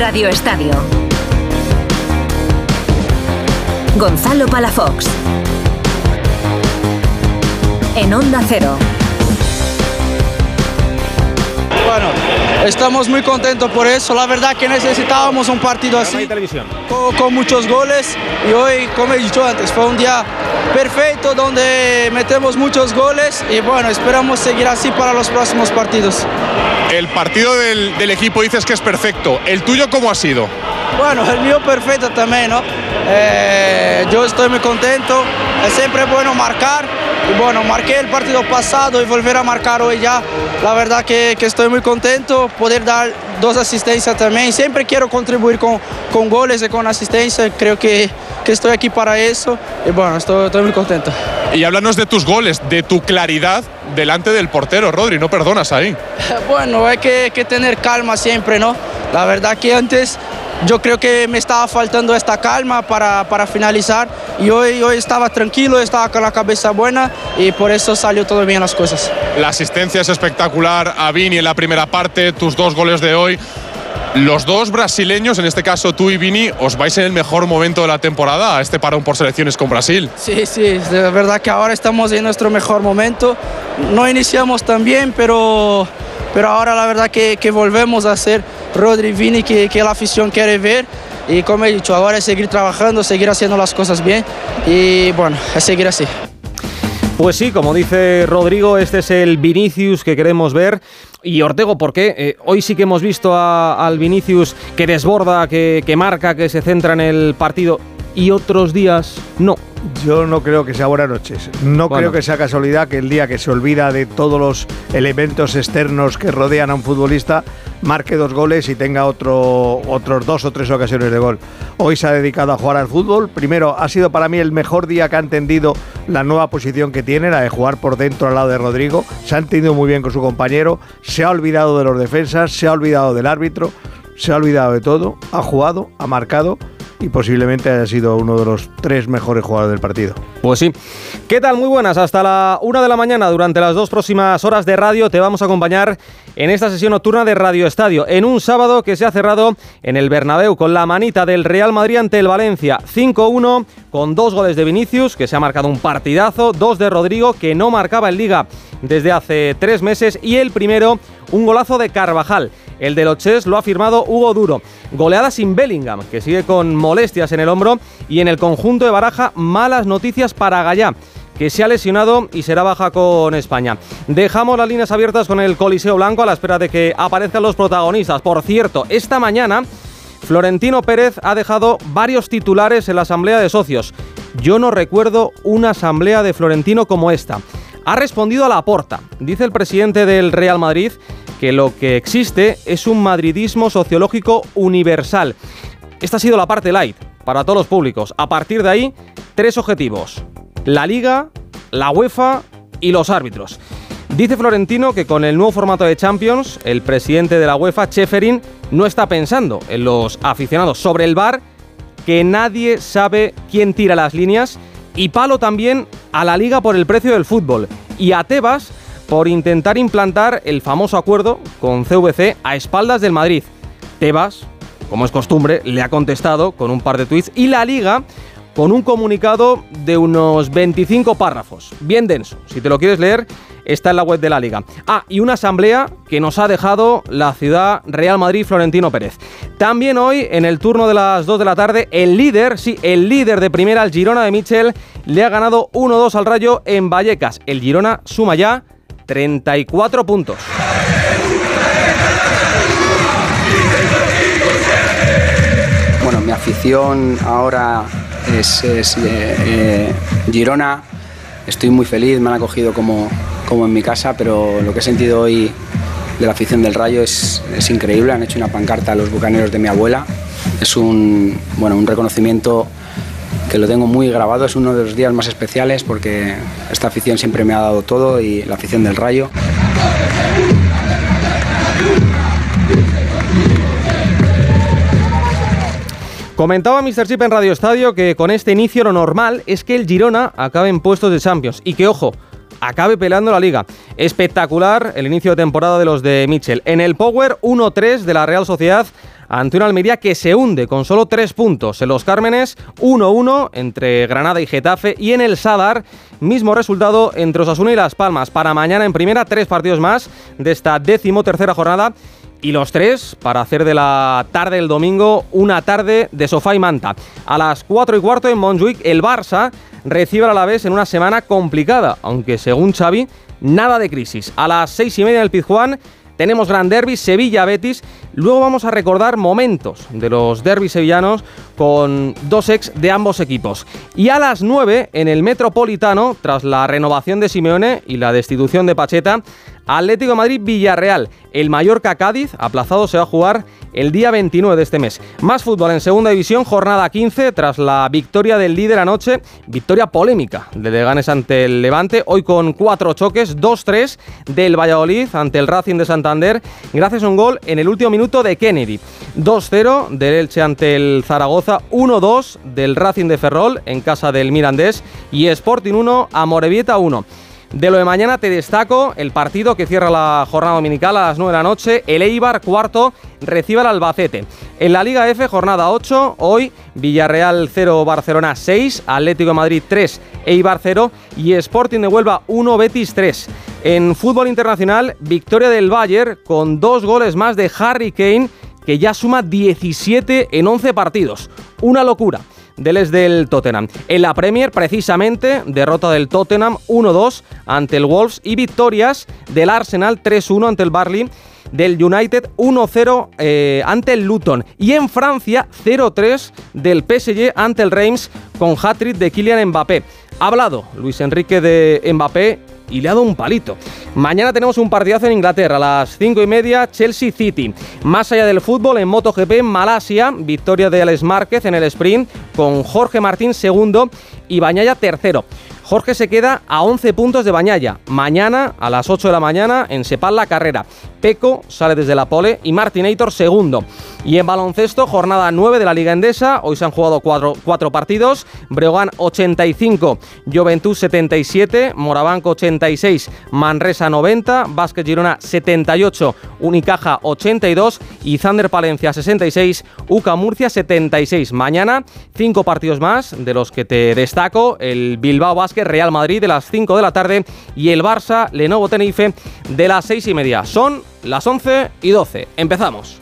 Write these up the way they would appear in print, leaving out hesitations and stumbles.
Radio Estadio. Gonzalo Palafox. En Onda Cero. Bueno, estamos muy contentos por eso. La verdad que necesitábamos un partido así, con muchos goles. Y hoy, como he dicho antes, fue un día perfecto donde metemos muchos goles. Y bueno, esperamos seguir así para los próximos partidos. El partido del equipo dices que es perfecto. ¿El tuyo cómo ha sido? Bueno, el mío perfecto también, ¿no? Yo estoy muy contento. Es siempre bueno marcar. Y bueno, marqué el partido pasado y volver a marcar hoy ya. La verdad que estoy muy contento. Poder dar 2 asistencias también. Siempre quiero contribuir con goles y con asistencia. Creo que estoy aquí para eso. Y bueno, estoy muy contento. Y háblanos de tus goles, de tu claridad delante del portero, Rodri. No perdonas ahí. Bueno, hay que tener calma siempre, ¿no? La verdad que antes yo creo que me estaba faltando esta calma para finalizar. Y hoy estaba tranquilo, estaba con la cabeza buena y por eso salió todo bien las cosas. La asistencia es espectacular a Vini en la primera parte, tus 2 goles de hoy. Los 2 brasileños, en este caso tú y Vini, os vais en el mejor momento de la temporada a este parón por selecciones con Brasil. Sí, de verdad que ahora estamos en nuestro mejor momento. No iniciamos tan bien, pero ahora la verdad que volvemos a ser Rodri y Vini que la afición quiere ver. Y como he dicho, ahora es seguir trabajando, seguir haciendo las cosas bien y bueno, es seguir así. Pues sí, como dice Rodrigo, este es el Vinicius que queremos ver. Y Ortego, ¿por qué? Hoy sí que hemos visto al Vinicius que desborda, que marca, que se centra en el partido y otros días no. Yo no creo que sea buenas noches. No creo que sea casualidad que el día que se olvida de todos los elementos externos que rodean a un futbolista marque 2 goles y tenga otros 2 o 3 ocasiones de gol. Hoy se ha dedicado a jugar al fútbol. Primero, ha sido para mí el mejor día que ha entendido la nueva posición que tiene, la de jugar por dentro al lado de Rodrigo. Se ha entendido muy bien con su compañero, se ha olvidado de los defensas, se ha olvidado del árbitro, se ha olvidado de todo, ha jugado, ha marcado y posiblemente haya sido uno de los 3 mejores jugadores del partido. Pues sí. ¿Qué tal? Muy buenas. Hasta la 1 de la mañana, durante las 2 próximas horas de radio, te vamos a acompañar en esta sesión nocturna de Radio Estadio, en un sábado que se ha cerrado en el Bernabéu con la manita del Real Madrid ante el Valencia, 5-1, con 2 goles de Vinicius, que se ha marcado un partidazo, 2 de Rodrigo, que no marcaba en Liga desde hace 3 meses, y el primero, un golazo de Carvajal. El de los Chess lo ha firmado Hugo Duro. Goleada sin Bellingham, que sigue con molestias en el hombro, y en el conjunto de Baraja, malas noticias para Gallá, que se ha lesionado y será baja con España. Dejamos las líneas abiertas con el Coliseo Blanco a la espera de que aparezcan los protagonistas. Por cierto, esta mañana Florentino Pérez ha dejado varios titulares en la asamblea de socios. Yo no recuerdo una asamblea de Florentino como esta. Ha respondido a Laporta. Dice el presidente del Real Madrid que lo que existe es un madridismo sociológico universal. Esta ha sido la parte light para todos los públicos. A partir de ahí, 3 objetivos: la Liga, la UEFA y los árbitros. Dice Florentino que con el nuevo formato de Champions, el presidente de la UEFA, Ceferin, no está pensando en los aficionados. Sobre el VAR, que nadie sabe quién tira las líneas, y palo también a la Liga por el precio del fútbol, y a Tebas por intentar implantar el famoso acuerdo con CVC a espaldas del Madrid. Tebas, como es costumbre, le ha contestado con un par de tuits, y la Liga con un comunicado de unos 25 párrafos, bien denso. Si te lo quieres leer, está en la web de la Liga. Y una asamblea que nos ha dejado la ciudad Real Madrid Florentino Pérez. También hoy, en el turno de las 2 de la tarde, el líder de primera, el Girona de Michel, le ha ganado 1-2 al Rayo en Vallecas. El Girona suma ya 34 puntos. Bueno, mi afición ahora es Girona. Estoy muy feliz, me han acogido como en mi casa, pero lo que he sentido hoy de la afición del Rayo es increíble. Han hecho una pancarta a los bucaneros de mi abuela. Es un reconocimiento que lo tengo muy grabado. Es uno de los días más especiales porque esta afición siempre me ha dado todo, y la afición del Rayo. Comentaba Mr. Chip en Radio Estadio que con este inicio lo normal es que el Girona acabe en puestos de Champions y que, ojo, acabe peleando la Liga. Espectacular el inicio de temporada de los de Michel. En el Power 1-3 de la Real Sociedad ante una Almería que se hunde con solo 3 puntos. En Los Cármenes, 1-1 entre Granada y Getafe, y en el Sadar, mismo resultado entre Osasuna y Las Palmas. Para mañana en primera, 3 partidos más de esta 13ª jornada, y los 3 para hacer de la tarde del domingo una tarde de sofá y manta. A las 4:15 en Montjuïc, el Barça recibe al Alavés en una semana complicada, aunque según Xavi, nada de crisis. A las 6:30 en el Pizjuán tenemos gran derbi, Sevilla-Betis. Luego vamos a recordar momentos de los derbis sevillanos con 2 ex de ambos equipos. Y a las 9 en el Metropolitano, tras la renovación de Simeone y la destitución de Pacheta, Atlético de Madrid-Villarreal. El Mallorca-Cádiz, aplazado, se va a jugar el día 29 de este mes. Más fútbol en segunda división, jornada 15, tras la victoria del líder anoche, victoria polémica de Leganés ante el Levante, hoy con 4 choques, 2-3 del Valladolid ante el Racing de Santander, gracias a un gol en el último minuto de Kennedy. 2-0 del Elche ante el Zaragoza, 1-2 del Racing de Ferrol en casa del Mirandés, y Sporting 1, Amorebieta 1. De lo de mañana te destaco el partido que cierra la jornada dominical a las 9 de la noche. El Eibar, cuarto, recibe al Albacete. En la Liga F, jornada 8, hoy Villarreal 0, Barcelona 6, Atlético de Madrid 3, Eibar 0 y Sporting de Huelva 1, Betis 3. En fútbol internacional, victoria del Bayern con 2 goles más de Harry Kane, que ya suma 17 en 11 partidos. Una locura del Tottenham. En la Premier, precisamente, derrota del Tottenham 1-2 ante el Wolves y victorias del Arsenal 3-1 ante el Burnley, del United 1-0 ante el Luton, y en Francia 0-3 del PSG ante el Reims con hat-trick de Kylian Mbappé. Ha hablado Luis Enrique de Mbappé y le ha dado un palito. Mañana tenemos un partidazo en Inglaterra a las 5:30, Chelsea City. Más allá del fútbol, en MotoGP en Malasia, victoria de Alex Márquez en el sprint con Jorge Martín segundo y Bagnaia tercero. Jorge se queda a 11 puntos de Bagnaia. Mañana a las 8 de la mañana en Sepal la carrera. Pecco sale desde la pole y Martinator segundo. Y en baloncesto, jornada 9 de la Liga Endesa. Hoy se han jugado 4 partidos. Breogán 85, Joventut 77, Morabanco 86, Manresa 90, Básquet Girona 78, Unicaja 82 y Thunder Palencia 66, UCA Murcia 76. Mañana 5 partidos más, de los que te destaco: el Bilbao Basket Real Madrid de las 5 de la tarde y el Barça Lenovo Tenerife de las 6:30. Son las 11:12. Empezamos.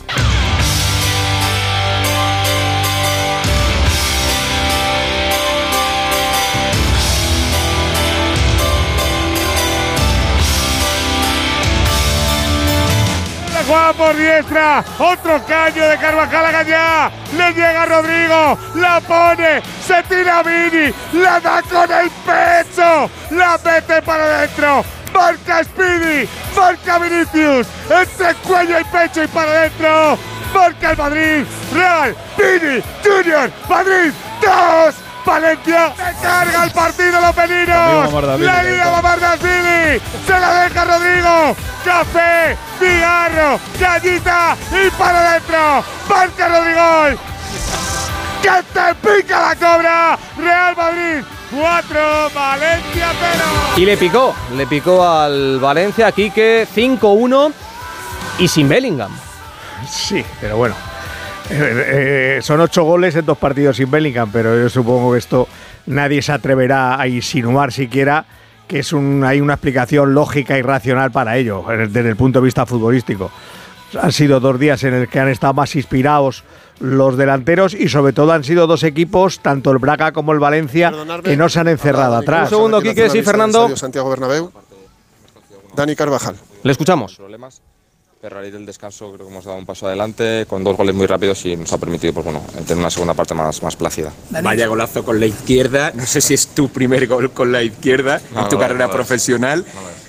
Juega por diestra, otro caño de Carvajal a Gallá, le llega Rodrigo, la pone, se tira Vini, la da con el pecho, la mete para adentro, marca Speedy, marca Vinicius, entre cuello y pecho y para adentro, marca el Madrid, Real, Vini, Junior, Madrid, 2. Valencia se carga el partido los pelinos. La liga Mamardashvili. Se la deja Rodrigo. Café, cigarro, gallita y para adentro. Marca Rodrigo. Que te pica la cobra. Real Madrid 4, Valencia 0. Y le picó al Valencia, Quique, 5-1 y sin Bellingham. Sí, pero bueno. Son 8 goles en 2 partidos sin Bellingham, pero yo supongo que esto nadie se atreverá a insinuar siquiera que hay una explicación lógica y racional para ello, desde el punto de vista futbolístico. Han sido 2 días en el que han estado más inspirados los delanteros y sobre todo han sido 2 equipos, tanto el Braga como el Valencia, que no se han encerrado atrás. Un segundo, Quique, sí, Fernando. Santiago Bernabéu. Dani Carvajal. Le escuchamos. Pero a raíz del descanso creo que hemos dado un paso adelante con 2 goles muy rápidos y nos ha permitido tener una segunda parte más plácida. Vaya golazo con la izquierda, no sé si es tu primer gol con la izquierda en tu carrera profesional.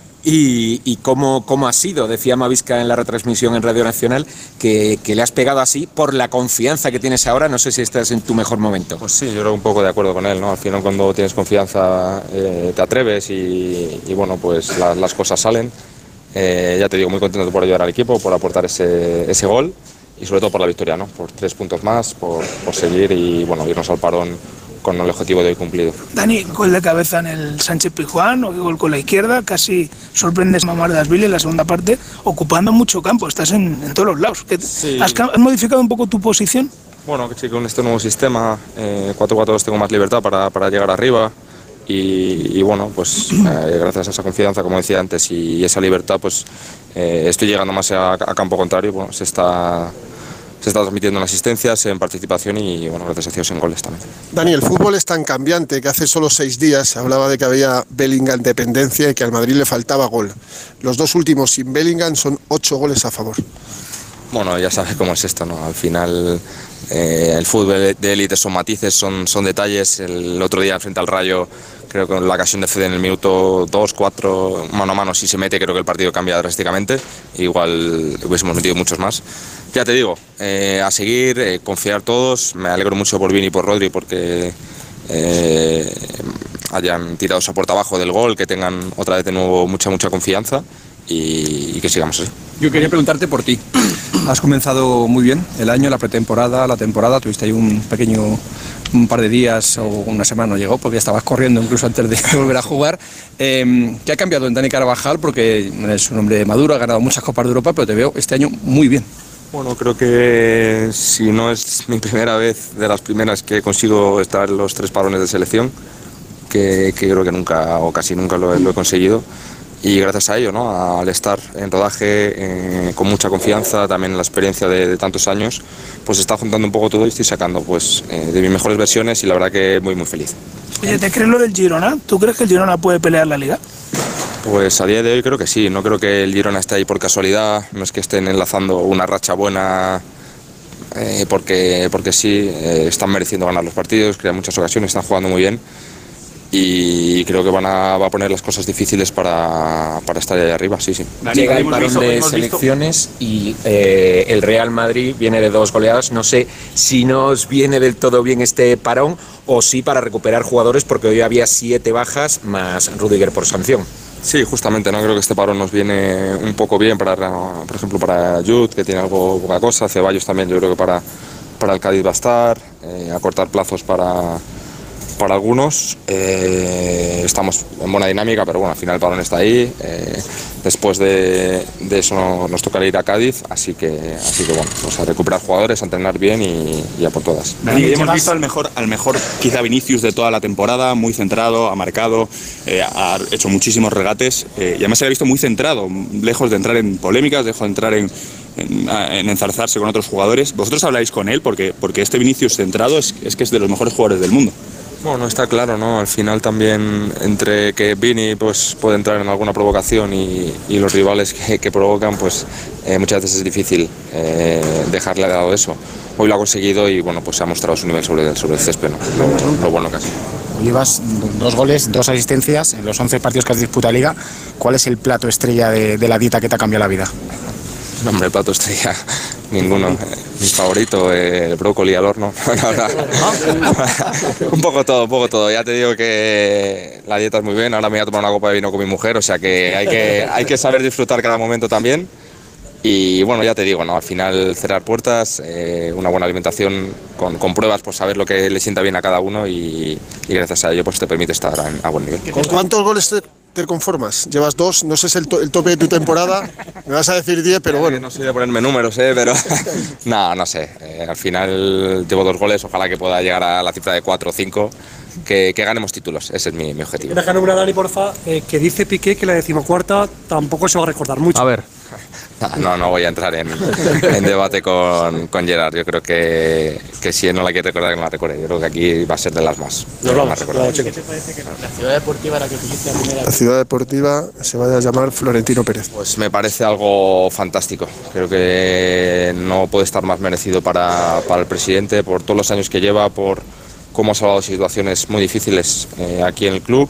Y cómo ha sido, decía Mavisca en la retransmisión en Radio Nacional, que le has pegado así por la confianza que tienes ahora. No sé si estás en tu mejor momento. Pues sí, yo creo un poco de acuerdo con él, ¿no? Al final cuando tienes confianza te atreves y bueno, pues las cosas salen. Ya te digo, muy contento por ayudar al equipo, por aportar ese gol y sobre todo por la victoria, ¿no? Por 3 puntos más, por seguir y bueno, irnos al parón con el objetivo de hoy cumplido. Dani, gol de cabeza en el Sánchez Pizjuán, o gol con la izquierda, casi sorprendes a Mamardashvili en la segunda parte, ocupando mucho campo, estás en todos los lados. Sí. ¿Has modificado un poco tu posición? Bueno, que sí, con este nuevo sistema, 4-4-2 tengo más libertad para llegar arriba y bueno, pues gracias a esa confianza, como decía antes, y esa libertad, pues estoy llegando más a campo contrario, bueno, se está transmitiendo en asistencias, en participación y bueno, gracias a Dios en goles también. Dani, el fútbol es tan cambiante que hace solo 6 días se hablaba de que había Bellingham dependencia y que al Madrid le faltaba gol. Los 2 últimos sin Bellingham son 8 goles a favor. Bueno, ya sabes cómo es esto, ¿no? Al final el fútbol de élite son matices, son detalles. El otro día frente al Rayo, creo que la ocasión de Fede en el minuto 2, 4, mano a mano, si se mete, creo que el partido cambia drásticamente. Igual hubiésemos metido muchos más. Ya te digo, a seguir, confiar todos. Me alegro mucho por Vini y por Rodri porque hayan tirado esa puerta abajo del gol, que tengan otra vez de nuevo mucha confianza y que sigamos así. Yo quería preguntarte por ti. Has comenzado muy bien el año, la pretemporada, la temporada. Tuviste ahí un par de días o una semana, no llegó, porque estabas corriendo incluso antes de volver a jugar. ¿Qué ha cambiado en Dani Carvajal? Porque eres un hombre maduro, ha ganado muchas Copas de Europa, pero te veo este año muy bien. Bueno, creo que si no es mi primera vez, de las primeras que consigo estar en los 3 parones de selección, que creo que nunca o casi nunca lo he conseguido. Y gracias a ello, ¿no? Al estar en rodaje con mucha confianza, también la experiencia de tantos años, pues está juntando un poco todo y estoy sacando pues, de mis mejores versiones y la verdad que muy feliz. Oye, ¿te crees lo del Girona? ¿Tú crees que el Girona puede pelear la Liga? Pues a día de hoy creo que sí, no creo que el Girona esté ahí por casualidad, no es que estén enlazando una racha buena porque sí, están mereciendo ganar los partidos, crean muchas ocasiones, están jugando muy bien. Y creo que va a poner las cosas difíciles para estar ahí arriba, sí. Llega el parón de selecciones y el Real Madrid viene de 2 goleadas. No sé si no os viene del todo bien este parón o sí para recuperar jugadores, porque hoy había 7 bajas más Rudiger por sanción. Sí, justamente, no creo que este parón nos viene un poco bien por ejemplo, para Jude, que tiene algo poca cosa. Ceballos también, yo creo que para el Cádiz va a estar, acortar plazos para algunos. Estamos en buena dinámica, pero bueno, al final el parón está ahí. Después de eso nos tocará ir a Cádiz, así que bueno, pues a recuperar jugadores, a entrenar bien y a por todas. Dani, hemos visto al mejor quizá Vinicius de toda la temporada, muy centrado, ha marcado, ha hecho muchísimos regates y además se le ha visto muy centrado, lejos de entrar en polémicas, lejos de entrar en enzarzarse con otros jugadores. Vosotros habláis con él porque este Vinicius centrado es que es de los mejores jugadores del mundo. Bueno, está claro, ¿no? Al final también entre que Vini pues, puede entrar en alguna provocación y los rivales que provocan, pues muchas veces es difícil dejarle de lado eso. Hoy lo ha conseguido y bueno, pues ha mostrado su nivel sobre el césped, ¿no? Lo bueno que ha sido. Llevas 2 goles, 2 asistencias en los 11 partidos que has disputado Liga. ¿Cuál es el plato estrella de la dieta que te ha cambiado la vida? No, hombre, plato estrella, ninguno. Mi favorito, el brócoli al horno. Un poco todo. Ya te digo que la dieta es muy bien. Ahora me voy a tomar una copa de vino con mi mujer, o sea que hay que saber disfrutar cada momento también. Y bueno, ya te digo, ¿no? Al final cerrar puertas, una buena alimentación con pruebas, pues saber lo que le sienta bien a cada uno y gracias a ello pues te permite estar a buen nivel. ¿Con cuántos goles te conformas? Llevas 2, no sé si es el tope de tu temporada, me vas a decir 10, pero bueno. No soy de ponerme números, pero no sé, al final llevo 2 goles, ojalá que pueda llegar a la cifra de 4 o 5, que ganemos títulos, ese es mi objetivo. Déjame una, Dani, porfa, que dice Piqué que la 14ª tampoco se va a recordar mucho. A ver. No voy a entrar en debate con Gerard. Yo creo que si él no la quiere recordar, que no la recuerde. Yo creo que aquí va a ser de las más. Nos vamos. ¿Qué te parece que la ciudad deportiva la que tuviste la primera? La ciudad deportiva se va a llamar Florentino Pérez. Pues me parece algo fantástico. Creo que no puede estar más merecido para el presidente por todos los años que lleva, por cómo ha salvado situaciones muy difíciles aquí en el club.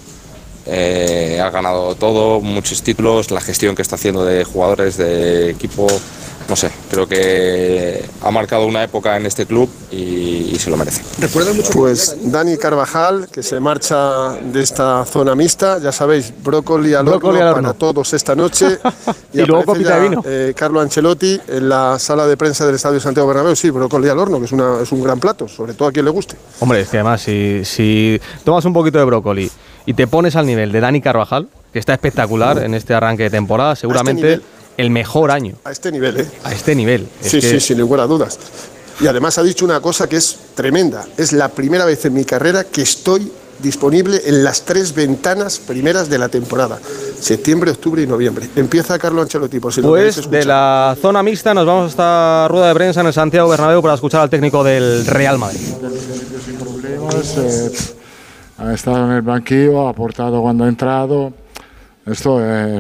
Ha ganado todo, muchos títulos, la gestión que está haciendo de jugadores, de equipo, no sé, creo que ha marcado una época en este club y se lo merece. ¿Recuerda mucho? Pues Dani Carvajal, que se marcha de esta zona mixta, ya sabéis, brócoli al horno para todos esta noche. Y luego copita de vino. Carlo Ancelotti en la sala de prensa del Estadio Santiago Bernabéu, sí, brócoli al horno, que es un gran plato, sobre todo a quien le guste. Hombre, es que además si tomas un poquito de brócoli y te pones al nivel de Dani Carvajal, que está espectacular en este arranque de temporada, seguramente el mejor año. A este nivel, ¿eh? A este nivel. Sí, sin ninguna duda. Y además ha dicho una cosa que es tremenda. Es la primera vez en mi carrera que estoy disponible en las 3 ventanas primeras de la temporada: septiembre, octubre y noviembre. Empieza Carlo Ancelotti, por si lo queréis escuchar. De la zona mixta nos vamos a esta rueda de prensa en el Santiago Bernabéu para escuchar al técnico del Real Madrid. Sin problemas, ha estado en el banquillo, ha aportado cuando ha entrado. Esto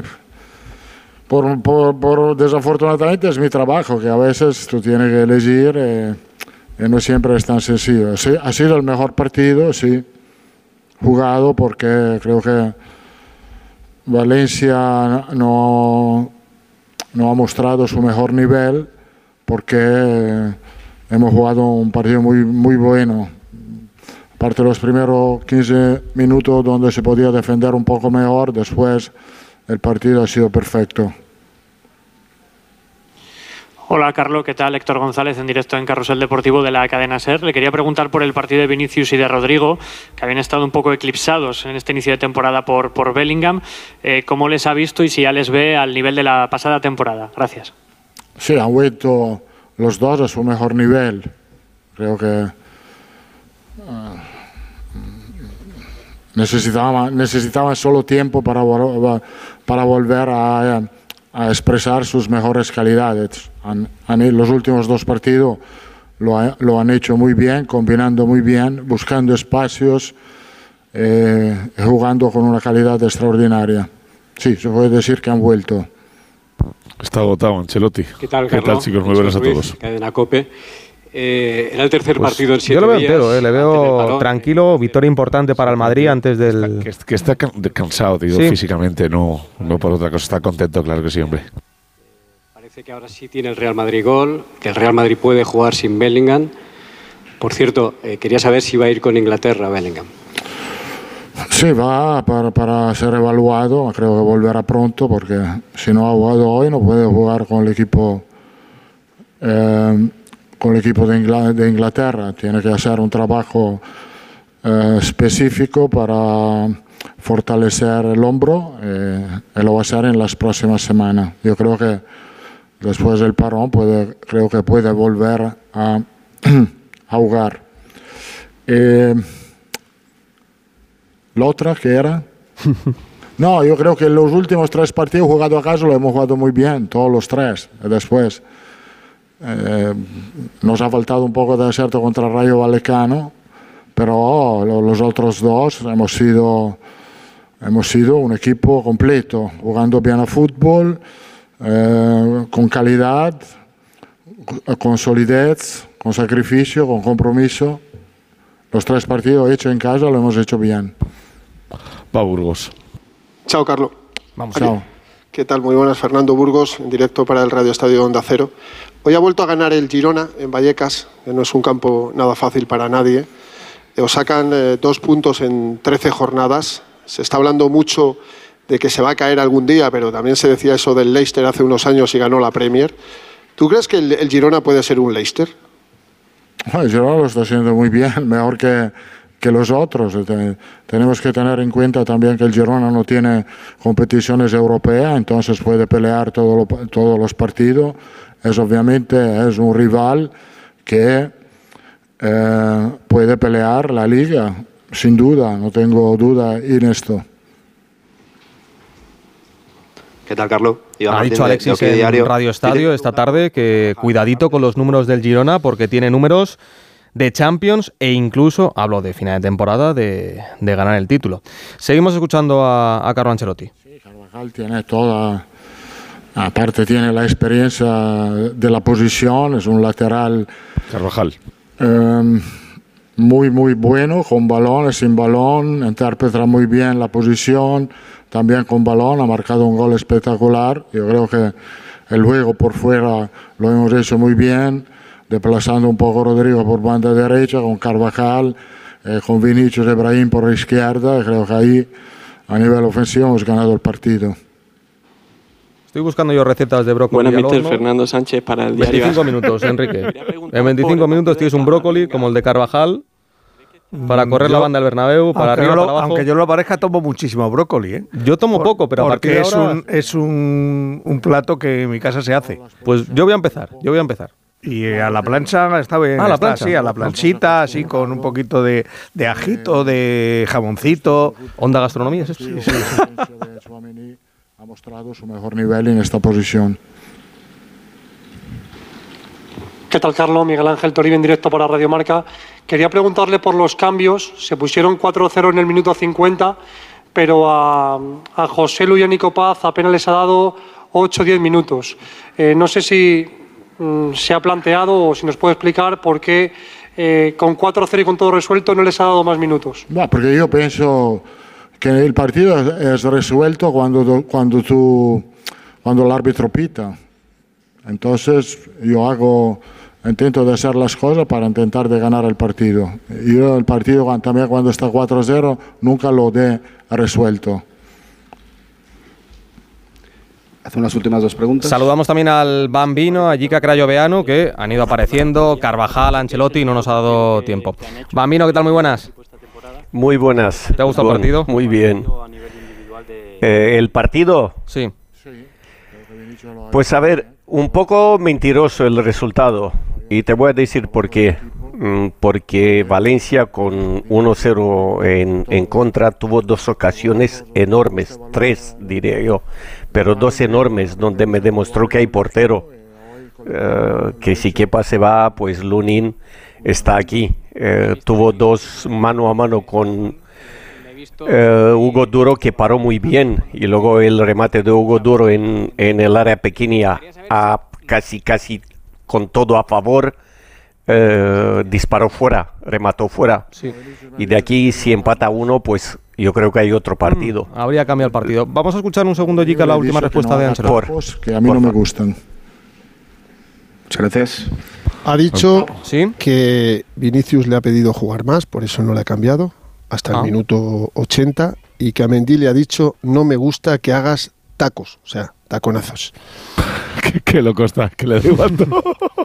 por desafortunadamente es mi trabajo, que a veces tú tienes que elegir y no siempre es tan sencillo. Sí, ha sido el mejor partido, sí, jugado, porque creo que Valencia no ha mostrado su mejor nivel, porque hemos jugado un partido muy bueno. Aparte de los primeros 15 minutos donde se podía defender un poco mejor, después el partido ha sido perfecto. Hola, Carlos, ¿qué tal? Héctor González en directo en Carrusel Deportivo de la cadena SER. Le quería preguntar por el partido de Vinicius y de Rodrigo, que habían estado un poco eclipsados en este inicio de temporada por Bellingham. ¿Cómo les ha visto y si ya les ve al nivel de la pasada temporada? Gracias. Sí, han vuelto los dos a su mejor nivel. Creo que necesitaban solo tiempo para volver a expresar sus mejores calidades. Los últimos 2 partidos lo han hecho muy bien, combinando muy bien, buscando espacios, jugando con una calidad extraordinaria. Sí, se puede decir que han vuelto. Está agotado Ancelotti. ¿Qué tal, Carlos? ¿Qué tal, chicos? Muy buenas a todos. Cadena COPE. Era el tercer partido en 7 días. Yo lo veo entero, le veo tranquilo, victoria importante para el Madrid antes del... Que está cansado, digo, sí, físicamente, no por otra cosa. Está contento, claro que sí, hombre. Parece que ahora sí tiene el Real Madrid gol, que el Real Madrid puede jugar sin Bellingham. Por cierto, quería saber si va a ir con Inglaterra Bellingham. Sí, va para ser evaluado, creo que volverá pronto, porque si no ha jugado hoy no puede jugar con el equipo... con el equipo de Inglaterra. Tiene que hacer un trabajo específico para fortalecer el hombro y lo va a hacer en las próximas semanas. Yo creo que después del parón creo que puede volver a jugar. ¿La otra qué era? No, yo creo que los últimos 3 partidos jugados a casa lo hemos jugado muy bien, todos los 3. Después nos ha faltado un poco de acierto contra el Rayo Vallecano, pero los otros 2 hemos sido un equipo completo, jugando bien a fútbol, con calidad, con solidez, con sacrificio, con compromiso. Los 3 partidos hechos en casa lo hemos hecho bien. Va Burgos. Chao, Carlos. Vamos. Chao. ¿Qué tal? Muy buenas, Fernando Burgos, en directo para el Radio Estadio Onda Cero. Hoy ha vuelto a ganar el Girona en Vallecas, que no es un campo nada fácil para nadie. Os sacan 2 puntos en 13 jornadas. Se está hablando mucho de que se va a caer algún día, pero también se decía eso del Leicester hace unos años y ganó la Premier. ¿Tú crees que el Girona puede ser un Leicester? El Girona lo está haciendo muy bien, mejor que los otros. Tenemos que tener en cuenta también que el Girona no tiene competiciones europeas, entonces puede pelear todos los partidos. Obviamente es un rival que puede pelear la Liga, sin duda, no tengo duda en esto. ¿Qué tal, Carlos? Ha dicho Alexis en Radio Estadio esta tarde que cuidadito con los números del Girona, porque tiene números de Champions e incluso, hablo de final de temporada, de ganar el título. Seguimos escuchando a Carlo Ancelotti. Sí, Carvajal tiene toda... Aparte tiene la experiencia de la posición, es un lateral... Carvajal. Muy bueno, con balón y sin balón, interpreta muy bien la posición, también con balón, ha marcado un gol espectacular. Yo creo que El juego por fuera lo hemos hecho muy bien, desplazando un poco a Rodrigo por banda derecha, con Carvajal, con Vinicius y Brahim por la izquierda. Creo que ahí, a nivel ofensivo, hemos ganado el partido. Estoy buscando yo recetas de brócoli. Buenas, mister Fernando Sánchez para el diario. 25 minutos, Enrique. En 25 minutos tienes un brócoli como el de Carvajal para correr la banda del Bernabéu, para arriba, para abajo. Aunque yo no lo parezca, tomo muchísimo brócoli, ¿eh? Yo tomo poco, pero a partir de ahora... es un plato que en mi casa se hace. Pues yo voy a empezar. Y a la plancha está bien. ¿A la plancha? Sí, a la planchita, así con un poquito de ajito, de jamoncito. ¿Onda gastronomía es esto? Sí. Ha mostrado su mejor nivel en esta posición. ¿Qué tal, Carlos? Miguel Ángel Toribio en directo para Radio Marca. Quería preguntarle por los cambios. Se pusieron 4-0 en el minuto 50, pero a José Lu y a Nico Paz apenas les ha dado 8-10 minutos. No sé si se ha planteado o si nos puede explicar por qué con 4-0 y con todo resuelto no les ha dado más minutos. Porque yo pienso que el partido es resuelto cuando el árbitro pita. Entonces yo intento de hacer las cosas para intentar de ganar el partido. Yo el partido también cuando está 4-0 nunca lo he resuelto. Hace unas últimas dos preguntas. Saludamos también al Bambino, a Jica Crayoveanu, que han ido apareciendo, Carvajal, Ancelotti, no nos ha dado tiempo. Bambino, ¿qué tal? Muy buenas. Muy buenas. ¿Te ha gustado el partido? Muy bien. ¿El partido? Sí. Pues a ver, un poco mentiroso el resultado. Y te voy a decir por qué. Porque Valencia con 1-0 en contra tuvo dos ocasiones enormes, 3 diría yo, pero 2 enormes donde me demostró que hay portero, que si Kepa se va, pues Lunin está aquí. Tuvo 2 mano a mano con Hugo Duro, que paró muy bien, y luego el remate de Hugo Duro en el área pequeña, casi con todo a favor. Disparó fuera, remató fuera. Sí. Y de aquí, si empata 1, pues yo creo que hay otro partido. Habría cambiado el partido. Vamos a escuchar un segundo, Jica, la última respuesta de Ancelotti. Que a mí no me gustan. Muchas gracias. Ha dicho que Vinicius le ha pedido jugar más, por eso no le ha cambiado hasta el minuto 80, y que a Mendy le ha dicho: no me gusta que hagas tacos, o sea, taconazos. Qué loco está, que le digo todo.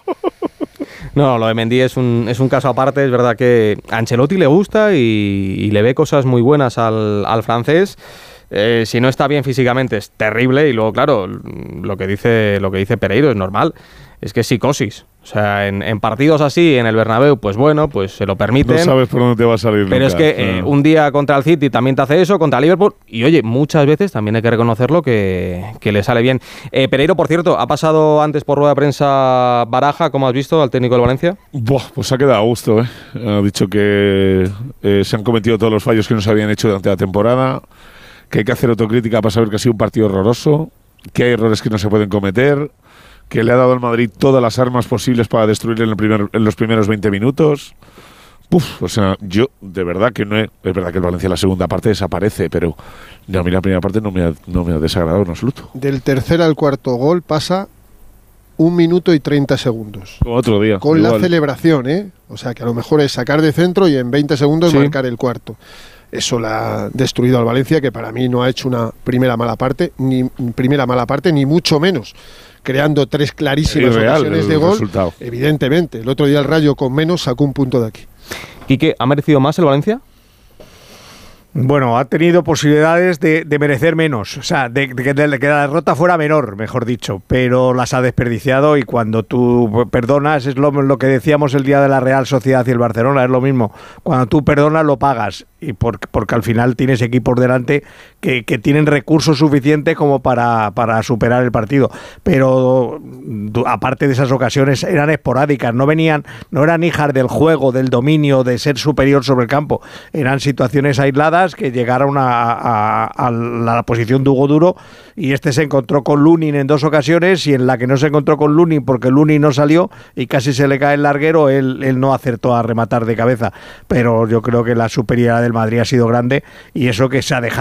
No, lo de Mendy es un caso aparte. Es verdad que a Ancelotti le gusta y le ve cosas muy buenas al francés. Si no está bien físicamente es terrible, y luego, claro, lo que dice Pereiro es normal. Es que es psicosis. O sea, en partidos así, en el Bernabéu, pues bueno, pues se lo permiten. No sabes por dónde te va a salir. Pero nunca. Es que un día contra el City también te hace eso, contra Liverpool. Y oye, muchas veces también hay que reconocerlo que le sale bien. Pereiro, por cierto, ha pasado antes por rueda de prensa Baraja, ¿cómo has visto al técnico del Valencia? Pues ha quedado a gusto, ¿eh? Ha dicho que se han cometido todos los fallos que no se habían hecho durante la temporada, que hay que hacer autocrítica para saber que ha sido un partido horroroso, que hay errores que no se pueden cometer, que le ha dado al Madrid todas las armas posibles para destruir en los primeros 20 minutos. O sea, yo de verdad que no es verdad que el Valencia en la segunda parte desaparece, pero a mí la primera parte no me ha desagradado en absoluto. Del tercer al cuarto gol pasa 1 minuto y 30 segundos. Como otro día. Con igual. la celebración, ¿eh? O sea, que a lo mejor es sacar de centro y en 20 segundos marcar el cuarto. Eso le ha destruido al Valencia, que para mí no ha hecho una primera mala parte, ni mucho menos, creando 3 clarísimas ocasiones de gol. Resultado. Evidentemente, el otro día el Rayo con menos sacó un punto de aquí. Quique, ¿ha merecido más el Valencia? Bueno, ha tenido posibilidades de merecer menos, o sea, de que la derrota fuera menor, mejor dicho, pero las ha desperdiciado, y cuando tú perdonas, es lo que decíamos el día de la Real Sociedad y el Barcelona, es lo mismo, cuando tú perdonas lo pagas, y porque al final tienes equipos delante que tienen recursos suficientes como para superar el partido, pero aparte de esas ocasiones eran esporádicas, no eran hijas del juego, del dominio, de ser superior sobre el campo, eran situaciones aisladas que llegaron a la posición de Hugo Duro, y este se encontró con Lunin en 2 ocasiones, y en la que no se encontró con Lunin porque Lunin no salió y casi se le cae el larguero, él no acertó a rematar de cabeza, pero yo creo que la superioridad del Madrid ha sido grande, y eso que se ha dejado ir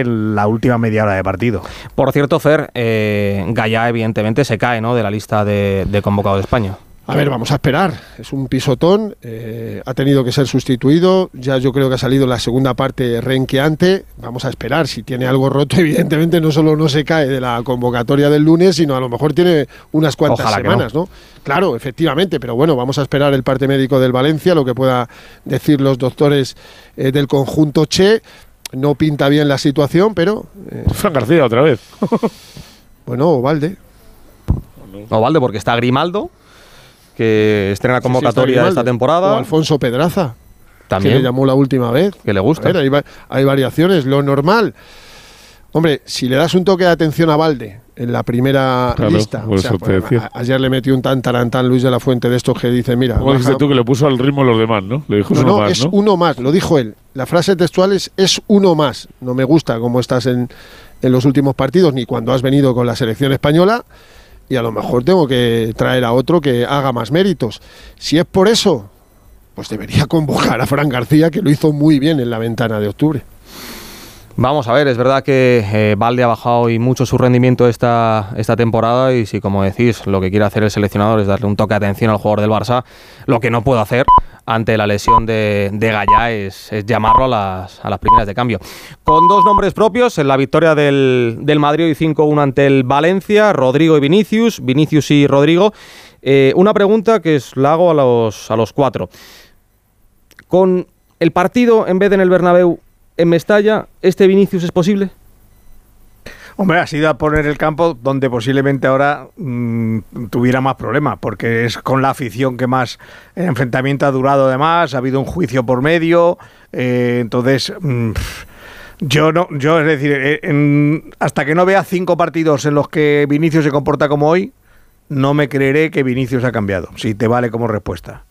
en la última media hora de partido. Por cierto, Fer, Gallá evidentemente se cae, ¿no?, de la lista de convocados de España. A ver, vamos a esperar. Es un pisotón, ha tenido que ser sustituido. Ya yo creo que ha salido en la segunda parte renqueante. Vamos a esperar. Si tiene algo roto, evidentemente no solo no se cae de la convocatoria del lunes, sino a lo mejor tiene unas cuantas semanas, ¿no? Claro, efectivamente, pero bueno, vamos a esperar el parte médico del Valencia, lo que pueda decir los doctores del conjunto Che. No pinta bien la situación, pero... Fran García otra vez. Bueno, Ovalde. Ovalde, porque está Grimaldo, que estrena convocatoria esta temporada. O Alfonso Pedraza, también, que le llamó la última vez. Que le gusta. A ver, hay variaciones. Lo normal, hombre, si le das un toque de atención a Valde en la primera lista, o sea, pues, ayer le metió un tarantán Luis de la Fuente de estos que dice, mira... Como dijiste tú, que le puso al ritmo los demás, ¿no? Le dijo no, es uno más, lo dijo él. La frase textual es uno más. No me gusta cómo estás en los últimos partidos, ni cuando has venido con la selección española, y a lo mejor tengo que traer a otro que haga más méritos. Si es por eso, pues debería convocar a Fran García, que lo hizo muy bien en la ventana de octubre. Vamos a ver, es verdad que Valde ha bajado y mucho su rendimiento esta temporada, y si, como decís, lo que quiere hacer el seleccionador es darle un toque de atención al jugador del Barça, lo que no puedo hacer ante la lesión de Gallá es llamarlo a las primeras de cambio. Con dos nombres propios en la victoria del Madrid hoy 5-1 ante el Valencia, Rodrigo y Vinicius y Rodrigo. Una pregunta que la hago a los cuatro. Con el partido, en vez de en el Bernabéu, en Mestalla, ¿este Vinicius es posible? Hombre, ha sido a poner el campo donde posiblemente ahora tuviera más problemas, porque es con la afición que más el enfrentamiento ha durado, además, ha habido un juicio por medio, entonces es decir, hasta que no vea 5 partidos en los que Vinicius se comporta como hoy, no me creeré que Vinicius ha cambiado, si te vale como respuesta.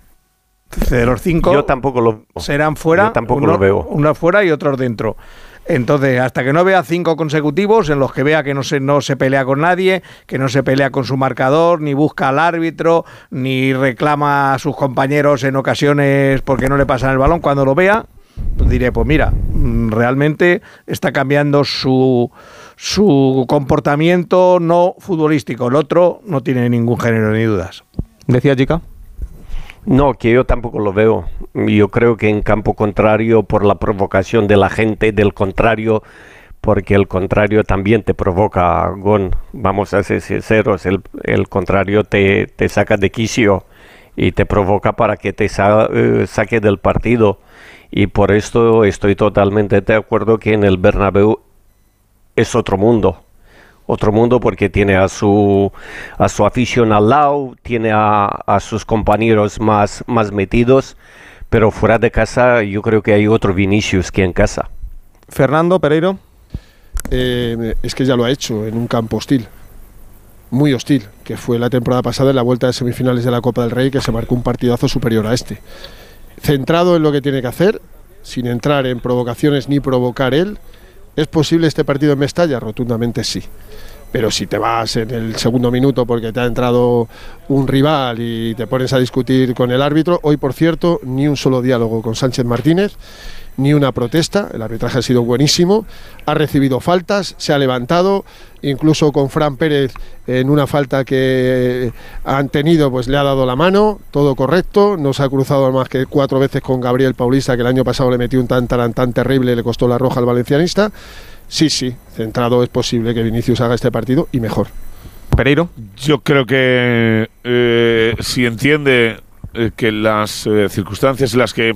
De los 5 yo tampoco lo serán fuera, yo tampoco lo veo. Unos fuera y otros dentro. Entonces, hasta que no vea 5 consecutivos en los que vea que no se pelea con nadie, que no se pelea con su marcador, ni busca al árbitro, ni reclama a sus compañeros en ocasiones porque no le pasan el balón, cuando lo vea, pues diré, pues mira, realmente está cambiando su comportamiento no futbolístico. El otro no tiene ningún género ni dudas. ¿Decía Chica? No, que yo tampoco lo veo. Yo creo que en campo contrario, por la provocación de la gente, del contrario, porque el contrario también te provoca, Gon. Vamos a ser sinceros, el contrario te saca de quicio y te provoca para que te saque del partido. Y por esto estoy totalmente de acuerdo que en el Bernabéu es otro mundo. Otro mundo, porque tiene a su afición al lado, tiene a sus compañeros más metidos, pero fuera de casa yo creo que hay otro Vinicius que en casa. Fernando Pereiro. Es que ya lo ha hecho en un campo hostil, muy hostil, que fue la temporada pasada en la vuelta de semifinales de la Copa del Rey, que se marcó un partidazo superior a este. Centrado en lo que tiene que hacer, sin entrar en provocaciones ni provocar él. ¿Es posible este partido en Mestalla? Rotundamente sí. Pero si te vas en el segundo minuto porque te ha entrado un rival y te pones a discutir con el árbitro, hoy, por cierto, ni un solo diálogo con Sánchez Martínez, ni una protesta. El arbitraje ha sido buenísimo, ha recibido faltas, se ha levantado, incluso con Fran Pérez en una falta que han tenido, pues le ha dado la mano, todo correcto, no se ha cruzado más que 4 veces con Gabriel Paulista, que el año pasado le metió un tarantán terrible y le costó la roja al valencianista. Sí, centrado, es posible que Vinicius haga este partido y mejor. Pereiro. Yo creo que si entiende que las circunstancias en las que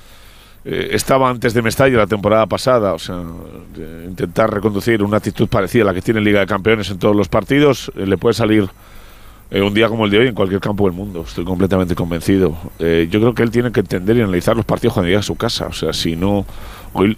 estaba antes de Mestalla la temporada pasada, o sea, intentar reconducir una actitud parecida a la que tiene en Liga de Campeones en todos los partidos, le puede salir un día como el de hoy en cualquier campo del mundo. Estoy completamente convencido. Yo creo que él tiene que entender y analizar los partidos cuando llega a su casa. O sea, si no, hoy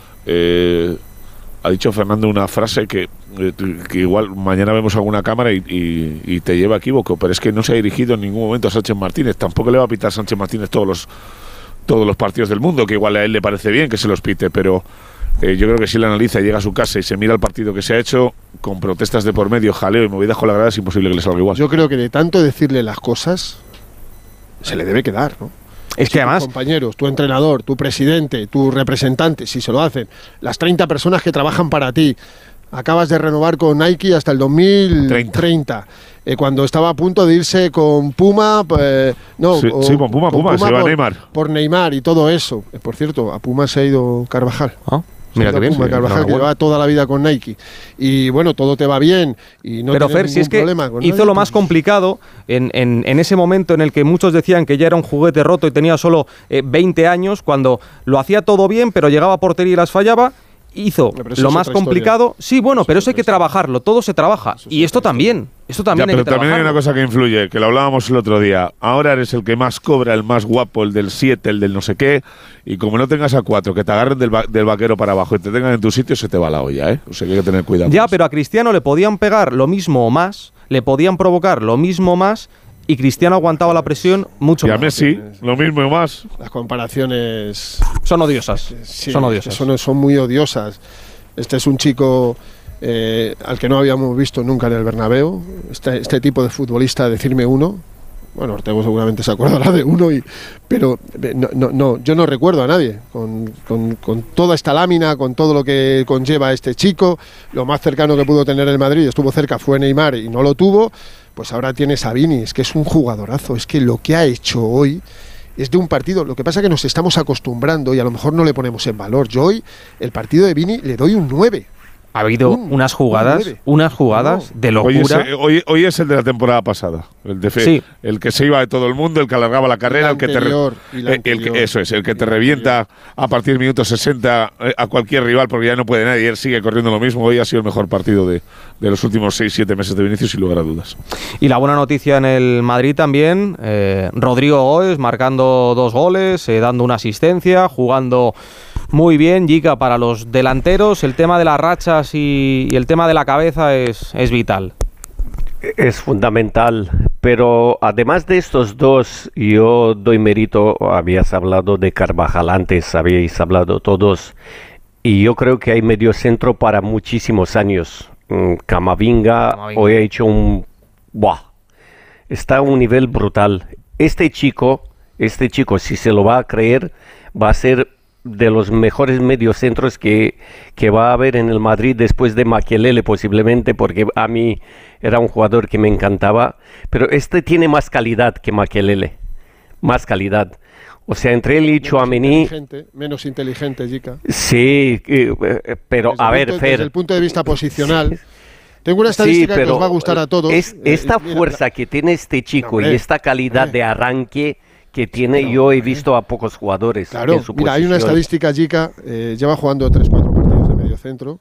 ha dicho Fernando una frase que igual mañana vemos alguna cámara y te lleva a equívoco, pero es que no se ha dirigido en ningún momento a Sánchez Martínez. Tampoco le va a pitar Sánchez Martínez todos los partidos del mundo, que igual a él le parece bien que se los pite, pero yo creo que si él analiza y llega a su casa y se mira el partido que se ha hecho, con protestas de por medio, jaleo y movidas con la grada, es imposible que le salga igual. Yo creo que de tanto decirle las cosas se le debe quedar, ¿no? Es que además... tus compañeros, tu entrenador, tu presidente, tu representante, si se lo hacen, las 30 personas que trabajan para ti, acabas de renovar con Nike hasta el 2030. Cuando estaba a punto de irse con Puma, sí, con Puma se va Neymar. Por Neymar y todo eso. Por cierto, a Puma se ha ido Carvajal. Mira que bien. Carvajal, que lleva toda la vida con Nike. Y bueno, todo te va bien y no pero tienes Fer, si es que problema con hizo nadie, lo más complicado en ese momento en el que muchos decían que ya era un juguete roto y tenía solo 20 años, cuando lo hacía todo bien, pero llegaba a portería y las fallaba. Hizo lo más complicado. Sí, bueno, pero eso hay que trabajarlo, todo se trabaja. Y esto también. Esto también hay que trabajarlo. Pero también hay una cosa que influye, que lo hablábamos el otro día. Ahora eres el que más cobra, el más guapo, el del 7, el del no sé qué. Y como no tengas a 4, que te agarren del vaquero para abajo y te tengan en tu sitio, se te va la olla, ¿eh? O sea que hay que tener cuidado. Ya, pero a Cristiano le podían pegar lo mismo o más, le podían provocar lo mismo o más, y Cristiano aguantaba la presión mucho más. Y a Messi, lo mismo y más. Las comparaciones son odiosas. Sí, son odiosas. Son muy odiosas. Este es un chico al que no habíamos visto nunca en el Bernabéu. Este tipo de futbolista, decirme uno. Bueno, Ortego seguramente se acordará de uno, pero no, yo no recuerdo a nadie con toda esta lámina, con todo lo que conlleva este chico. Lo más cercano que pudo tener el Madrid, estuvo cerca, fue Neymar y no lo tuvo. Pues ahora tienes a Vini, es que es un jugadorazo, es que lo que ha hecho hoy es de un partido, lo que pasa es que nos estamos acostumbrando y a lo mejor no le ponemos en valor. Yo hoy, el partido de Vini, le doy un 9. Ha habido unas jugadas de locura. Hoy es el de la temporada pasada, el que se iba de todo el mundo, el que alargaba la carrera, el que te revienta a partir del minuto 60 a cualquier rival porque ya no puede nadie, él sigue corriendo lo mismo. Hoy ha sido el mejor partido de los últimos 6-7 meses de Vinicius, sin lugar a dudas. Y la buena noticia en el Madrid también, Rodrigo Goes marcando 2 goles, dando una asistencia, jugando muy bien. Jica, para los delanteros el tema de las rachas y el tema de la cabeza es vital. Es fundamental, pero además de estos dos, yo doy mérito. Habías hablado de Carvajal antes, habíais hablado todos, y yo creo que hay medio centro para muchísimos años. Camavinga hoy ha hecho está a un nivel brutal. Este chico, si se lo va a creer, va a ser de los mejores mediocentros que va a haber en el Madrid después de Makelele posiblemente, porque a mí era un jugador que me encantaba, pero este tiene más calidad que Makelele, más calidad. O sea, entre él y Tchouaméni... Menos inteligente, Jica. Sí, pero a ver, Fer... Desde el punto de vista posicional... Tengo una estadística que os va a gustar a todos. Esta fuerza que tiene este chico y esta calidad de arranque que tiene, yo he visto a pocos jugadores. Claro, en su mira, posición. hay una estadística, Jica, lleva jugando 3-4 partidos de medio centro.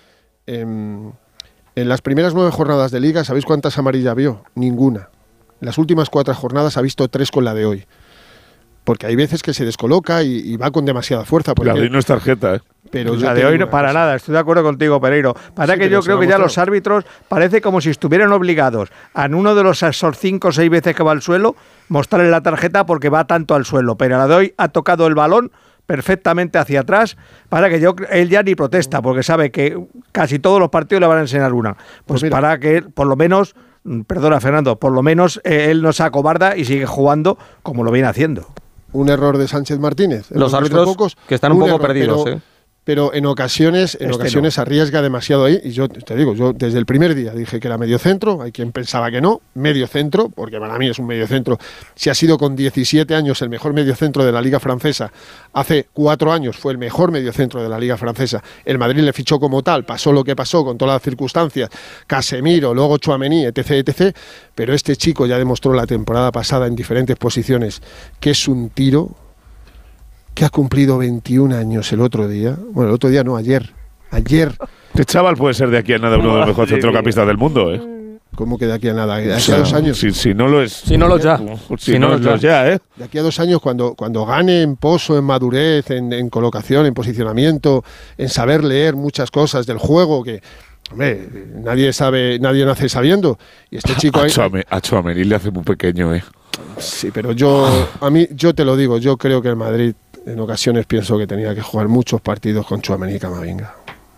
En las primeras 9 jornadas de Liga, ¿sabéis cuántas amarillas vio? Ninguna. En las últimas 4 jornadas ha visto 3 con la de hoy. Porque hay veces que se descoloca y va con demasiada fuerza. La de hoy no es tarjeta, ¿eh? Pero la de hoy no para nada, estoy de acuerdo contigo, Pereiro. Para que yo creo que ya los árbitros parece como si estuvieran obligados a uno de los esos 5 o 6 veces que va al suelo mostrarle la tarjeta porque va tanto al suelo. Pero la de hoy ha tocado el balón perfectamente hacia atrás, para que él ya ni protesta porque sabe que casi todos los partidos le van a enseñar una. Pues para que por lo menos, perdona Fernando, por lo menos él no se acobarda y sigue jugando como lo viene haciendo. Un error de Sánchez Martínez. Los árbitros que están un poco perdidos, pero en ocasiones arriesga demasiado ahí. Y yo te digo, yo desde el primer día dije que era medio centro. Hay quien pensaba que no, medio centro, porque para mí es un medio centro. Si ha sido con 17 años el mejor medio centro de la Liga Francesa, hace 4 años fue el mejor medio centro de la Liga Francesa. El Madrid le fichó como tal, pasó lo que pasó con todas las circunstancias, Casemiro, luego Tchouaméni, etc. Pero este chico ya demostró la temporada pasada en diferentes posiciones que es un tiro, que ha cumplido 21 años el otro día. Bueno, el otro día no, ayer. Este chaval puede ser de aquí a nada uno de los mejores centrocampistas del mundo, ¿eh? ¿Cómo que de aquí a nada? De aquí a 2 años. Si no lo es. Si no lo ya. Si no lo ya, ¿eh? De aquí a 2 años, cuando gane en pozo, en madurez, en colocación, en posicionamiento, en saber leer muchas cosas del juego que... Hombre, nadie nace sabiendo. Y este chico a Tchouaméni le hace muy pequeño, ¿eh? Sí, pero yo te lo digo, yo creo que el Madrid en ocasiones pienso que tenía que jugar muchos partidos con Tchouaméni y Camavinga.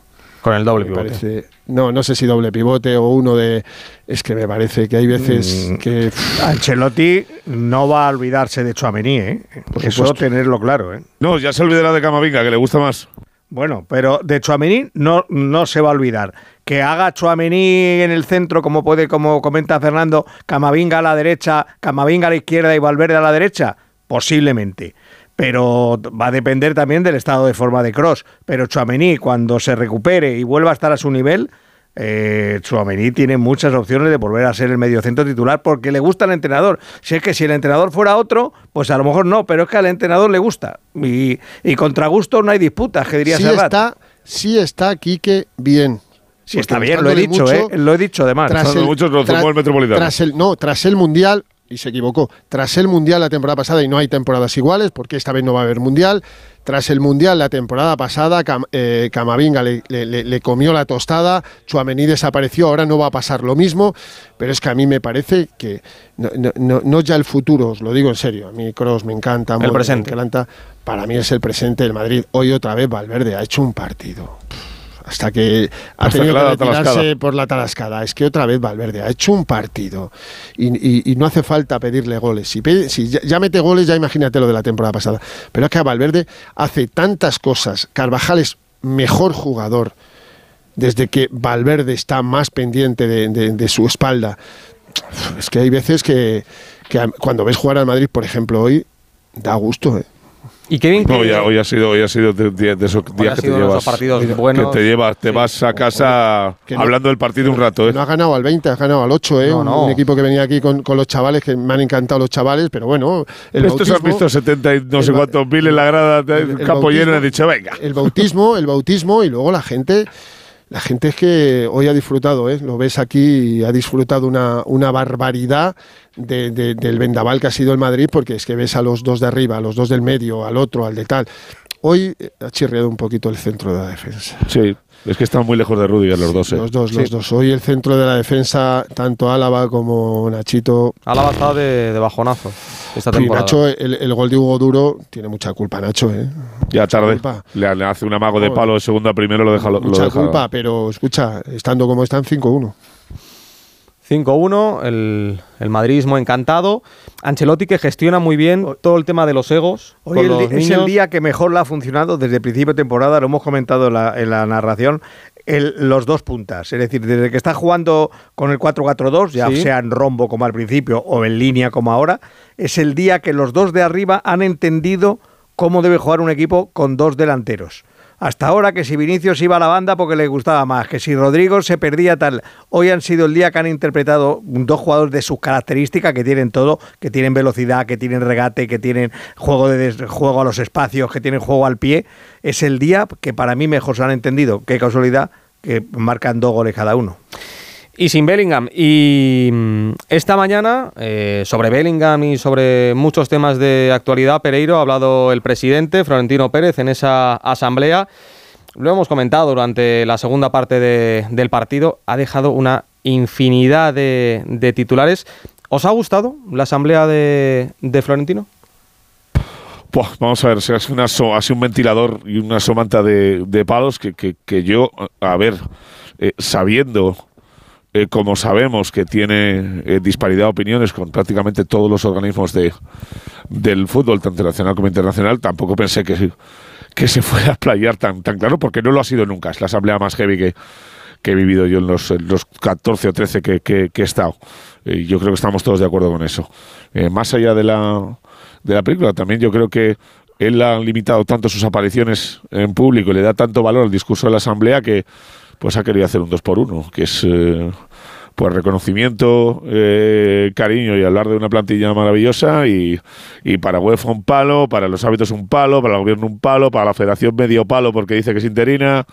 Con el doble pivote. Parece, no sé si doble pivote o uno de... Es que me parece que hay veces que... Ancelotti no va a olvidarse de Tchouaméni, eso tenerlo claro, No, ya se olvidará de Camavinga, que le gusta más. Bueno, pero de Tchouaméni no se va a olvidar. Que haga Tchouaméni en el centro, como comenta Fernando, Camavinga a la derecha, Camavinga a la izquierda y Valverde a la derecha, posiblemente. Pero va a depender también del estado de forma de Kroos. Pero Tchouaméni, cuando se recupere y vuelva a estar a su nivel, Tchouaméni tiene muchas opciones de volver a ser el mediocentro titular porque le gusta al entrenador. Si es que si el entrenador fuera otro, pues a lo mejor no, pero es que al entrenador le gusta. Y contra gusto no hay disputas, que diría Serrat. Sí está Quique bien. Sí está bien, lo he dicho, lo he dicho además. Muchos lo zumbó el Metropolitano. Tras el Mundial, y se equivocó, tras el Mundial la temporada pasada, y no hay temporadas iguales, porque esta vez no va a haber Mundial, tras el Mundial la temporada pasada, Camavinga le comió la tostada, Tchouaméni desapareció, ahora no va a pasar lo mismo, pero es que a mí me parece que, no ya el futuro, os lo digo en serio, a mí Kroos me encanta, el presente. Me encanta, para mí es el presente del Madrid. Hoy otra vez Valverde ha hecho un partido... Hasta que ha tenido que retirarse por la tarascada. Es que otra vez Valverde ha hecho un partido y no hace falta pedirle goles. Si ya mete goles, ya imagínate lo de la temporada pasada. Pero es que a Valverde hace tantas cosas. Carvajal es mejor jugador desde que Valverde está más pendiente de su espalda. Es que hay veces que cuando ves jugar al Madrid, por ejemplo, hoy, da gusto, Y qué bien que hoy ha sido de esos días que te llevas, partidos buenos, que te vas a casa hablando del partido un rato. No has ganado al 20, has ganado al 8, Un equipo que venía aquí con los chavales, que me han encantado los chavales, pero bueno, estos han visto 70 y no sé cuántos mil en la grada, el campo lleno, y han dicho, venga. El bautismo y luego la gente es que hoy ha disfrutado, lo ves aquí, ha disfrutado una barbaridad del vendaval que ha sido el Madrid, porque es que ves a los dos de arriba, a los dos del medio, al otro, al de tal. Hoy ha chirriado un poquito el centro de la defensa. Sí, es que están muy lejos de Rudiger los dos. Los dos. Hoy el centro de la defensa, tanto Álava como Nachito... Álava ha estado de bajonazo esta temporada. Nacho, el gol de Hugo Duro tiene mucha culpa, Nacho. Ya tarde. Le hace un amago de palo de segunda primero, lo deja. Mucha culpa, pero escucha, estando como están, 5-1. 5-1, el madridismo encantado. Ancelotti, que gestiona muy bien todo el tema de los egos. Hoy es el día que mejor le ha funcionado desde el principio de temporada, lo hemos comentado en la narración, los dos puntas. Es decir, desde que está jugando con el 4-4-2, ya sea en rombo como al principio o en línea como ahora, es el día que los dos de arriba han entendido cómo debe jugar un equipo con dos delanteros. Hasta ahora que si Vinicius iba a la banda porque le gustaba más, que si Rodrigo se perdía tal. Hoy han sido el día que han interpretado dos jugadores de sus características, que tienen todo, que tienen velocidad, que tienen regate, que tienen juego a los espacios, que tienen juego al pie. Es el día que para mí mejor se han entendido. Qué casualidad que marcan 2 goles cada uno. Y sin Bellingham. Y esta mañana, sobre Bellingham y sobre muchos temas de actualidad, Pereiro, ha hablado el presidente, Florentino Pérez, en esa asamblea. Lo hemos comentado durante la segunda parte del partido. Ha dejado una infinidad de titulares. ¿Os ha gustado la asamblea de Florentino? Vamos a ver, ha sido un ventilador y una somanta de palos que yo, a ver, sabiendo... como sabemos que tiene disparidad de opiniones con prácticamente todos los organismos del fútbol, tanto nacional como internacional, tampoco pensé que se fuera a playar tan claro, porque no lo ha sido nunca. Es la asamblea más heavy que he vivido yo en los 14 o 13 que he estado. Yo creo que estamos todos de acuerdo con eso. Más allá de la película, también yo creo que él ha limitado tanto sus apariciones en público y le da tanto valor al discurso de la asamblea que pues ha querido hacer un 2x1, que es pues reconocimiento, cariño y hablar de una plantilla maravillosa, y para UEFA un palo, para los hábitos un palo, para el gobierno un palo, para la federación medio palo porque dice que es interina,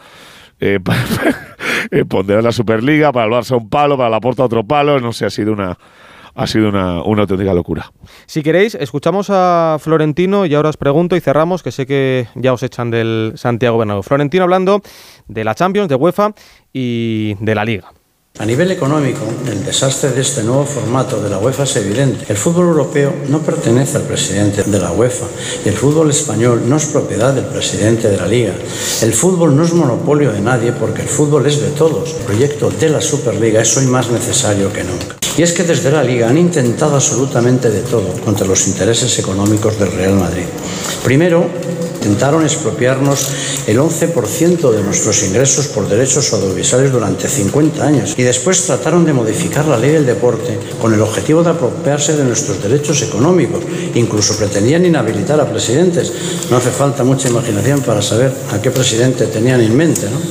ponderar la Superliga, para el Barça un palo, para la Porta otro palo, no sé, ha sido una auténtica locura. Si queréis, escuchamos a Florentino y ahora os pregunto y cerramos, que sé que ya os echan del Santiago Bernabéu. Florentino hablando de la Champions, de UEFA y de la Liga. A nivel económico, el desastre de este nuevo formato de la UEFA es evidente. El fútbol europeo no pertenece al presidente de la UEFA y el fútbol español no es propiedad del presidente de la Liga. El fútbol no es monopolio de nadie porque el fútbol es de todos. El proyecto de la Superliga es hoy más necesario que nunca. Y es que desde la Liga han intentado absolutamente de todo contra los intereses económicos del Real Madrid. Primero, intentaron expropiarnos el 11% de nuestros ingresos por derechos audiovisuales durante 50 años y después trataron de modificar la ley del deporte con el objetivo de apropiarse de nuestros derechos económicos. Incluso pretendían inhabilitar a presidentes. No hace falta mucha imaginación para saber a qué presidente tenían en mente, ¿no?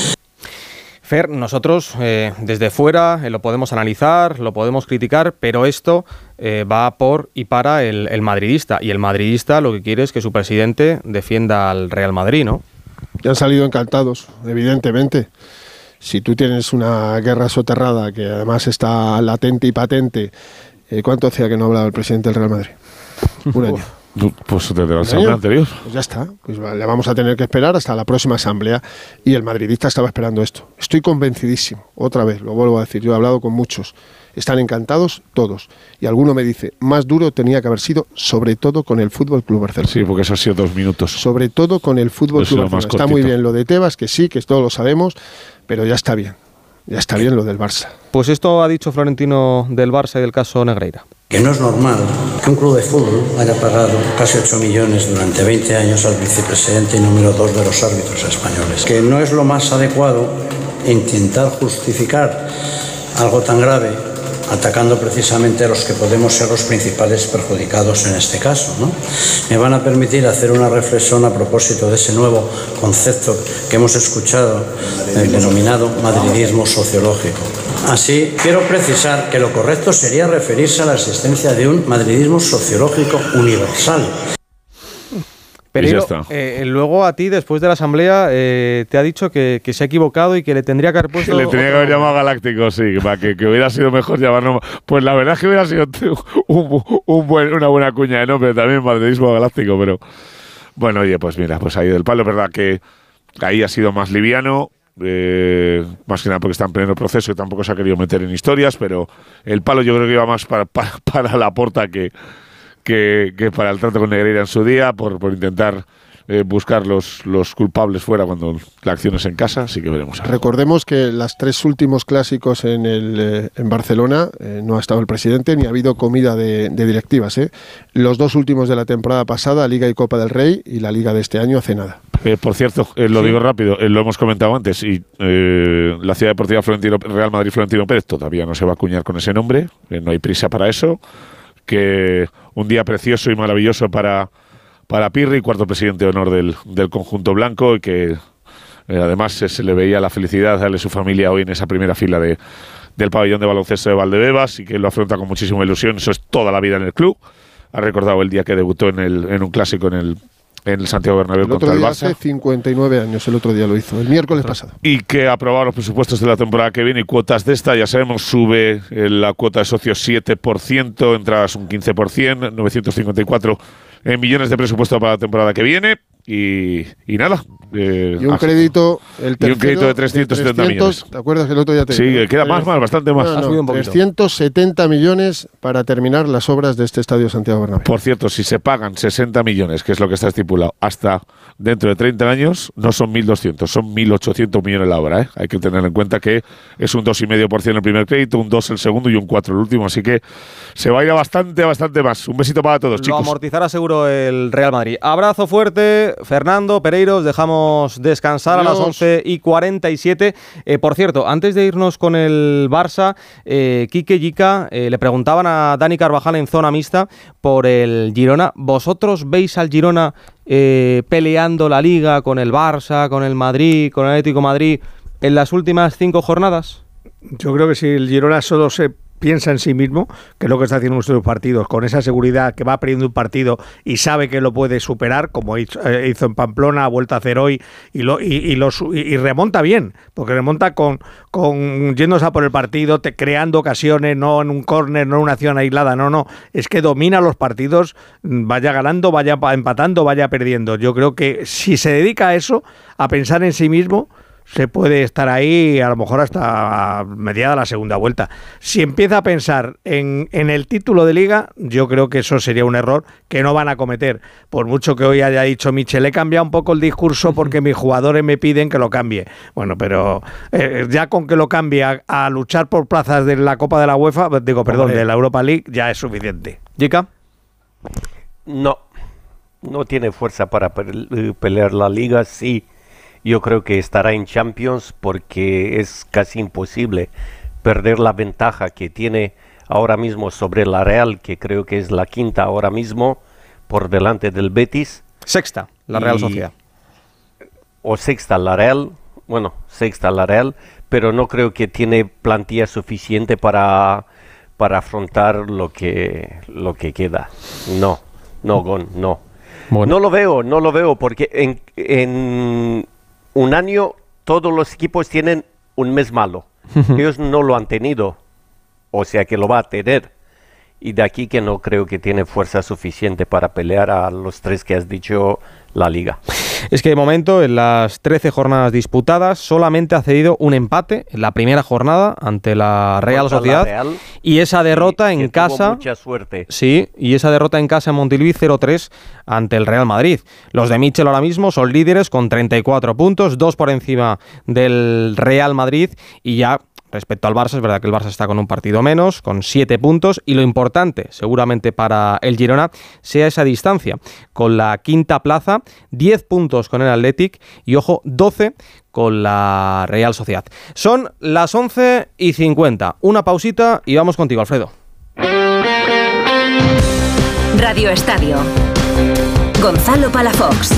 Fer, nosotros desde fuera lo podemos analizar, lo podemos criticar, pero esto va por y para el madridista. Y el madridista lo que quiere es que su presidente defienda al Real Madrid, ¿no? Ya han salido encantados, evidentemente. Si tú tienes una guerra soterrada que además está latente y patente, ¿cuánto hacía que no hablaba el presidente del Real Madrid? Un año. Pues desde la asamblea anterior. Pues ya está, pues le vamos a tener que esperar hasta la próxima asamblea y el madridista estaba esperando esto. Estoy convencidísimo, otra vez, lo vuelvo a decir, yo he hablado con muchos, están encantados todos y alguno me dice, más duro tenía que haber sido sobre todo con el Fútbol Club Barcelona. Sí, porque eso ha sido 2 minutos. Sobre todo con el Fútbol Club Barcelona. Está muy bien lo de Tebas, que sí, que todos lo sabemos, pero ya está bien. Ya está bien lo del Barça. Pues esto ha dicho Florentino del Barça y del caso Negreira. Que no es normal que un club de fútbol haya pagado casi 8 millones durante 20 años al vicepresidente y número 2 de los árbitros españoles. Que no es lo más adecuado intentar justificar algo tan grave atacando precisamente a los que podemos ser los principales perjudicados en este caso, ¿no? Me van a permitir hacer una reflexión a propósito de ese nuevo concepto que hemos escuchado, el denominado madridismo sociológico. Así, quiero precisar que lo correcto sería referirse a la existencia de un madridismo sociológico universal. Pero luego a ti, después de la asamblea, te ha dicho que se ha equivocado y que le tendría que haber puesto... Le tenía que haber llamado Galáctico, sí, para que hubiera sido mejor llamarlo... Pues la verdad es que hubiera sido una buena cuña de nombre, también madridismo galáctico, pero... Bueno, oye, pues mira, pues ahí del palo, es verdad que ahí ha sido más liviano, más que nada porque está en pleno proceso y tampoco se ha querido meter en historias, pero el palo yo creo que iba más para Laporta que para el trato con Negreira en su día, por intentar buscar los culpables fuera cuando la acción es en casa, así que veremos. Recordemos que los 3 últimos clásicos en Barcelona no ha estado el presidente ni ha habido comida de directivas. Los 2 últimos de la temporada pasada, Liga y Copa del Rey, y la Liga de este año hace nada. Por cierto, lo digo rápido, lo hemos comentado antes, y la Ciudad Deportiva Real Madrid Florentino Pérez todavía no se va a acuñar con ese nombre, no hay prisa para eso. Que un día precioso y maravilloso para Pirri, cuarto presidente de honor del conjunto blanco, y que además se le veía la felicidad de darle a su familia hoy en esa primera fila del pabellón de baloncesto de Valdebebas, y que lo afronta con muchísima ilusión. Eso es toda la vida en el club. Ha recordado el día que debutó en un clásico en el Santiago Bernabéu contra el Barça. Hace 59 años, el otro día lo hizo, el miércoles pasado. Y que ha aprobado los presupuestos de la temporada que viene y cuotas de esta, ya sabemos, sube la cuota de socios 7%, entradas un 15%, 954 millones de presupuesto para la temporada que viene. Y nada. Y un crédito, un crédito de 370 millones. ¿Te acuerdas que el otro día te Sí, queda bastante más. Ha subido un poquito. 370 millones para terminar las obras de este estadio Santiago Bernabéu. Por cierto, si se pagan 60 millones, que es lo que está estipulado, hasta dentro de 30 años, no son 1.200, son 1.800 millones la obra. Hay que tener en cuenta que es un 2,5% el primer crédito, un 2% el segundo y un 4% el último. Así que se va a ir a bastante más. Un besito para todos, chicos. Lo amortizará seguro el Real Madrid. Abrazo fuerte. Fernando, Pereiros, dejamos descansar. Adiós. A las 11:47. Por cierto, antes de irnos con el Barça, Quique Yica le preguntaban a Dani Carvajal en zona mixta por el Girona. ¿Vosotros veis al Girona peleando la Liga con el Barça, con el Madrid, con el Atlético de Madrid en las últimas 5 jornadas? Yo creo que si el Girona solo se piensa en sí mismo, que es lo que está haciendo nuestros partidos, con esa seguridad que va perdiendo un partido y sabe que lo puede superar, como hizo en Pamplona, ha vuelto a hacer hoy, y remonta bien, porque remonta con yéndose a por el partido, creando ocasiones, no en un córner, no en una acción aislada, no, es que domina los partidos, vaya ganando, vaya empatando, vaya perdiendo. Yo creo que si se dedica a eso, a pensar en sí mismo, se puede estar ahí a lo mejor hasta mediada la segunda vuelta. Si empieza a pensar en el título de Liga, yo creo que eso sería un error que no van a cometer. Por mucho que hoy haya dicho Michel, he cambiado un poco el discurso porque mis jugadores me piden que lo cambie. Bueno, pero ya con que lo cambie a luchar por plazas de la Copa de la UEFA, de la Europa League, ya es suficiente. ¿Jica? No tiene fuerza para pelear la Liga, sí. Yo creo que estará en Champions porque es casi imposible perder la ventaja que tiene ahora mismo sobre la Real, que creo que es la quinta ahora mismo, por delante del Betis. Sexta, la Real Sociedad. O sexta la Real, pero no creo que tiene plantilla suficiente para afrontar lo que queda. No, Gon, no. Bueno. No lo veo porque en un año todos los equipos tienen un mes malo. Ellos no lo han tenido, o sea que lo va a tener. Y de aquí que no creo que tiene fuerza suficiente para pelear a los tres que has dicho la Liga. Es que de momento en las 13 jornadas disputadas solamente ha cedido un empate en la primera jornada ante la Real Sociedad, y esa derrota en casa, tuvo mucha suerte. Sí, y esa derrota en casa en Montilivi 0-3 ante el Real Madrid. Los de Michel ahora mismo son líderes con 34 puntos, 2 por encima del Real Madrid, y ya respecto al Barça, es verdad que el Barça está con un partido menos, con 7 puntos, y lo importante, seguramente para el Girona, sea esa distancia, con la quinta plaza, 10 puntos con el Athletic, y ojo, 12 con la Real Sociedad. Son las 11:50, una pausita y vamos contigo, Alfredo. Radio Estadio. Gonzalo Palafox.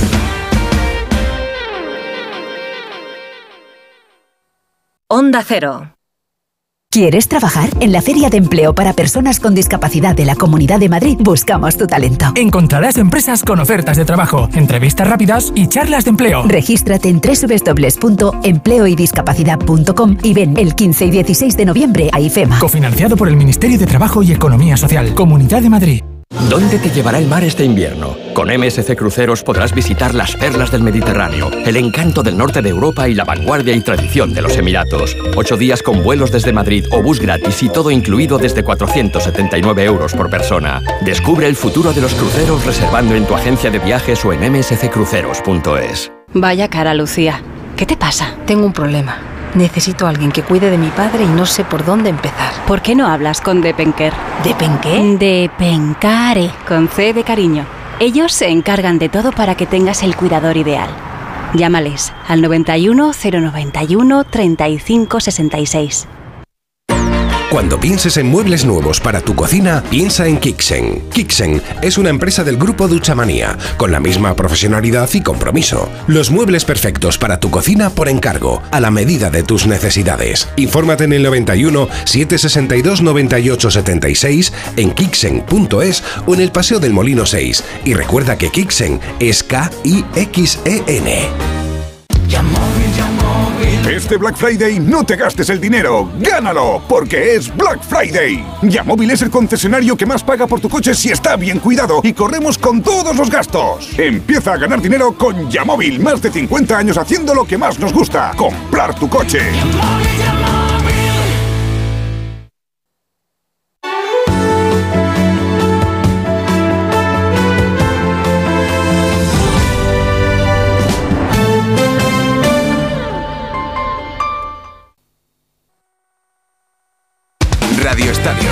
Onda Cero. ¿Quieres trabajar? En la Feria de Empleo para Personas con Discapacidad de la Comunidad de Madrid buscamos tu talento. Encontrarás empresas con ofertas de trabajo, entrevistas rápidas y charlas de empleo. Regístrate en www.empleoydiscapacidad.com y ven el 15 y 16 de noviembre a IFEMA. Cofinanciado por el Ministerio de Trabajo y Economía Social, Comunidad de Madrid. ¿Dónde te llevará el mar este invierno? Con MSC Cruceros podrás visitar las perlas del Mediterráneo, el encanto del norte de Europa y la vanguardia y tradición de los Emiratos. 8 días con vuelos desde Madrid o bus gratis y todo incluido desde 479 euros por persona. Descubre el futuro de los cruceros reservando en tu agencia de viajes o en msccruceros.es. Vaya cara, Lucía. ¿Qué te pasa? Tengo un problema. Necesito a alguien que cuide de mi padre y no sé por dónde empezar. ¿Por qué no hablas con Depenker? ¿Depenqué? Depencare, con C de cariño. Ellos se encargan de todo para que tengas el cuidador ideal. Llámales al 91 091 35 66. Cuando pienses en muebles nuevos para tu cocina, piensa en Kixen. Kixen es una empresa del grupo Duchamanía, con la misma profesionalidad y compromiso. Los muebles perfectos para tu cocina por encargo, a la medida de tus necesidades. Infórmate en el 91 762 98 76, en kixen.es o en el Paseo del Molino 6. Y recuerda que Kixen es K-I-X-E-N. Este Black Friday no te gastes el dinero, gánalo, porque es Black Friday. Yamóvil es el concesionario que más paga por tu coche si está bien cuidado y corremos con todos los gastos. Empieza a ganar dinero con Yamóvil, más de 50 años haciendo lo que más nos gusta, comprar tu coche. Radio Estadio.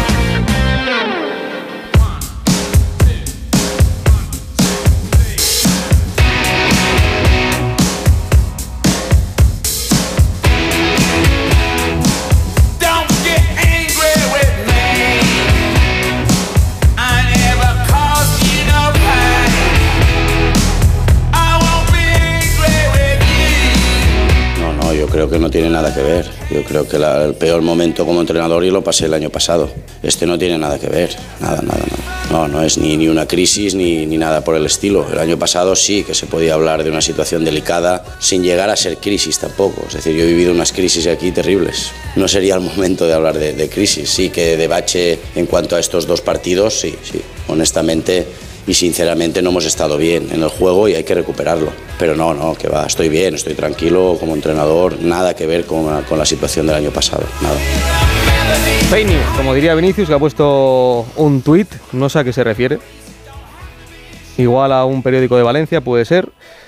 Creo que no tiene nada que ver. Yo creo que el peor momento como entrenador yo lo pasé el año pasado. Este no tiene nada que ver, nada. No es ni una crisis ni nada por el estilo. El año pasado sí que se podía hablar de una situación delicada sin llegar a ser crisis tampoco. Es decir, yo he vivido unas crisis aquí terribles. No sería el momento de hablar de crisis. Sí que de bache en cuanto a estos dos partidos, sí. Honestamente, y sinceramente no hemos estado bien en el juego y hay que recuperarlo. Pero no, que va, estoy bien, estoy tranquilo como entrenador, nada que ver con la situación del año pasado, nada. Fake news, como diría Vinicius, que ha puesto un tuit, no sé a qué se refiere. Igual a un periódico de Valencia, puede ser.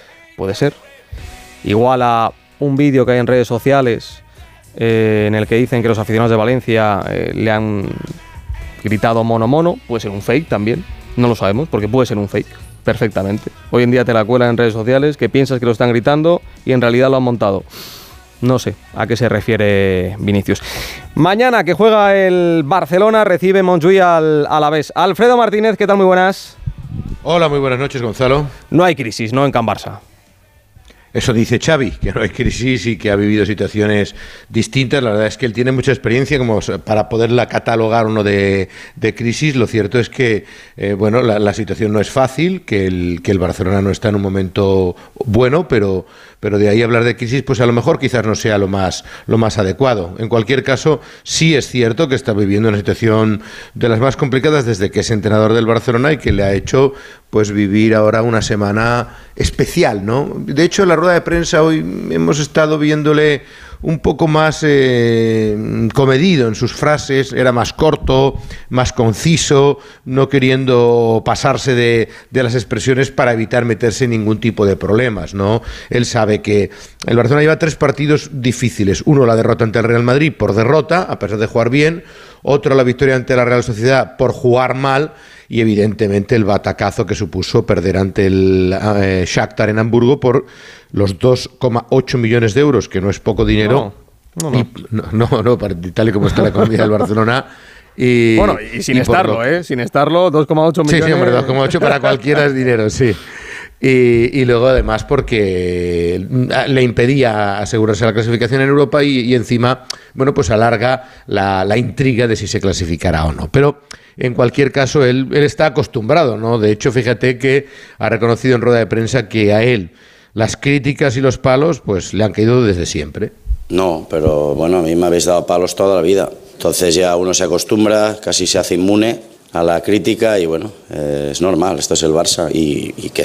Igual a un vídeo que hay en redes sociales en el que dicen que los aficionados de Valencia le han gritado mono, puede ser un fake también, no lo sabemos, porque puede ser un fake, perfectamente. Hoy en día te la cuelan en redes sociales que piensas que lo están gritando y en realidad lo han montado. No sé a qué se refiere Vinicius. Mañana que juega el Barcelona, recibe Montjuïc al Alavés. Alfredo Martínez, ¿qué tal? Muy buenas. Hola, muy buenas noches, Gonzalo. No hay crisis, ¿no?, en Can Barça. Eso dice Xavi, que no hay crisis y que ha vivido situaciones distintas. La verdad es que él tiene mucha experiencia como para poderla catalogar uno de crisis. Lo cierto es que la situación no es fácil, que el Barcelona no está en un momento bueno, pero de ahí hablar de crisis, pues a lo mejor quizás no sea lo más adecuado. En cualquier caso, sí es cierto que está viviendo una situación de las más complicadas desde que es entrenador del Barcelona y que le ha hecho pues vivir ahora una semana especial, ¿no? De hecho, en la rueda de prensa hoy hemos estado viéndole un poco más comedido en sus frases, era más corto, más conciso, no queriendo pasarse de las expresiones para evitar meterse en ningún tipo de problemas, ¿no? Él sabe que el Barcelona lleva 3 partidos difíciles. Uno, la derrota ante el Real Madrid por derrota, a pesar de jugar bien. Otro, la victoria ante la Real Sociedad por jugar mal. Y evidentemente el batacazo que supuso perder ante el Shakhtar en Hamburgo por los 2,8 millones de euros, que no es poco dinero. No, tal y como está la economía del Barcelona. Y sin estarlo, sin estarlo, 2,8 millones. Sí, hombre, 2,8 para cualquiera es dinero, sí. Y luego además porque le impedía asegurarse la clasificación en Europa y encima, pues alarga la intriga de si se clasificará o no. Pero en cualquier caso, él está acostumbrado, ¿no? De hecho, fíjate que ha reconocido en rueda de prensa que a él las críticas y los palos pues le han caído desde siempre. No, pero a mí me habéis dado palos toda la vida. Entonces ya uno se acostumbra, casi se hace inmune a la crítica y es normal, esto es el Barça y que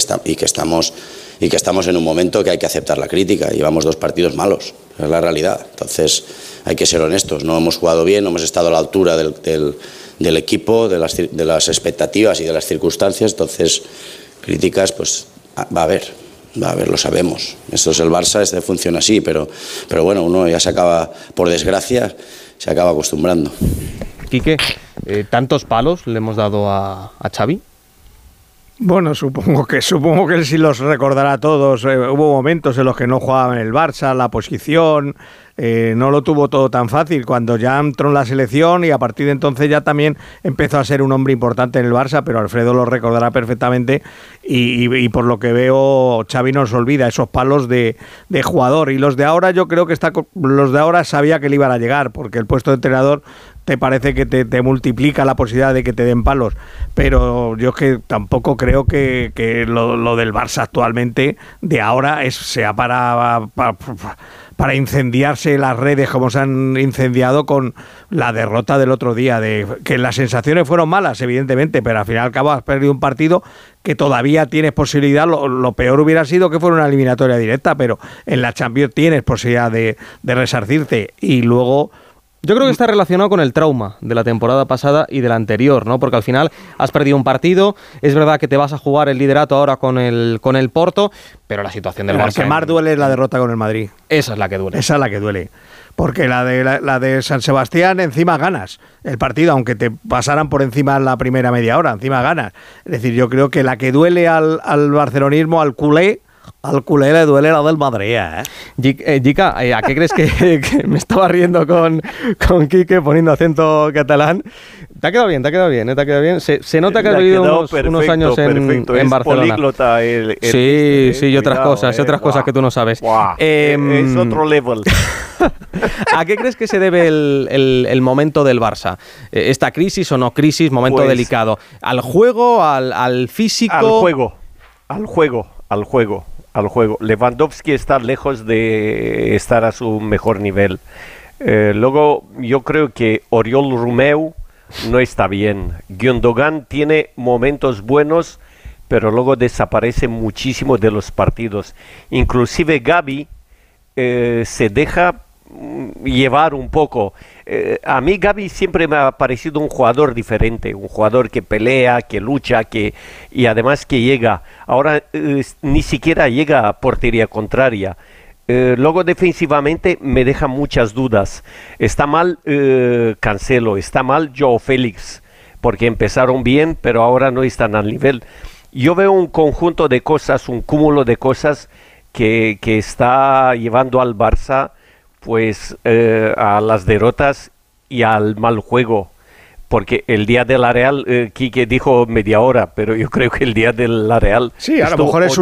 estamos en un momento que hay que aceptar la crítica. Llevamos 2 partidos malos, es la realidad. Entonces hay que ser honestos, no hemos jugado bien, no hemos estado a la altura del equipo, de las expectativas y de las circunstancias. Entonces críticas pues va a haber, lo sabemos. Esto es el Barça, funciona así, pero uno ya se acaba, por desgracia, se acaba acostumbrando. Quique, ¿tantos palos le hemos dado a Xavi? Bueno, supongo que él sí los recordará a todos. Hubo momentos en los que no jugaba en el Barça, la posición, no lo tuvo todo tan fácil cuando ya entró en la selección y a partir de entonces ya también empezó a ser un hombre importante en el Barça, pero Alfredo lo recordará perfectamente y por lo que veo Xavi no se olvida esos palos de jugador. Y los de ahora yo creo que los de ahora sabía que le iban a llegar, porque el puesto de entrenador te parece que te multiplica la posibilidad de que te den palos, pero yo es que tampoco creo que lo del Barça actualmente de ahora sea para incendiarse las redes como se han incendiado con la derrota del otro día, de que las sensaciones fueron malas evidentemente, pero al final y al cabo has perdido un partido que todavía tienes posibilidad. Lo peor hubiera sido que fuera una eliminatoria directa, pero en la Champions tienes posibilidad de resarcirte. Y luego yo creo que está relacionado con el trauma de la temporada pasada y de la anterior, ¿no? Porque al final has perdido un partido, es verdad que te vas a jugar el liderato ahora con el Porto, pero la situación del Barça... La que más duele es la derrota con el Madrid. Esa es la que duele. Esa es la que duele. Porque la de San Sebastián encima ganas el partido, aunque te pasaran por encima en la primera media hora, encima ganas. Es decir, yo creo que la que duele al barcelonismo, al culé le duele la del Madrid, ¿eh? Jica, ¿a qué crees que me estaba riendo con Quique poniendo acento catalán? Te ha quedado bien. Se nota que has vivido unos años en Barcelona. Políglota sí, y otras cosas que tú no sabes. Es otro level. ¿A qué crees que se debe el momento del Barça? ¿Esta crisis o no crisis? Momento delicado. ¿Al juego? ¿Al físico? Al juego. Lewandowski está lejos de estar a su mejor nivel. Luego yo creo que Oriol Romeu no está bien. Gündogan tiene momentos buenos, pero luego desaparece muchísimo de los partidos. Inclusive Gavi se deja llevar un poco. A mí Gavi siempre me ha parecido un jugador diferente, un jugador que pelea, que lucha, y además que llega. Ahora ni siquiera llega a portería contraria. Luego defensivamente me deja muchas dudas. Está mal Cancelo, está mal Joao Félix, porque empezaron bien, pero ahora no están al nivel. Yo veo un conjunto de cosas, un cúmulo de cosas que está llevando al Barça pues a las derrotas y al mal juego. Porque el día de la Real, Quique dijo media hora, pero yo creo que el día de la Real, sí, a lo mejor es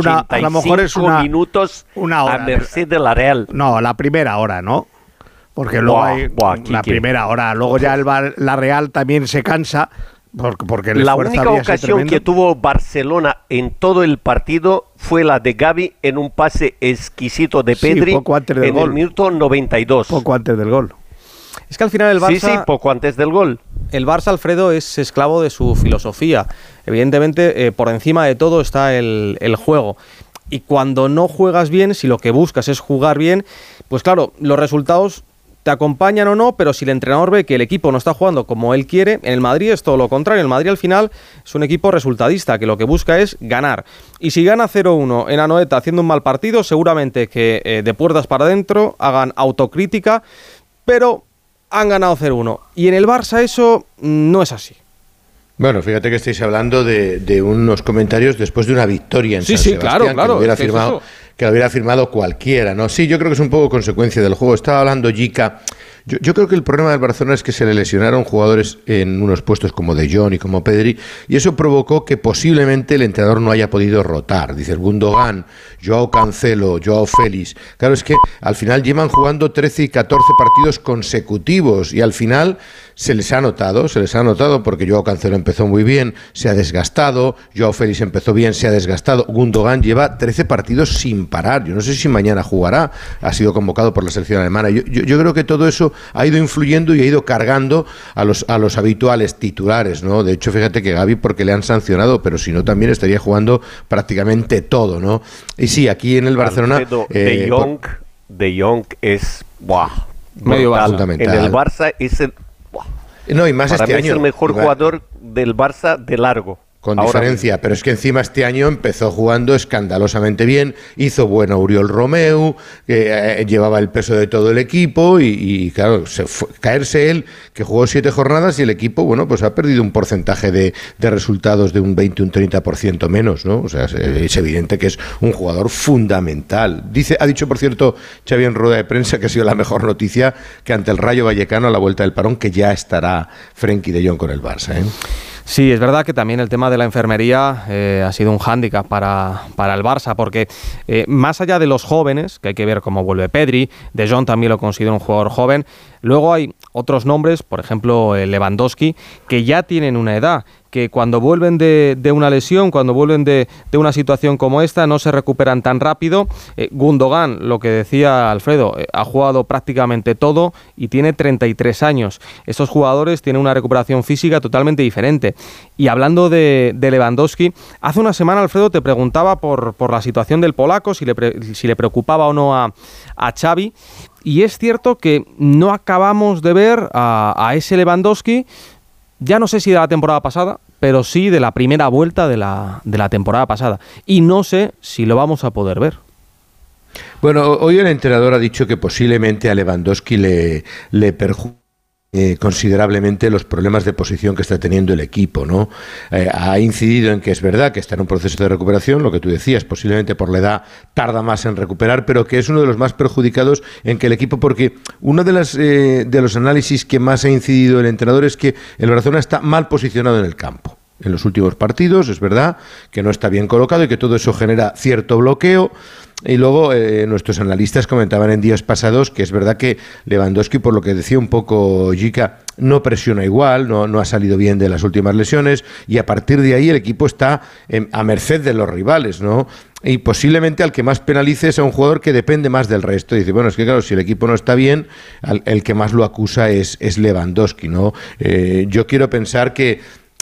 una minutos una hora, a merced de la Real. No, la primera hora, ¿no? Porque luego hay la primera hora, luego ya la Real también se cansa. Porque la única ocasión que tuvo Barcelona en todo el partido fue la de Gavi en un pase exquisito de Pedri, poco antes del gol. El minuto 92. Poco antes del gol. Es que al final el Barça... Sí, poco antes del gol. El Barça, Alfredo, es esclavo de su filosofía. Evidentemente, por encima de todo está el juego. Y cuando no juegas bien, si lo que buscas es jugar bien, pues claro, los resultados te acompañan o no, pero si el entrenador ve que el equipo no está jugando como él quiere, en el Madrid es todo lo contrario. El Madrid al final es un equipo resultadista que lo que busca es ganar. Y si gana 0-1 en Anoeta haciendo un mal partido, seguramente que de puertas para adentro hagan autocrítica, pero han ganado 0-1. Y en el Barça eso no es así. Bueno, fíjate que estáis hablando de unos comentarios después de una victoria en San Sebastián, claro. Que lo hubiera firmado cualquiera, ¿no? Sí, yo creo que es un poco consecuencia del juego. Estaba hablando Jica. Yo creo que el problema del Barcelona es que se le lesionaron jugadores en unos puestos como De Jong y como Pedri, y eso provocó que posiblemente el entrenador no haya podido rotar. Dices, Gundogan, Joao Cancelo, Joao Félix. Claro, es que al final llevan jugando 13 y 14 partidos consecutivos y al final se les ha notado porque Joao Cancelo empezó muy bien, se ha desgastado, Joao Félix empezó bien, se ha desgastado, Gundogan lleva 13 partidos sin parar. Yo no sé si mañana jugará, ha sido convocado por la selección alemana. Yo creo que todo eso ha ido influyendo y ha ido cargando a los habituales titulares, ¿no? De hecho, fíjate que Gavi, porque le han sancionado, pero si no también estaría jugando prácticamente todo, ¿no? Y sí, aquí en el Barcelona De Jong es medio fundamental. En el Barça es no, y más para este mí año es el mejor jugador del Barça de largo. Con diferencia, pero es que encima este año empezó jugando escandalosamente bien, hizo bueno Oriol Romeu, llevaba el peso de todo el equipo y claro, caerse él, que jugó 7 jornadas y el equipo, bueno, pues ha perdido un porcentaje de resultados de un 20, un 30% menos, ¿no? O sea, es evidente que es un jugador fundamental. Ha dicho, por cierto, Xavi en rueda de prensa que ha sido la mejor noticia que ante el Rayo Vallecano a la vuelta del parón, que ya estará Frenkie de Jong con el Barça, ¿eh? Sí, es verdad que también el tema de la enfermería ha sido un hándicap para el Barça, porque más allá de los jóvenes, que hay que ver cómo vuelve Pedri, De Jong también lo considero un jugador joven, luego hay otros nombres, por ejemplo Lewandowski, que ya tienen una edad, que cuando vuelven de una lesión, cuando vuelven de una situación como esta, no se recuperan tan rápido. Gundogan, lo que decía Alfredo, ha jugado prácticamente todo y tiene 33 años. Estos jugadores tienen una recuperación física totalmente diferente. Y hablando de Lewandowski, hace una semana, Alfredo, te preguntaba por la situación del polaco, si le preocupaba o no a Xavi. Y es cierto que no acabamos de ver a ese Lewandowski, ya no sé si de la temporada pasada, pero sí de la primera vuelta de la temporada pasada. Y no sé si lo vamos a poder ver. Bueno, hoy el entrenador ha dicho que posiblemente a Lewandowski le perjudica considerablemente los problemas de posición que está teniendo el equipo, ¿no? Ha incidido en que es verdad que está en un proceso de recuperación, lo que tú decías, posiblemente por la edad tarda más en recuperar, pero que es uno de los más perjudicados en que el equipo, porque uno de los análisis que más ha incidido el entrenador es que el Barcelona está mal posicionado en el campo. En los últimos partidos, es verdad que no está bien colocado y que todo eso genera cierto bloqueo. Y luego nuestros analistas comentaban en días pasados que es verdad que Lewandowski, por lo que decía un poco Jica, no presiona igual, no ha salido bien de las últimas lesiones y a partir de ahí el equipo está a merced de los rivales, ¿no? Y posiblemente al que más penalice es a un jugador que depende más del resto. Y dice, bueno, es que claro, si el equipo no está bien, el que más lo acusa es Lewandowski, ¿no? Yo quiero pensar que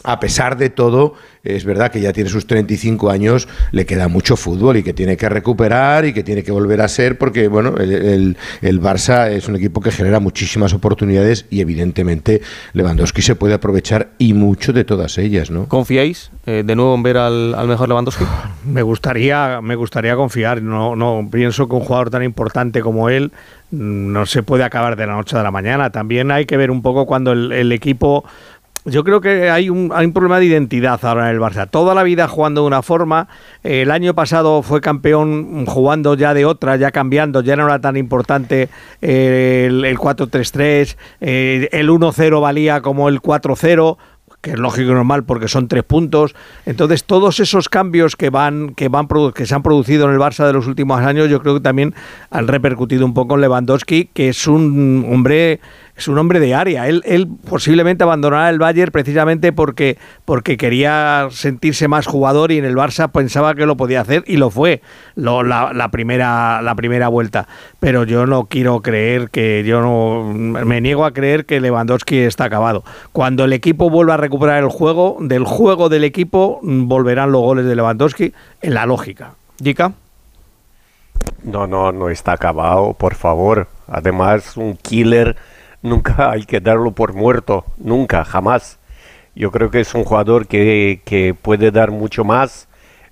a pesar de todo, es verdad que ya tiene sus 35 años, le queda mucho fútbol y que tiene que recuperar y que tiene que volver a ser, porque bueno, el Barça es un equipo que genera muchísimas oportunidades y evidentemente Lewandowski se puede aprovechar y mucho de todas ellas, ¿no? ¿Confiáis de nuevo en ver al mejor Lewandowski? Me gustaría confiar. No pienso que un jugador tan importante como él no se puede acabar de la noche a la mañana. También hay que ver un poco cuando el equipo... Yo creo que hay un problema de identidad ahora en el Barça. Toda la vida jugando de una forma. El año pasado fue campeón jugando ya de otra, ya cambiando. Ya no era tan importante el 4-3-3. El 1-0 valía como el 4-0. Que es lógico y normal porque son 3 puntos. Entonces, todos esos cambios que se han producido en el Barça de los últimos años, yo creo que también han repercutido un poco en Lewandowski, que es un hombre de área. Él posiblemente abandonará el Bayern precisamente porque quería sentirse más jugador y en el Barça pensaba que lo podía hacer y lo fue la primera vuelta. Pero yo no quiero creer me niego a creer que Lewandowski está acabado. Cuando el equipo vuelva a recuperar el juego, del equipo volverán los goles de Lewandowski en la lógica. ¿Jica? No está acabado, por favor. Además, un killer nunca hay que darlo por muerto, nunca, jamás. Yo creo que es un jugador que puede dar mucho más,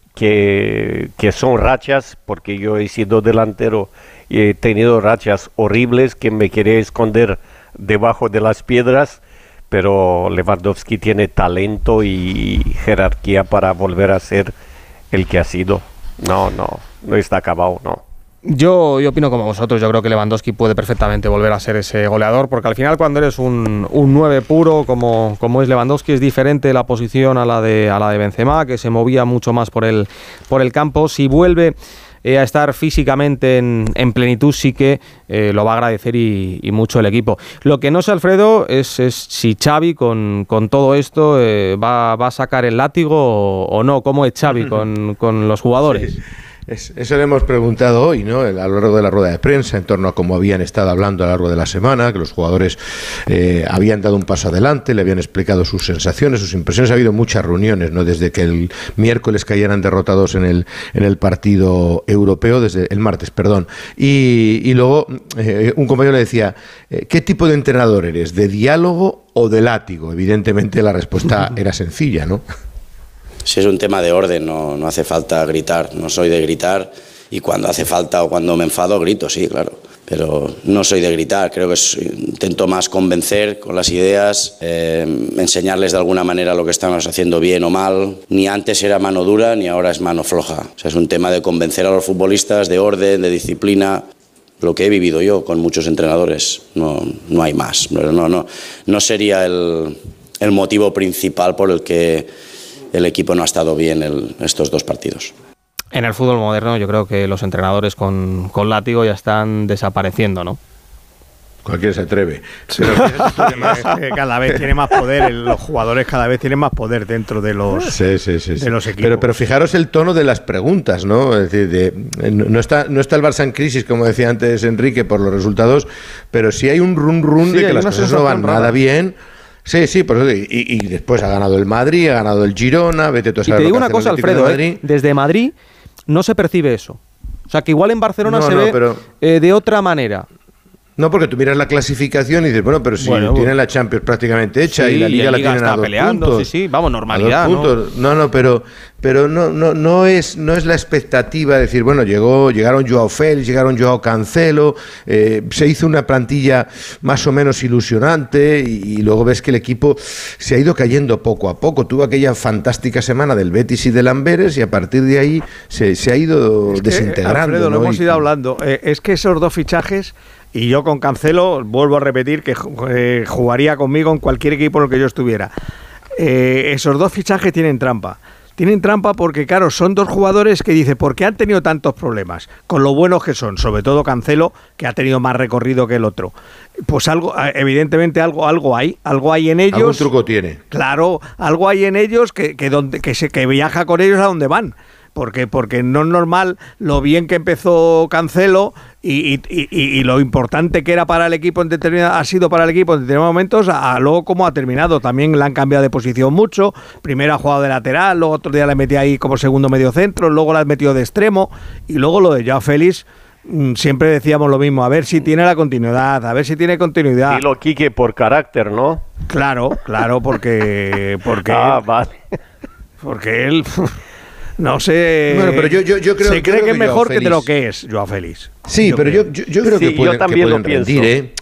que son rachas, porque yo he sido delantero y he tenido rachas horribles que me quería esconder debajo de las piedras, pero Lewandowski tiene talento y jerarquía para volver a ser el que ha sido. No está acabado, no. Yo opino como vosotros. Yo creo que Lewandowski puede perfectamente volver a ser ese goleador, porque al final cuando eres un 9 puro como es Lewandowski, es diferente la posición a la de Benzema, que se movía mucho más por el campo. Si vuelve a estar físicamente en plenitud, sí que lo va a agradecer y mucho el equipo. Lo que no sé, Alfredo, es si Xavi con todo esto va a sacar el látigo o no. ¿Cómo es Xavi con los jugadores? Sí. Eso le hemos preguntado hoy, ¿no? A lo largo de la rueda de prensa, en torno a cómo habían estado hablando a lo largo de la semana, que los jugadores habían dado un paso adelante, le habían explicado sus sensaciones, sus impresiones. Ha habido muchas reuniones, ¿no? Desde que el miércoles cayeran derrotados en el partido europeo, desde el martes, perdón. Y luego un compañero le decía, ¿qué tipo de entrenador eres? ¿De diálogo o de látigo? Evidentemente la respuesta era sencilla, ¿no? Si es un tema de orden, no hace falta gritar. No soy de gritar y cuando hace falta o cuando me enfado grito, sí, claro. Pero no soy de gritar, creo que intento más convencer con las ideas, enseñarles de alguna manera lo que estamos haciendo bien o mal. Ni antes era mano dura ni ahora es mano floja. O sea, es un tema de convencer a los futbolistas, de orden, de disciplina. Lo que he vivido yo con muchos entrenadores, no hay más. No sería el motivo principal por el que el equipo no ha estado bien estos 2 partidos. En el fútbol moderno yo creo que los entrenadores con látigo ya están desapareciendo, ¿no? Cualquiera se atreve. Pero cada vez tiene más poder, los jugadores cada vez tienen más poder dentro de los, de los equipos. Pero fijaros el tono de las preguntas, ¿no? Es decir, no está el Barça en crisis, como decía antes Enrique, por los resultados, pero sí hay un run de que las cosas no van nada bien. Sí, por eso, y después ha ganado el Madrid, ha ganado el Girona, vete tú a saber. Y te digo una cosa, Alfredo, desde Madrid no se percibe eso. O sea, que igual en Barcelona ve de otra manera. No, porque tú miras la clasificación y dices, pero si tienen la Champions prácticamente hecha y la Liga la tienen a 2 puntos. Sí, vamos, normalidad, ¿no? Pero no es la expectativa de decir, llegaron Joao Félix, llegaron Joao Cancelo, se hizo una plantilla más o menos ilusionante y luego ves que el equipo se ha ido cayendo poco a poco. Tuvo aquella fantástica semana del Betis y del Amberes y a partir de ahí se ha ido desintegrando. Alfredo, lo hemos ido hablando. Es que esos 2 fichajes... Y yo con Cancelo, vuelvo a repetir que jugaría conmigo en cualquier equipo en el que yo estuviera. Esos 2 fichajes tienen trampa. Tienen trampa porque, claro, son 2 jugadores que dice, ¿por qué han tenido tantos problemas? Con lo buenos que son, sobre todo Cancelo, que ha tenido más recorrido que el otro. Pues evidentemente algo hay en ellos. Algún truco tiene. Claro, algo hay en ellos que viaja con ellos a donde van. porque no es normal lo bien que empezó Cancelo y lo importante que era para el equipo ha sido para el equipo en determinados momentos, a luego cómo ha terminado. También le han cambiado de posición mucho. Primero ha jugado de lateral, luego otro día le metí ahí como segundo medio centro, luego le ha metido de extremo, y luego lo de Joao Félix. Siempre decíamos lo mismo, a ver si tiene la continuidad, Y lo Quique por carácter, ¿no? Claro, porque vale. Porque él no sé. Bueno, pero yo creo se cree que es mejor Félix, que de lo que es Joao Félix. Sí, pero yo creo que pueden rendir, ¿eh?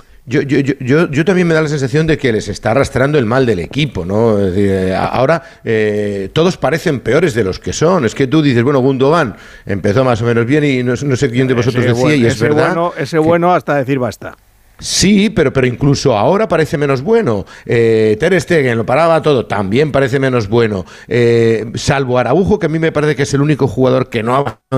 Yo también me da la sensación de que les está arrastrando el mal del equipo, ¿no? Es decir, ahora todos parecen peores de los que son. Es que tú dices, bueno, Gundogan empezó más o menos bien y no sé quién de vosotros decía, y es verdad. Bueno hasta decir basta. Sí, pero incluso ahora parece menos bueno. Ter Stegen lo paraba todo, también parece menos bueno. Salvo Araujo, que a mí me parece que es el único jugador que no ha bajado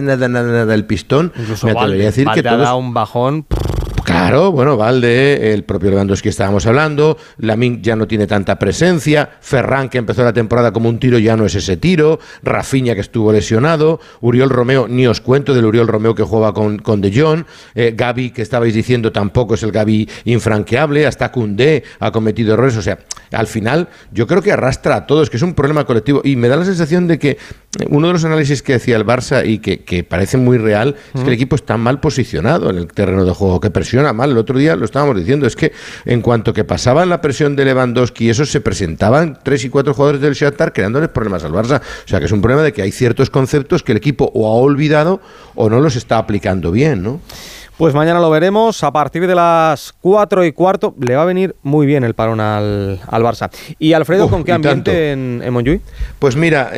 nada el pistón. Incluso me atrevería a decir Valde que todos... ha dado un bajón. Claro, bueno, Valde, el propio Lewandowski que estábamos hablando, Lamine ya no tiene tanta presencia, Ferran, que empezó la temporada como un tiro, ya no es ese tiro, Rafinha, que estuvo lesionado, Oriol Romeo, ni os cuento del Oriol Romeo que juega con De Jong, Gavi, que estabais diciendo, tampoco es el Gavi infranqueable, hasta Koundé ha cometido errores, o sea, al final yo creo que arrastra a todos, que es un problema colectivo, y me da la sensación de que uno de los análisis que hacía el Barça y que parece muy real es que el equipo está mal posicionado en el terreno de juego, que presiona mal. El otro día lo estábamos diciendo, es que en cuanto que pasaban la presión de Lewandowski, eso se presentaban 3 y 4 jugadores del Shakhtar creándoles problemas al Barça. O sea que es un problema de que hay ciertos conceptos que el equipo o ha olvidado o no los está aplicando bien, ¿no? Pues mañana lo veremos a partir de las 4:15. Le va a venir muy bien el parón al Barça. ¿Y Alfredo, con qué ambiente en Montjuïc? Pues mira,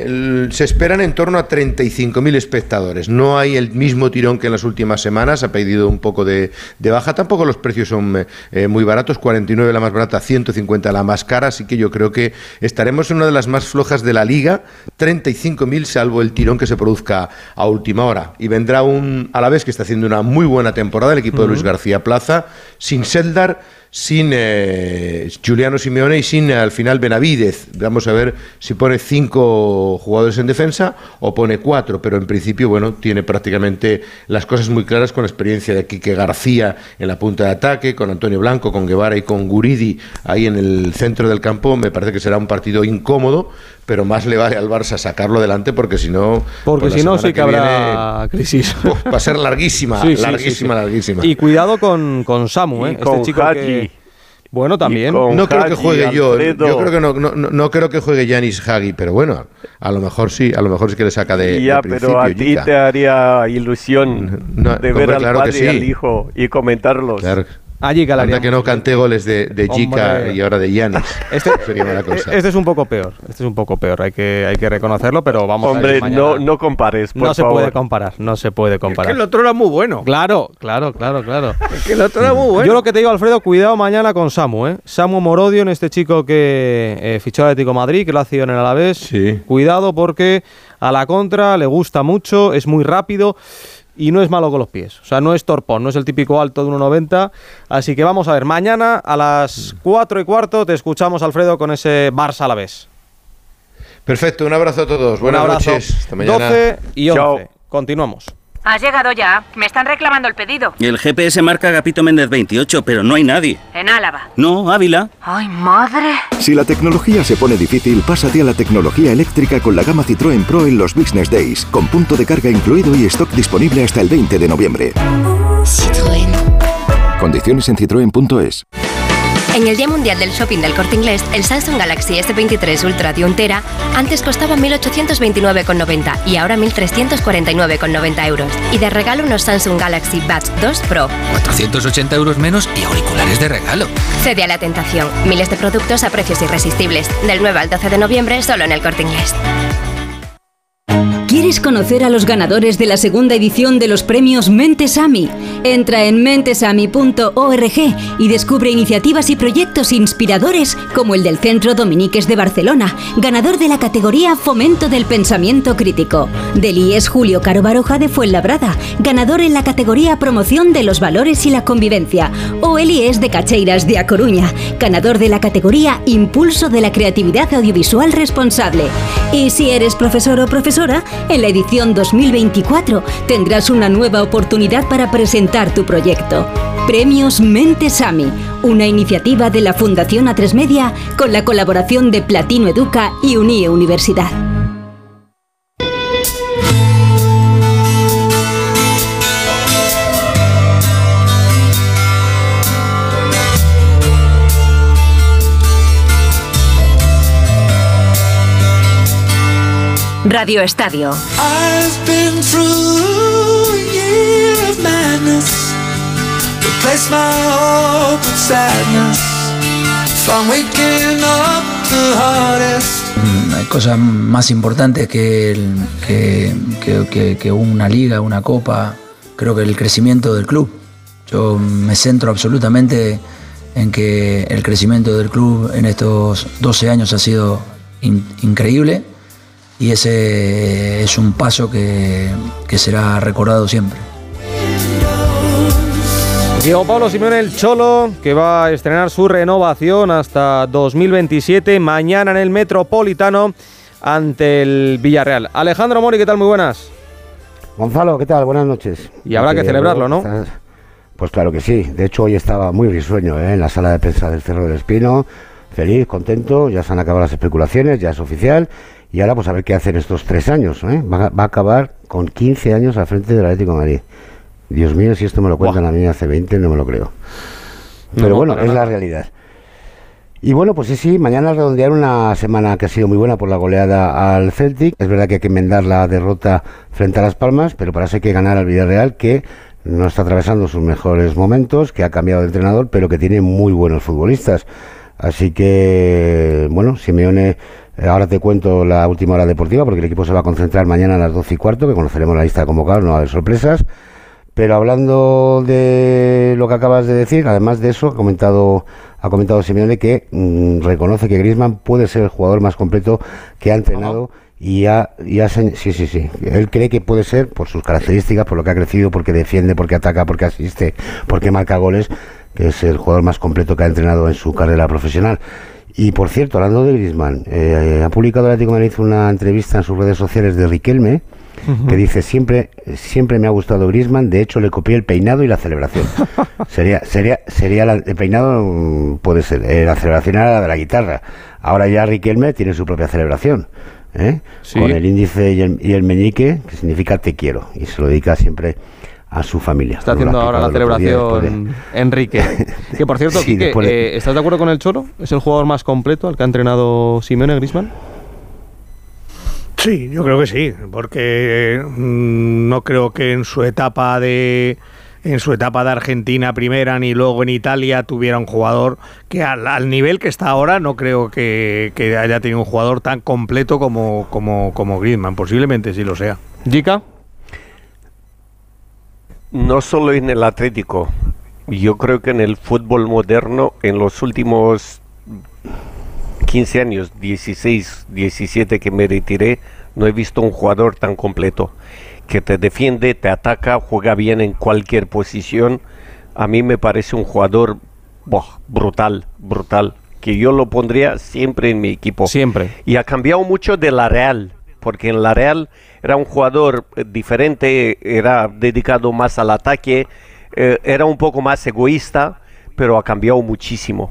se esperan en torno a 35.000 espectadores. No hay el mismo tirón que en las últimas semanas. Ha pedido un poco de baja. Tampoco los precios son muy baratos. 49 la más barata, 150 la más cara. Así que yo creo que estaremos en una de las más flojas de la Liga. 35.000, salvo el tirón que se produzca a última hora. Y vendrá un Alavés que está haciendo una muy buena temporada, el equipo de Luis García Plaza, sin Seldar, sin Giuliano Simeone y sin al final Benavídez. Vamos a ver si pone 5 jugadores en defensa o pone 4, pero en principio, bueno, tiene prácticamente las cosas muy claras, con la experiencia de Quique García en la punta de ataque, con Antonio Blanco, con Guevara y con Guridi ahí en el centro del campo. Me parece que será un partido incómodo, pero más le vale al Barça sacarlo adelante, porque si no... Porque si no sí que habrá crisis. Va a ser larguísima, larguísima. Y cuidado con Samu, este con chico Hagi. que... Bueno, también. No creo que juegue Alfredo. yo creo que no creo que juegue Yanis Hagi, pero bueno, a lo mejor sí que le saca de principio. Pero a ti te haría ilusión de ver al padre y al hijo y comentarlos. Claro. Allí Anda que no canté goles de Jica y ahora de Yanis. Sería buena cosa. Este es un poco peor. Hay que reconocerlo, pero vamos a ver. Hombre, no compares, por favor. No se puede comparar. Es que el otro era muy bueno. Claro. Es que el otro era muy bueno. Yo lo que te digo, Alfredo, cuidado mañana con Samu, Samu Morodion, este chico que fichó al Atlético de Madrid, que lo ha sido en el Alavés. Sí. Cuidado, porque a la contra le gusta mucho, es muy rápido y no es malo con los pies. O sea, no es torpón, no es el típico alto de 1,90. Así que vamos a ver, mañana a las 4:15 te escuchamos, Alfredo, con ese Barça Alavés. Perfecto, un abrazo a todos. Buenas noches. Hasta mañana. 12:11. Chao. Continuamos. Has llegado ya. Me están reclamando el pedido. El GPS marca Agapito Méndez 28, pero no hay nadie. En Álava. No, Ávila. ¡Ay, madre! Si la tecnología se pone difícil, pásate a la tecnología eléctrica con la gama Citroën Pro en los Business Days, con punto de carga incluido y stock disponible hasta el 20 de noviembre. Citroën. Condiciones en citroen.es. En el Día Mundial del Shopping del Corte Inglés, el Samsung Galaxy S23 Ultra de 1 tera antes costaba 1.829,90 y ahora 1.349,90 euros. Y de regalo unos Samsung Galaxy Buds 2 Pro. 480 euros menos y auriculares de regalo. Cede a la tentación. Miles de productos a precios irresistibles. Del 9 al 12 de noviembre solo en el Corte Inglés. ¿Quieres conocer a los ganadores de la segunda edición de los premios Mentesami? Entra en mentesami.org y descubre iniciativas y proyectos inspiradores como el del Centro Dominiques de Barcelona, ganador de la categoría Fomento del Pensamiento Crítico, del IES Julio Caro Baroja de Fuenlabrada, ganador en la categoría Promoción de los Valores y la Convivencia, o el IES de Cacheiras de A Coruña, ganador de la categoría Impulso de la Creatividad Audiovisual Responsable. Y si eres profesor o profesora, en la edición 2024 tendrás una nueva oportunidad para presentar tu proyecto. Premios Mentesami, una iniciativa de la Fundación A3 Media con la colaboración de Platino Educa y Unie Universidad. Radio Estadio. Hay cosas más importantes que una liga, una copa. Creo que el crecimiento del club. Yo me centro absolutamente en que el crecimiento del club en estos 12 años ha sido increíble. Y ese es un paso que será recordado siempre. Diego Pablo Simeone, el Cholo, que va a estrenar su renovación hasta 2027, mañana en el Metropolitano ante el Villarreal. Alejandro Mori, ¿qué tal? Muy buenas. Gonzalo, ¿qué tal? Buenas noches. Y habrá que celebrarlo, ¿no? Pues claro que sí. De hecho, hoy estaba muy risueño en la sala de prensa del Cerro del Espino. Feliz, contento, ya se han acabado las especulaciones, ya es oficial. Y ahora pues a ver qué hacen estos 3 años, ¿eh? Va a acabar con 15 años al frente del Atlético de Madrid. Dios mío, si esto me lo cuentan a mí hace 20, no me lo creo. Pero bueno, es la realidad. Y bueno, pues sí, mañana redondear una semana que ha sido muy buena por la goleada al Celtic. Es verdad que hay que enmendar la derrota frente a Las Palmas, pero para eso hay que ganar al Villarreal, que no está atravesando sus mejores momentos, que ha cambiado de entrenador, pero que tiene muy buenos futbolistas. Así que, bueno, Simeone... Ahora te cuento la última hora deportiva porque el equipo se va a concentrar mañana a las 12:15, que conoceremos la lista de convocados, no va a haber sorpresas. Pero hablando de lo que acabas de decir, además de eso, ha comentado Simeone que reconoce que Griezmann puede ser el jugador más completo que ha entrenado sí. Él cree que puede ser, por sus características, por lo que ha crecido, porque defiende, porque ataca, porque asiste, porque marca goles, que es el jugador más completo que ha entrenado en su carrera profesional. Y por cierto, hablando de Griezmann, ha publicado el Atlético de Madrid una entrevista en sus redes sociales de Riquelme, que dice, siempre me ha gustado Griezmann, de hecho le copié el peinado y la celebración. El peinado puede ser, la celebración era la de la guitarra. Ahora ya Riquelme tiene su propia celebración, sí. Con el índice y el meñique, que significa te quiero, y se lo dedica siempre a su familia. Está haciendo ahora la celebración Enrique. Que por cierto, sí, Quique, ¿estás de acuerdo con el Cholo? ¿Es el jugador más completo al que ha entrenado Simeone, Griezmann? Sí, yo creo que sí, porque no creo que en su etapa de Argentina primera ni luego en Italia tuviera un jugador que al nivel que está ahora no creo que haya tenido un jugador tan completo como Griezmann. Posiblemente sí lo sea. ¿Jica? No solo en el Atlético, yo creo que en el fútbol moderno, en los últimos 15 años, 16, 17 que me retiré, no he visto un jugador tan completo, que te defiende, te ataca, juega bien en cualquier posición. A mí me parece un jugador brutal, que yo lo pondría siempre en mi equipo. Siempre. Y ha cambiado mucho de la Real, porque en la Real era un jugador diferente, era dedicado más al ataque, era un poco más egoísta, pero ha cambiado muchísimo.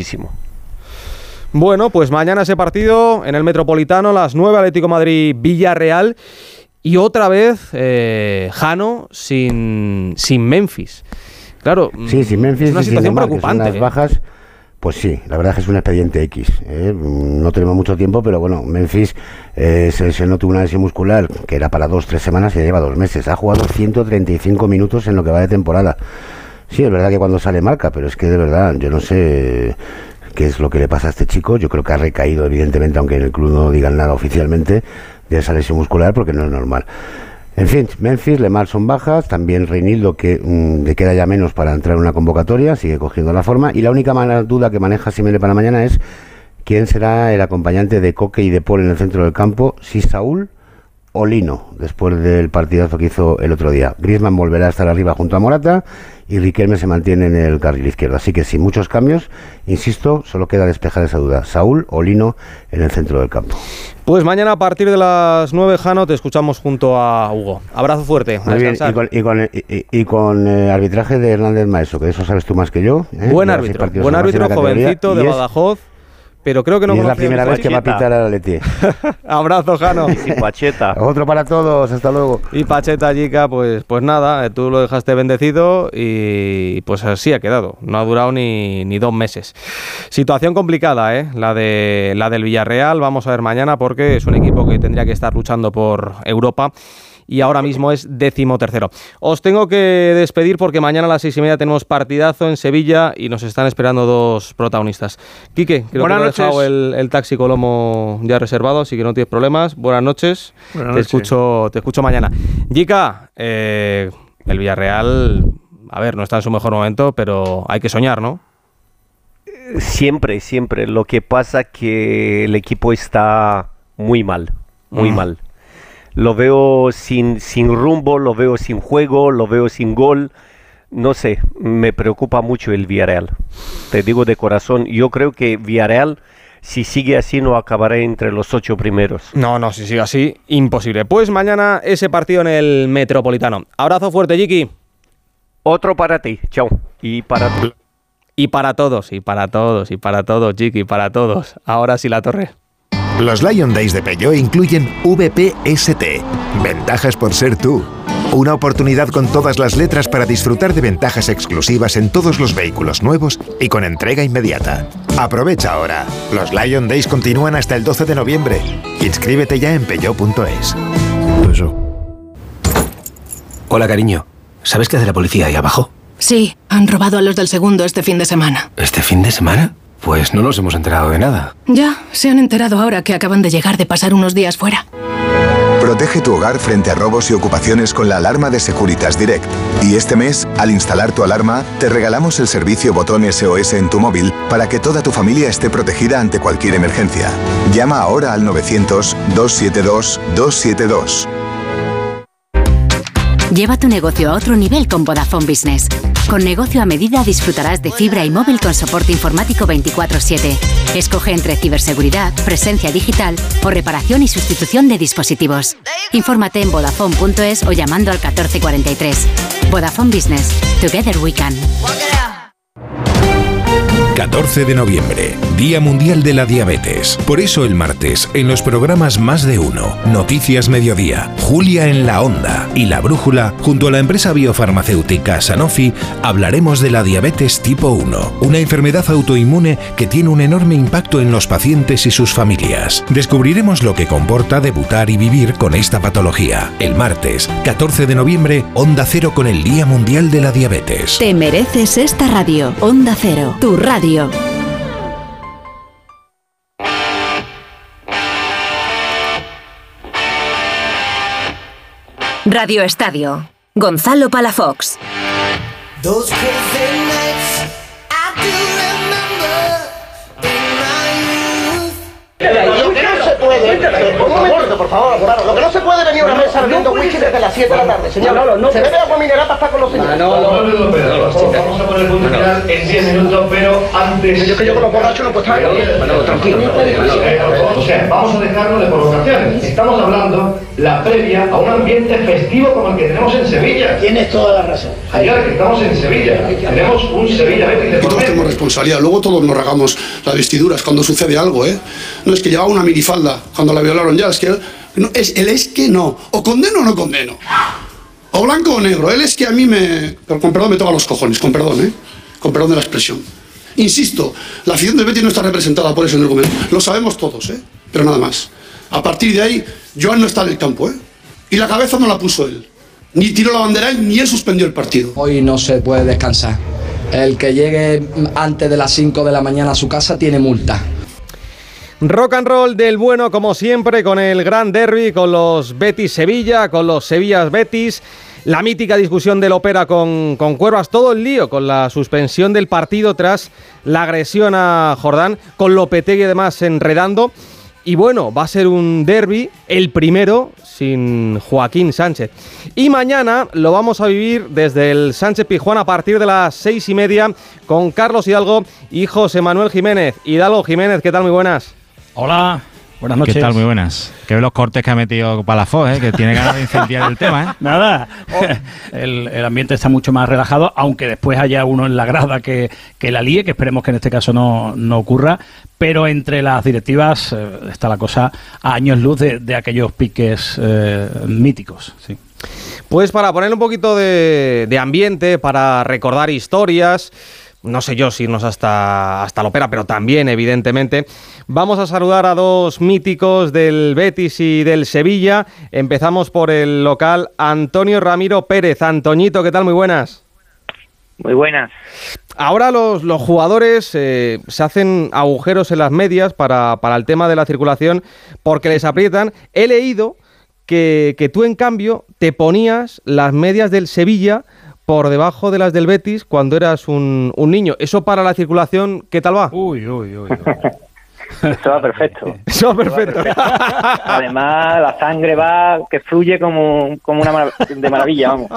Bueno, pues mañana ese partido en el Metropolitano, las 9, Atlético Madrid-Villarreal, y otra vez Jano sin Memphis. Claro, sí, sin Memphis, es una situación preocupante. Las bajas, pues sí, la verdad es que es un expediente X. No tenemos mucho tiempo, pero bueno, Memphis se lesionó, tuvo una lesión muscular que era para 2-3 semanas y ya lleva 2 meses. Ha jugado 135 minutos en lo que va de temporada. Sí, es verdad que cuando sale marca, pero es que de verdad, yo no sé qué es lo que le pasa a este chico. Yo creo que ha recaído, evidentemente, aunque en el club no digan nada oficialmente, de esa lesión muscular, porque no es normal. En fin, Memphis, Lemar son bajas, también Reinildo, que le queda ya menos para entrar en una convocatoria, sigue cogiendo la forma, y la única duda que maneja Simeone para mañana es quién será el acompañante de Coque y de Paul en el centro del campo, si Saúl o Lino, después del partidazo que hizo el otro día. Griezmann volverá a estar arriba junto a Morata y Riquelme se mantiene en el carril izquierdo. Así que sin muchos cambios, insisto, solo queda despejar esa duda. Saúl o Lino en el centro del campo. Pues mañana a partir de las 9, Jano, te escuchamos junto a Hugo. Abrazo fuerte. Muy bien, y con arbitraje de Hernández Maeso, que eso sabes tú más que yo. Buen árbitro, jovencito, de Badajoz. Pero creo que no. Y es la primera vez que va a pitar al Atleti. Abrazo, Jano. Y Pacheta. Otro para todos, hasta luego. Y Pacheta, Jica, pues nada, tú lo dejaste bendecido y pues así ha quedado. No ha durado ni 2 meses. Situación complicada, la del Villarreal. Vamos a ver mañana, porque es un equipo que tendría que estar luchando por Europa y ahora mismo es 13º. Os tengo que despedir porque mañana a las 6:30 tenemos partidazo en Sevilla y nos están esperando 2 protagonistas. Quique, creo que he dejado el taxi Colomo ya reservado, así que no tienes problemas. Buenas noches. Te escucho mañana. Jica, el Villarreal, a ver, no está en su mejor momento, pero hay que soñar, ¿no? Siempre. Lo que pasa es que el equipo está muy mal, muy mal. Lo veo sin rumbo, lo veo sin juego, lo veo sin gol. No sé, me preocupa mucho el Villarreal. Te digo de corazón, yo creo que Villarreal, si sigue así, no acabará entre los 8 primeros. No, si sigue así, imposible. Pues mañana ese partido en el Metropolitano. Abrazo fuerte, Jiki. Otro para ti, chao. Y para ti. Y para todos, Jiki, para todos. Ahora sí, La Torre. Los Lion Days de Peugeot incluyen VPST, ventajas por ser tú. Una oportunidad con todas las letras para disfrutar de ventajas exclusivas en todos los vehículos nuevos y con entrega inmediata. Aprovecha ahora. Los Lion Days continúan hasta el 12 de noviembre. Inscríbete ya en peugeot.es. Hola, cariño. ¿Sabes qué hace la policía ahí abajo? Sí, han robado a los del segundo este fin de semana. ¿Este fin de semana? Pues no nos hemos enterado de nada. Ya, se han enterado ahora que acaban de llegar de pasar unos días fuera. Protege tu hogar frente a robos y ocupaciones con la alarma de Securitas Direct. Y este mes, al instalar tu alarma, te regalamos el servicio botón SOS en tu móvil para que toda tu familia esté protegida ante cualquier emergencia. Llama ahora al 900-272-272. Lleva tu negocio a otro nivel con Vodafone Business. Con negocio a medida disfrutarás de fibra y móvil con soporte informático 24/7. Escoge entre ciberseguridad, presencia digital o reparación y sustitución de dispositivos. Infórmate en Vodafone.es o llamando al 1443. Vodafone Business. Together we can. 14 de noviembre, Día Mundial de la Diabetes. Por eso el martes, en los programas Más de Uno, Noticias Mediodía, Julia en la Onda y La Brújula, junto a la empresa biofarmacéutica Sanofi, hablaremos de la diabetes tipo 1, una enfermedad autoinmune que tiene un enorme impacto en los pacientes y sus familias. Descubriremos lo que comporta debutar y vivir con esta patología. El martes, 14 de noviembre, Onda Cero con el Día Mundial de la Diabetes. Te mereces esta radio. Onda Cero, tu radio. Radio Estadio. Gonzalo Palafox. Un momento, por favor, abogado. Lo que no se puede venir a una mesa bebiendo whisky desde las 7 de la tarde, señor. Se bebe agua mineral para estar con los señores. Vamos a poner el punto final en 10 minutos, pero antes... Yo que yo con los borrachos no puedo estar. Bueno, tranquilo. O sea, vamos a dejarlo de provocaciones. Estamos hablando la previa a un ambiente festivo como el que tenemos en Sevilla. Tienes toda la razón. Ayer que estamos en Sevilla, tenemos un Sevilla Betis de por todos tenemos responsabilidad, luego todos nos regamos las vestiduras cuando sucede algo, ¿eh? No es que llevaba una minifalda cuando la violaron ya, es que no, es que no, o condeno o no condeno, o blanco o negro, él es que a mí pero con perdón me toca los cojones, con perdón de la expresión. Insisto, la afición del Betis no está representada por eso en el gobierno, lo sabemos todos, pero nada más. A partir de ahí, Joan no está en el campo, y la cabeza no la puso él, ni tiró la bandera ni él suspendió el partido. Hoy no se puede descansar. El que llegue antes de las 5 de la mañana a su casa tiene multa. Rock and roll del bueno, como siempre, con el gran derbi, con los Betis-Sevilla, con los Sevillas-Betis, la mítica discusión del Opera con Cuervas, todo el lío con la suspensión del partido tras la agresión a Jordán, con Lopetegui además enredando. Y bueno, va a ser un derbi, el primero, sin Joaquín Sánchez. Y mañana lo vamos a vivir desde el Sánchez Pizjuán a partir de las 6:30 con Carlos Hidalgo y José Manuel Jiménez. Hidalgo, Jiménez, ¿qué tal? Muy buenas. Hola, buenas noches. ¿Qué tal? Muy buenas. Que ve los cortes que ha metido Palafox, que tiene ganas de incendiar el tema, Nada, el ambiente está mucho más relajado, aunque después haya uno en la grada que la líe, que esperemos que en este caso no ocurra, pero entre las directivas está la cosa a años luz de aquellos piques míticos, sí. Pues para poner un poquito de ambiente, para recordar historias, no sé yo si irnos hasta la Opera, pero también, evidentemente, vamos a saludar a dos míticos del Betis y del Sevilla. Empezamos por el local, Antonio Ramiro Pérez. Antoñito, ¿qué tal? Muy buenas. Muy buenas. Ahora los jugadores se hacen agujeros en las medias para el tema de la circulación porque les aprietan. He leído que tú, en cambio, te ponías las medias del Sevilla por debajo de las del Betis cuando eras un niño. ¿Eso para la circulación qué tal va? Uy. Esto va perfecto. Eso va perfecto. Además, la sangre va, que fluye como de maravilla, vamos.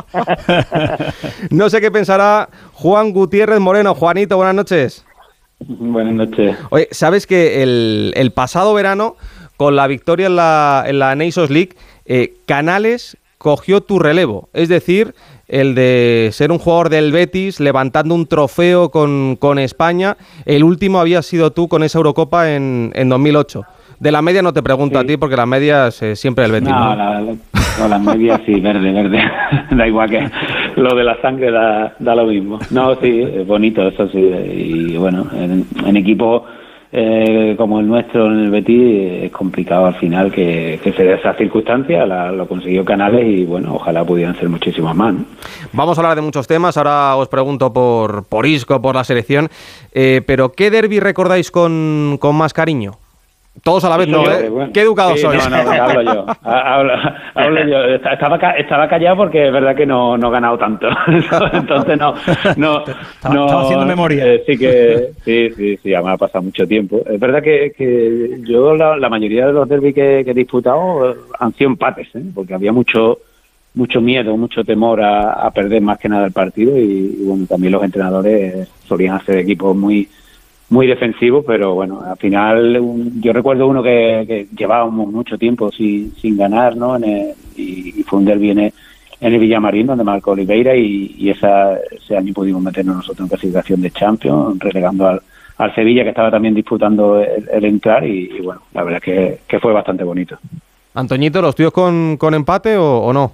No sé qué pensará Juan Gutiérrez Moreno. Juanito, buenas noches. Buenas noches. Oye, ¿sabes que el pasado verano, con la victoria en la Nations League, Canales cogió tu relevo? Es decir, el de ser un jugador del Betis levantando un trofeo con España. El último había sido tú con esa Eurocopa en 2008. De la media no te pregunto a ti, porque las medias siempre el Betis. No, las medias sí, verde. Da igual, que lo de la sangre da lo mismo. No, sí, es bonito, eso sí. Y bueno, en equipo como el nuestro en el Betis es complicado al final que se dé esa circunstancia. Lo consiguió Canales y bueno, ojalá pudieran ser muchísimas más, ¿no? Vamos a hablar de muchos temas. Ahora os pregunto por Isco, por la selección, pero ¿qué derbi recordáis con más cariño? Todos a la vez, sí, ¿no? Bueno. Qué educados sois. No, hablo yo. Hablo yo. Estaba callado porque es verdad que no he ganado tanto. Entonces estaba haciendo memoria. Sí, además ha pasado mucho tiempo. Es verdad que yo la mayoría de los derbis que he disputado han sido empates, porque había mucho miedo, mucho temor a perder más que nada el partido y bueno, también los entrenadores solían hacer equipos muy defensivo, pero bueno, al final yo recuerdo uno que llevábamos mucho tiempo sin ganar, ¿no? Y fue un derbi en el Villamarín, donde marcó Oliveira, y ese año pudimos meternos nosotros en clasificación de Champions, relegando al Sevilla, que estaba también disputando el entrar, y bueno, la verdad es que fue bastante bonito. Antoñito, ¿los tuyos con empate o no?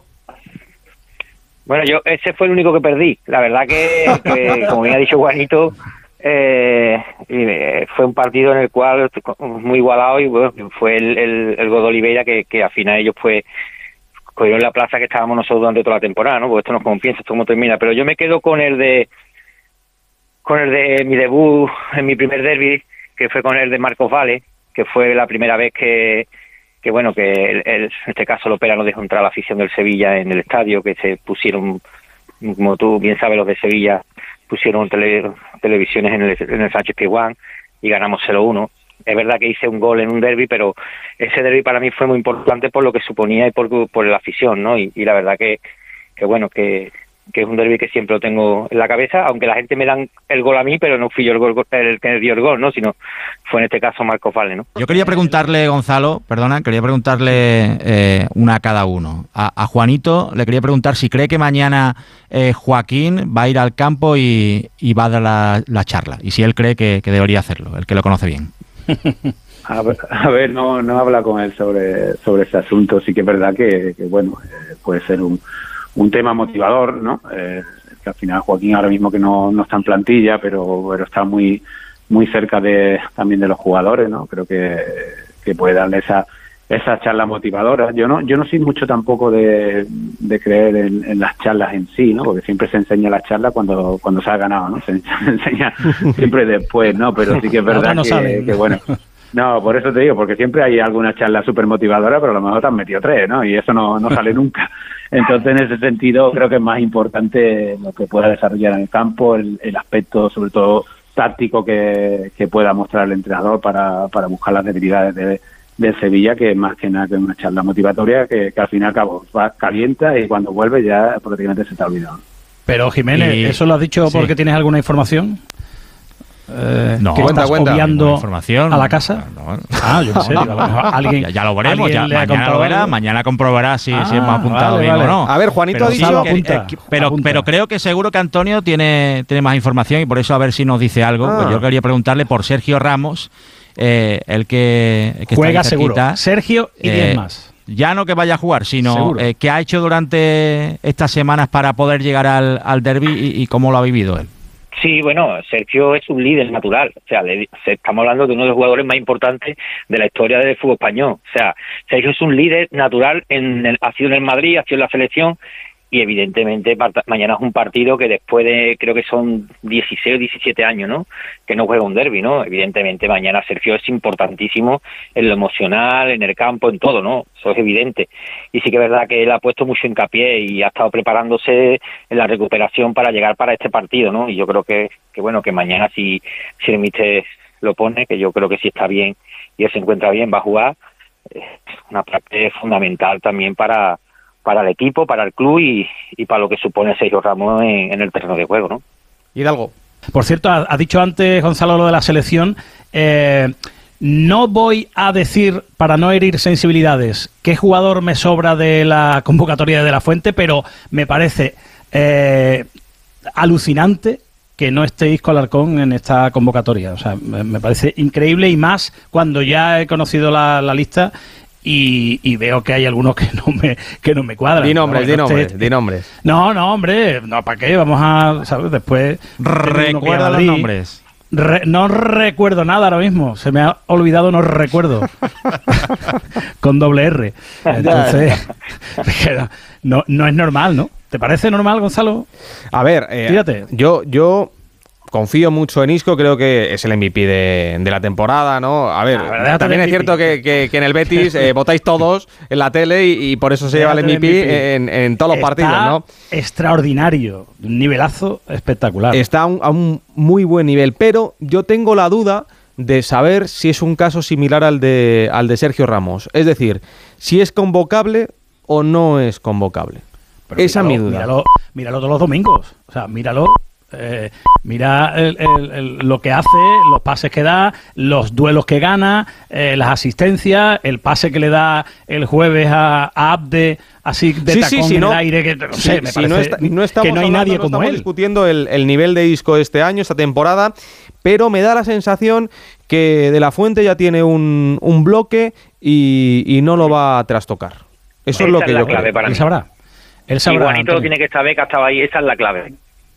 Bueno, ese fue el único que perdí. La verdad que como bien ha dicho Juanito, fue un partido en el cual muy igualado, y bueno, fue el gol de Oliveira que al final ellos pues cogieron la plaza que estábamos nosotros durante toda la temporada, ¿no? Porque esto no es como piensa, esto cómo termina. Pero yo me quedo con el de mi debut en mi primer derbi, que fue con el de Marcos Vale, que fue la primera vez que en este caso el Opera nos dejó entrar a la afición del Sevilla en el estadio, que se pusieron, como tú bien sabes, los de Sevilla pusieron televisiones en el Sánchez Pizjuán y ganamos 0-1. Es verdad que hice un gol en un derbi, pero ese derbi para mí fue muy importante por lo que suponía y por la afición, ¿no? Y la verdad que bueno, que es un derbi que siempre lo tengo en la cabeza, aunque la gente me dan el gol a mí, pero no fui yo el que dio el gol, ¿no? Sino fue en este caso Marcos Vale, ¿no? Yo quería preguntarle, Gonzalo, una a cada uno. A Juanito le quería preguntar si cree que mañana Joaquín va a ir al campo y va a dar la charla, y si él cree que debería hacerlo, el que lo conoce bien. A ver, no habla con él sobre ese asunto. Sí que es verdad que bueno, puede ser un tema motivador, ¿no? Que al final Joaquín ahora mismo que no está en plantilla, pero está muy cerca también de los jugadores, ¿no? Creo que puede darle esa charla motivadora. Yo no soy mucho tampoco de creer en las charlas en sí, ¿no? Porque siempre se enseña la charla cuando se ha ganado, ¿no? Se enseña siempre después, ¿no? Pero sí que es verdad que bueno, No, por eso te digo, porque siempre hay alguna charla súper motivadora, pero a lo mejor te han metido 3, ¿no? Y eso no sale nunca. Entonces, en ese sentido, creo que es más importante lo que pueda desarrollar en el campo, el aspecto, sobre todo, táctico que pueda mostrar el entrenador para buscar las debilidades del Sevilla, que más que nada que una charla motivatoria que al fin y al cabo va calienta y cuando vuelve ya prácticamente se te ha olvidado. Pero Jiménez, ¿eso lo has dicho porque tienes alguna información? No, que estás obviando información a la casa. No. Yo no sé, a lo mejor alguien, ya lo veremos, mañana comprobará si hemos apuntado bien o no. A ver, Juanito ha dicho pero creo que seguro que Antonio tiene más información y por eso a ver si nos dice algo. Pues yo quería preguntarle por Sergio Ramos, el que juega está seguro. Sergio y 10 más. Ya no que vaya a jugar, sino qué ha hecho durante estas semanas para poder llegar al derbi y cómo lo ha vivido él. Sí, bueno, Sergio es un líder natural. O sea, estamos hablando de uno de los jugadores más importantes de la historia del fútbol español. O sea, Sergio es un líder natural, ha sido en el Madrid, ha sido en la selección. Y evidentemente mañana es un partido que después de, creo que son 16 o 17 años, ¿no?, que no juega un derbi, ¿no? Evidentemente mañana Sergio es importantísimo en lo emocional, en el campo, en todo, ¿no? Eso es evidente. Y sí que es verdad que él ha puesto mucho hincapié y ha estado preparándose en la recuperación para llegar para este partido, ¿no? Y yo creo que bueno, que mañana si el míster lo pone, que yo creo que si está bien y él se encuentra bien, va a jugar. Una parte fundamental también para el equipo, para el club y para lo que supone Sergio Ramos en el terreno de juego, ¿no? Hidalgo. Por cierto, ha dicho antes Gonzalo lo de la selección. No voy a decir, para no herir sensibilidades, qué jugador me sobra de la convocatoria de De La Fuente, pero me parece alucinante que no esté Isco Alarcón en esta convocatoria. O sea, me parece increíble y más cuando ya he conocido la lista. Y veo que hay algunos que no me cuadran. Di nombres. No, hombre, no, ¿para qué? Vamos a, ¿sabes? Después... Recuerda los nombres. No recuerdo nada ahora mismo. Se me ha olvidado, no recuerdo. Con doble R. Entonces, no es normal, ¿no? ¿Te parece normal, Gonzalo? A ver, fíjate. Yo confío mucho en Isco, creo que es el MVP de la temporada, ¿no? A ver, también es cierto que en el Betis votáis todos en la tele y por eso se lleva el MVP en todos los partidos, ¿no? Extraordinario, un nivelazo espectacular. Está a un muy buen nivel, pero yo tengo la duda de saber si es un caso similar al de Sergio Ramos. Es decir, si es convocable o no es convocable. Pero esa es mi duda. Míralo todos los domingos. O sea, míralo. Mira lo que hace, los pases que da, los duelos que gana, las asistencias, el pase que le da el jueves a Abde, así de tacón en el aire, que no sé, me parece que no hay nadie como él. Estamos discutiendo el nivel de Isco este año, esta temporada, pero me da la sensación que De La Fuente ya tiene un bloque y no lo va a trastocar. Eso es lo que yo creo. Él sabrá. Y Juanito tiene que saber que ha estado ahí, esa es la clave.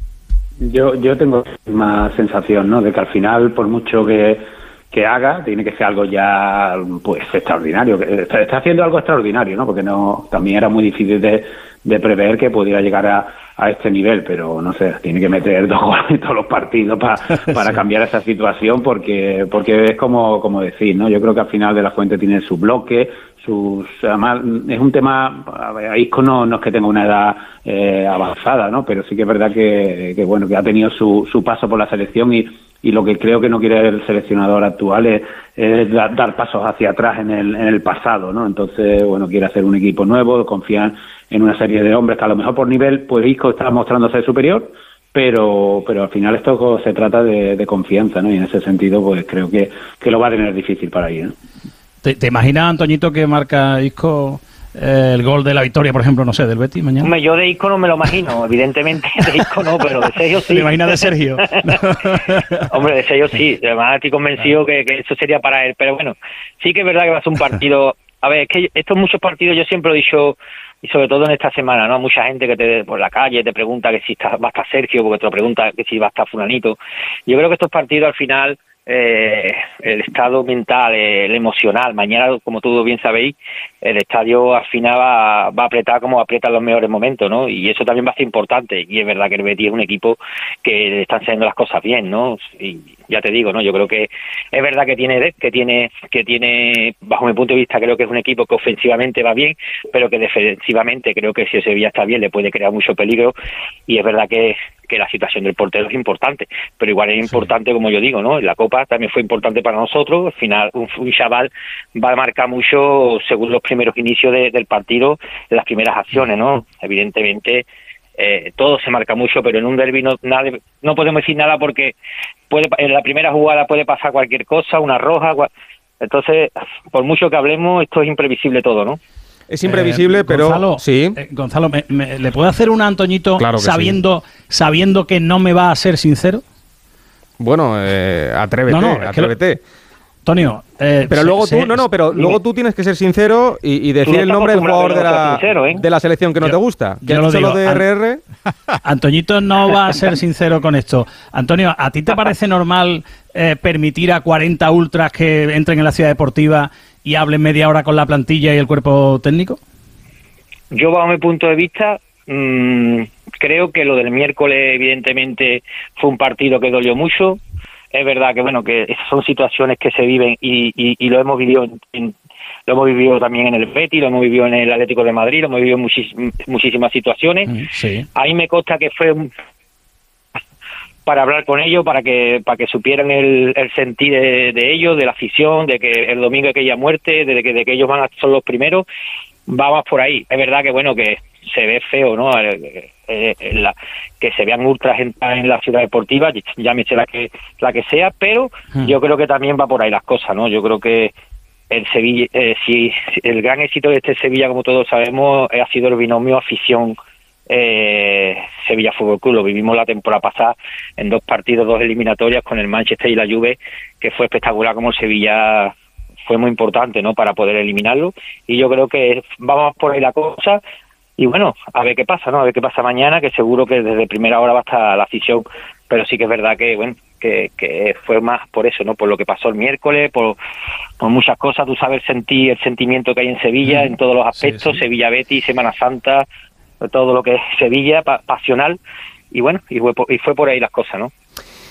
Yo tengo más sensación, ¿no?, de que al final, por mucho que haga, tiene que ser algo ya pues extraordinario. Está haciendo algo extraordinario, ¿no?, porque también era muy difícil de prever que pudiera llegar a este nivel, pero no sé, tiene que meter 2 goles en todos los partidos para cambiar esa situación, porque es como decir, ¿no? Yo creo que al final De La Fuente tiene su bloque, además es un tema, a Isco no es que tenga una edad avanzada, ¿no? Pero sí que es verdad que bueno, que ha tenido su paso por la selección y lo que creo que no quiere el seleccionador actual es dar pasos hacia atrás en el pasado, ¿no? Entonces, bueno, quiere hacer un equipo nuevo, confían en una serie de hombres que a lo mejor por nivel, pues Isco está mostrándose superior, pero al final esto se trata de confianza, ¿no? Y en ese sentido, pues creo que lo va a tener difícil para ir, ¿no? ¿Te imaginas, Antoñito, que marca Isco el gol de la victoria, por ejemplo, no sé, del Betis mañana? Hombre, yo de Isco no me lo imagino, evidentemente de Isco no, pero de Sergio sí. ¿Te imaginas de Sergio? Hombre, de Sergio sí, además estoy convencido que eso sería para él, pero bueno, sí que es verdad que va a ser un partido, a ver, es que estos muchos partidos yo siempre lo he dicho, y sobre todo en esta semana, ¿no? Mucha gente que por la calle te pregunta que si va a estar Sergio, porque te lo pregunta que si va a estar fulanito. Yo creo que estos partidos al final el estado mental, el emocional. Mañana, como todos bien sabéis, el estadio al final va a apretar como aprieta en los mejores momentos, ¿no? Y eso también va a ser importante. Y es verdad que el Betis es un equipo que le están haciendo las cosas bien, ¿no? Y ya te digo, ¿no? Yo creo que es verdad que tiene, bajo mi punto de vista, creo que es un equipo que ofensivamente va bien, pero que defensivamente creo que si el Sevilla está bien le puede crear mucho peligro. Y es verdad que la situación del portero es importante, pero igual es importante, como yo digo, ¿no? En la Copa también fue importante para nosotros. Al final un chaval va a marcar mucho según los primeros inicios del partido, las primeras acciones, ¿no? Evidentemente todo se marca mucho, pero en un derbi no podemos decir nada porque en la primera jugada puede pasar cualquier cosa, una roja, entonces por mucho que hablemos esto es imprevisible todo, ¿no? Es imprevisible, pero Gonzalo, sí. Gonzalo, ¿le puedo hacer una, Antoñito, claro que sabiendo que no me va a ser sincero? Bueno, atrévete. Antonio, pero luego tú tienes que ser sincero y decir el nombre del jugador de la selección que no te gusta. Que yo lo de RR. Antoñito no va a ser sincero con esto. Antonio, ¿a ti te parece normal permitir a 40 ultras que entren en la ciudad deportiva y hablen media hora con la plantilla y el cuerpo técnico? Yo, bajo mi punto de vista, creo que lo del miércoles evidentemente fue un partido que dolió mucho. Es verdad que que son situaciones que se viven y lo hemos vivido lo hemos vivido también en el Betis, lo hemos vivido en el Atlético de Madrid, lo hemos vivido en muchísimas situaciones. Sí. A mí me consta que fue para hablar con ellos, para que supieran el sentir de ellos, de la afición, de que el domingo aquella muerte, de que ellos son los primeros, va más por ahí. Es verdad que que se ve feo, ¿no? Que se vean ultras en la ciudad deportiva, llámese la que sea, pero yo creo que también va por ahí las cosas, ¿no? Yo creo que el Sevilla, si el gran éxito de este Sevilla, como todos sabemos, ha sido el binomio afición Sevilla Fútbol Club. Lo vivimos la temporada pasada en 2 partidos, 2 eliminatorias con el Manchester y la Juve, que fue espectacular como el Sevilla fue muy importante, ¿no? Para poder eliminarlo, y yo creo que vamos por ahí la cosa. Y a ver qué pasa, ¿no? A ver qué pasa mañana, que seguro que desde primera hora va a estar la afición, pero sí que es verdad que fue más por eso, ¿no? Por lo que pasó el miércoles, por muchas cosas. Tú sabes el sentimiento que hay en Sevilla, en todos los aspectos, sí. Sevilla, Betis, Semana Santa, todo lo que es Sevilla, pasional, y fue por ahí las cosas, ¿no?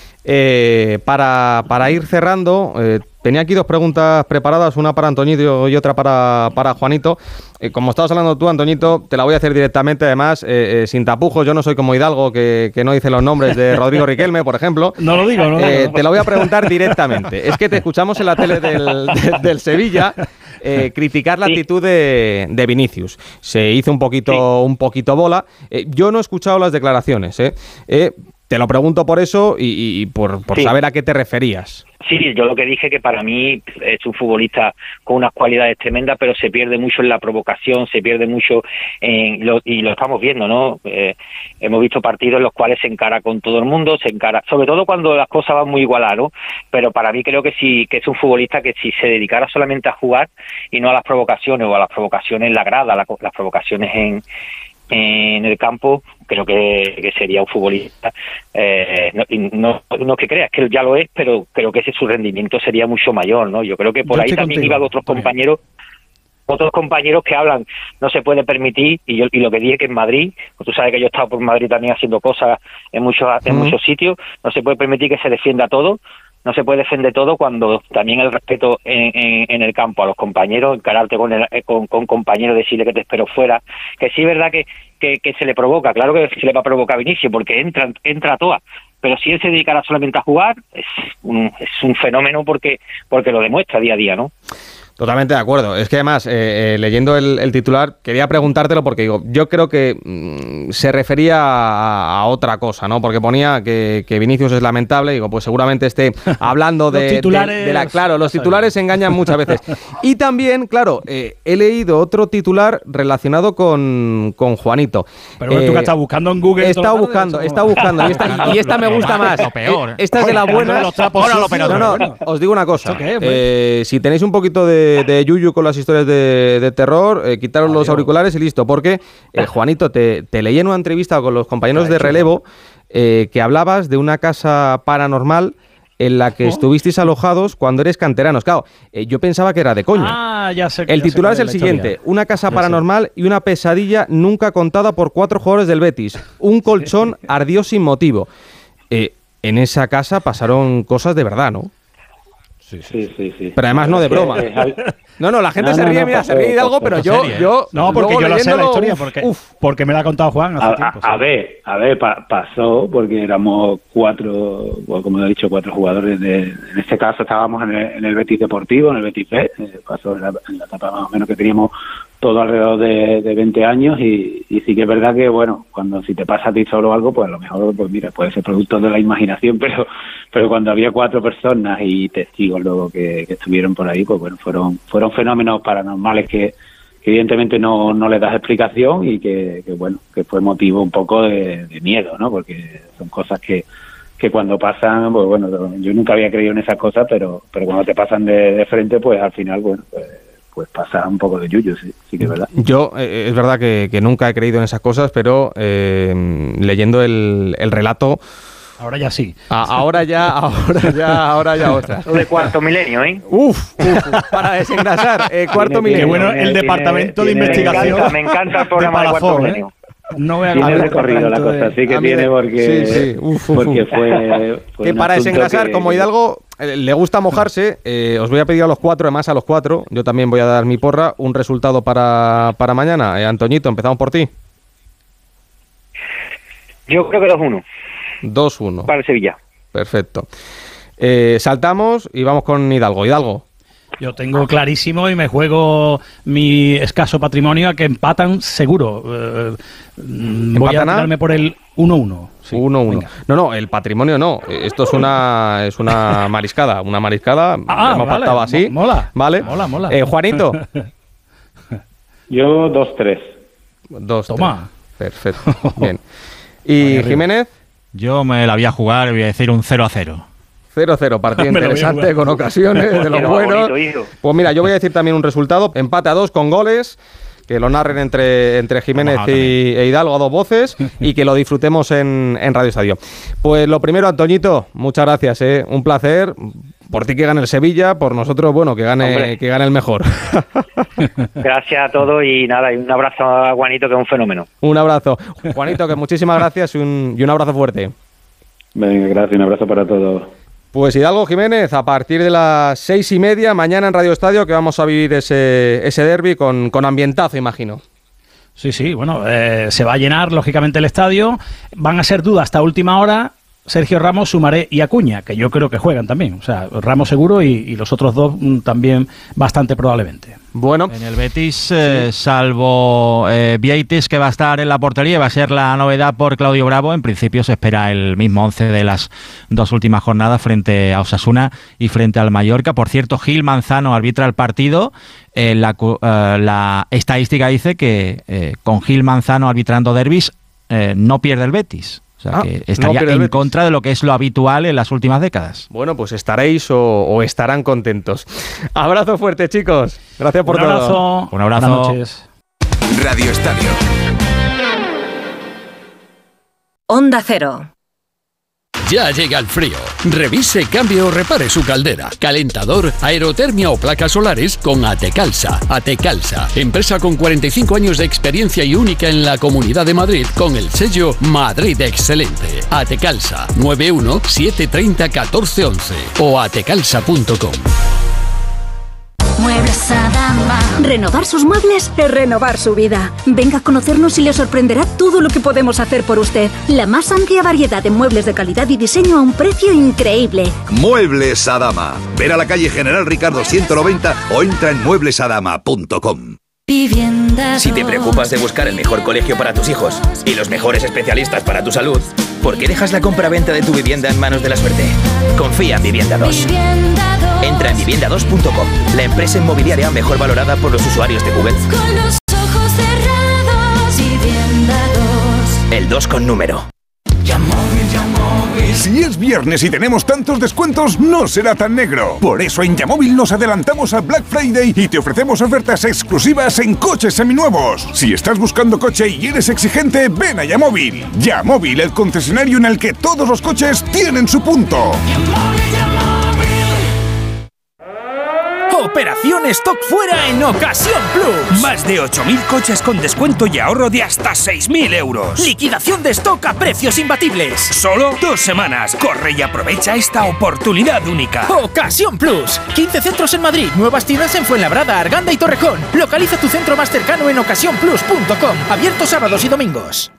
Para ir cerrando, tenía aquí 2 preguntas preparadas, una para Antoñito y otra para Juanito. Como estabas hablando tú, Antoñito, te la voy a hacer directamente, además, sin tapujos. Yo no soy como Hidalgo, que no dice los nombres de Rodrigo Riquelme, por ejemplo. No lo digo. Te la voy a preguntar directamente. Es que te escuchamos en la tele del Sevilla criticar la actitud de Vinicius. Se hizo un poquito bola. Yo no he escuchado las declaraciones, te lo pregunto por eso y por saber a qué te referías. Sí, yo lo que dije que para mí es un futbolista con unas cualidades tremendas, pero se pierde mucho en la provocación, se pierde mucho y lo estamos viendo, ¿no? Hemos visto partidos en los cuales se encara con todo el mundo, sobre todo cuando las cosas van muy igualadas, ¿no? Pero para mí creo que sí, que es un futbolista que si se dedicara solamente a jugar y no a las provocaciones, o a las provocaciones en la grada, las provocaciones en el campo, creo que sería un futbolista, no que creas que ya lo es, pero creo que su rendimiento sería mucho mayor, ¿no? Yo creo que por ahí también iban otros compañeros que hablan, no se puede permitir, y lo que dije que en Madrid, tú sabes que yo he estado por Madrid también haciendo cosas en muchos sitios, no se puede permitir que se defienda todo. No se puede defender todo cuando también el respeto en el campo a los compañeros, encararte con compañeros, decirle que te espero fuera, que sí es verdad que se le provoca, claro que se le va a provocar a Vinicius porque entra a todas, pero si él se dedicara solamente a jugar es un fenómeno porque lo demuestra día a día, ¿no? Totalmente de acuerdo. Es que además, leyendo el titular, quería preguntártelo porque yo creo que se refería a otra cosa, ¿no? Porque ponía que Vinicius es lamentable, pues seguramente esté hablando de titulares. Claro, los titulares engañan muchas veces. Y también, claro, he leído otro titular relacionado con Juanito. Pero tú que estás buscando en Google. Está buscando. Y esta me gusta más. Lo peor. Esta es de la buena. No, os digo una cosa. Si tenéis un poquito de yuyu con las historias de terror, quitaros los auriculares y listo, porque Juanito, te leí en una entrevista con los compañeros de relevo que hablabas de una casa paranormal en la que estuvisteis alojados cuando eres canteranos. Claro, yo pensaba que era de coña. Ya sé. El titular es el siguiente: una casa paranormal y una pesadilla nunca contada por 4 jugadores del Betis. Un colchón ardió sin motivo. En esa casa pasaron cosas de verdad, ¿no? Sí. Pero además no de broma. No, la gente se ríe, mira, se ríe de algo, pero yo... No, porque yo la sé la historia, porque me la ha contado Juan hace tiempo. A ver, pasó porque éramos 4, como he dicho, 4 jugadores. En este caso estábamos en el Betis Deportivo, en el Betis B. Pasó en la etapa más o menos que teníamos todo alrededor de 20 años y sí que es verdad que, bueno, si te pasa a ti solo algo, pues a lo mejor, pues mira, puede ser producto de la imaginación, pero cuando había 4 personas y testigos luego que estuvieron por ahí, pues bueno, fueron fenómenos paranormales que evidentemente no les das explicación y que fue motivo un poco de miedo, ¿no? Porque son cosas que cuando pasan, pues bueno, yo nunca había creído en esas cosas, pero cuando te pasan de frente, pues al final, bueno, pues pasa un poco de yuyu, sí que es verdad. Yo, es verdad que nunca he creído en esas cosas, pero leyendo el relato... Ahora ya sí. Ahora ya otra. De cuarto milenio, ¿eh? Uf, para desengrasar. Cuarto milenio. Qué bueno el departamento de investigación. Me encanta el programa de cuarto milenio. No voy a tiene recorrido la cosa, sí que tiene porque fue que para desengrasar, como Hidalgo le gusta mojarse, os voy a pedir a los 4, además a los 4, yo también voy a dar mi porra, un resultado para mañana. Antoñito, empezamos por ti. Yo creo que 2-1. 2-1. Para el Sevilla. Perfecto. Saltamos y vamos con Hidalgo. Yo tengo clarísimo y me juego mi escaso patrimonio a que empatan seguro. Voy a tirarme por el 1-1. Sí, 1-1. No, el patrimonio no. Esto es una mariscada. Una mariscada. Hemos pactado así. Mola. Vale. Mola. Juanito. Yo 2-3. 2-3. Toma. Perfecto. Bien. ¿Y Jiménez? Yo me la voy a jugar, voy a decir un 0-0. 0-0, partido interesante, con ocasiones de los buenos. Pues mira, yo voy a decir también un resultado. Empate a 2 con goles, que lo narren entre Jiménez e Hidalgo a 2 voces y que lo disfrutemos en Radio Estadio. Pues lo primero, Antoñito, muchas gracias, un placer. Por ti que gane el Sevilla, por nosotros, bueno, que gane el mejor. Gracias a todos y nada, y un abrazo a Juanito, que es un fenómeno. Un abrazo. Juanito, que muchísimas gracias y un abrazo fuerte. Venga, gracias, un abrazo para todos. Pues Hidalgo Jiménez, a partir de las 6:30, mañana en Radio Estadio, que vamos a vivir ese derbi con ambientazo, imagino. Sí, bueno, se va a llenar, lógicamente, el estadio. Van a ser dudas hasta última hora. Sergio Ramos, Sumaré y Acuña, que yo creo que juegan también. O sea, Ramos seguro y los otros 2 también bastante probablemente. Bueno. En el Betis, salvo Vieites, que va a estar en la portería, va a ser la novedad por Claudio Bravo. En principio se espera el mismo 11 de las 2 últimas jornadas frente a Osasuna y frente al Mallorca. Por cierto, Gil Manzano arbitra el partido. La estadística dice que con Gil Manzano arbitrando derbis no pierde el Betis. O sea, que estaría en contra de lo que es lo habitual en las últimas décadas. Bueno, pues estaréis o estarán contentos. Abrazo fuerte, chicos. Gracias por todo. Un abrazo. Buenas noches. Radio Estadio. Onda Cero. Ya llega el frío. Revise, cambie o repare su caldera, calentador, aerotermia o placas solares con Atecalsa. Atecalsa, empresa con 45 años de experiencia y única en la Comunidad de Madrid con el sello Madrid Excelente. Atecalsa, 91 730 1411 o atecalsa.com. Muebles Adama. Renovar sus muebles es renovar su vida. Venga a conocernos y le sorprenderá todo lo que podemos hacer por usted. La más amplia variedad de muebles de calidad y diseño a un precio increíble. Muebles Adama. Ven a la calle General Ricardo 190 o entra en mueblesadama.com. Si te preocupas de buscar el mejor colegio para tus hijos y los mejores especialistas para tu salud, ¿por qué dejas la compra-venta de tu vivienda en manos de la suerte? Confía en Vivienda 2. Entra en vivienda2.com, la empresa inmobiliaria mejor valorada por los usuarios de Google. Con los ojos cerrados, Vivienda 2. El 2 con número. Si es viernes y tenemos tantos descuentos, no será tan negro. Por eso en Yamóvil nos adelantamos a Black Friday y te ofrecemos ofertas exclusivas en coches seminuevos. Si estás buscando coche y eres exigente, ven a Yamóvil. Yamóvil, el concesionario en el que todos los coches tienen su punto. Operación Stock Fuera en Ocasión Plus. Más de 8.000 coches con descuento y ahorro de hasta 6.000 euros. Liquidación de stock a precios imbatibles. Solo 2 semanas. Corre y aprovecha esta oportunidad única. Ocasión Plus. 15 centros en Madrid, nuevas tiendas en Fuenlabrada, Arganda y Torrejón. Localiza tu centro más cercano en ocasiónplus.com. Abierto sábados y domingos.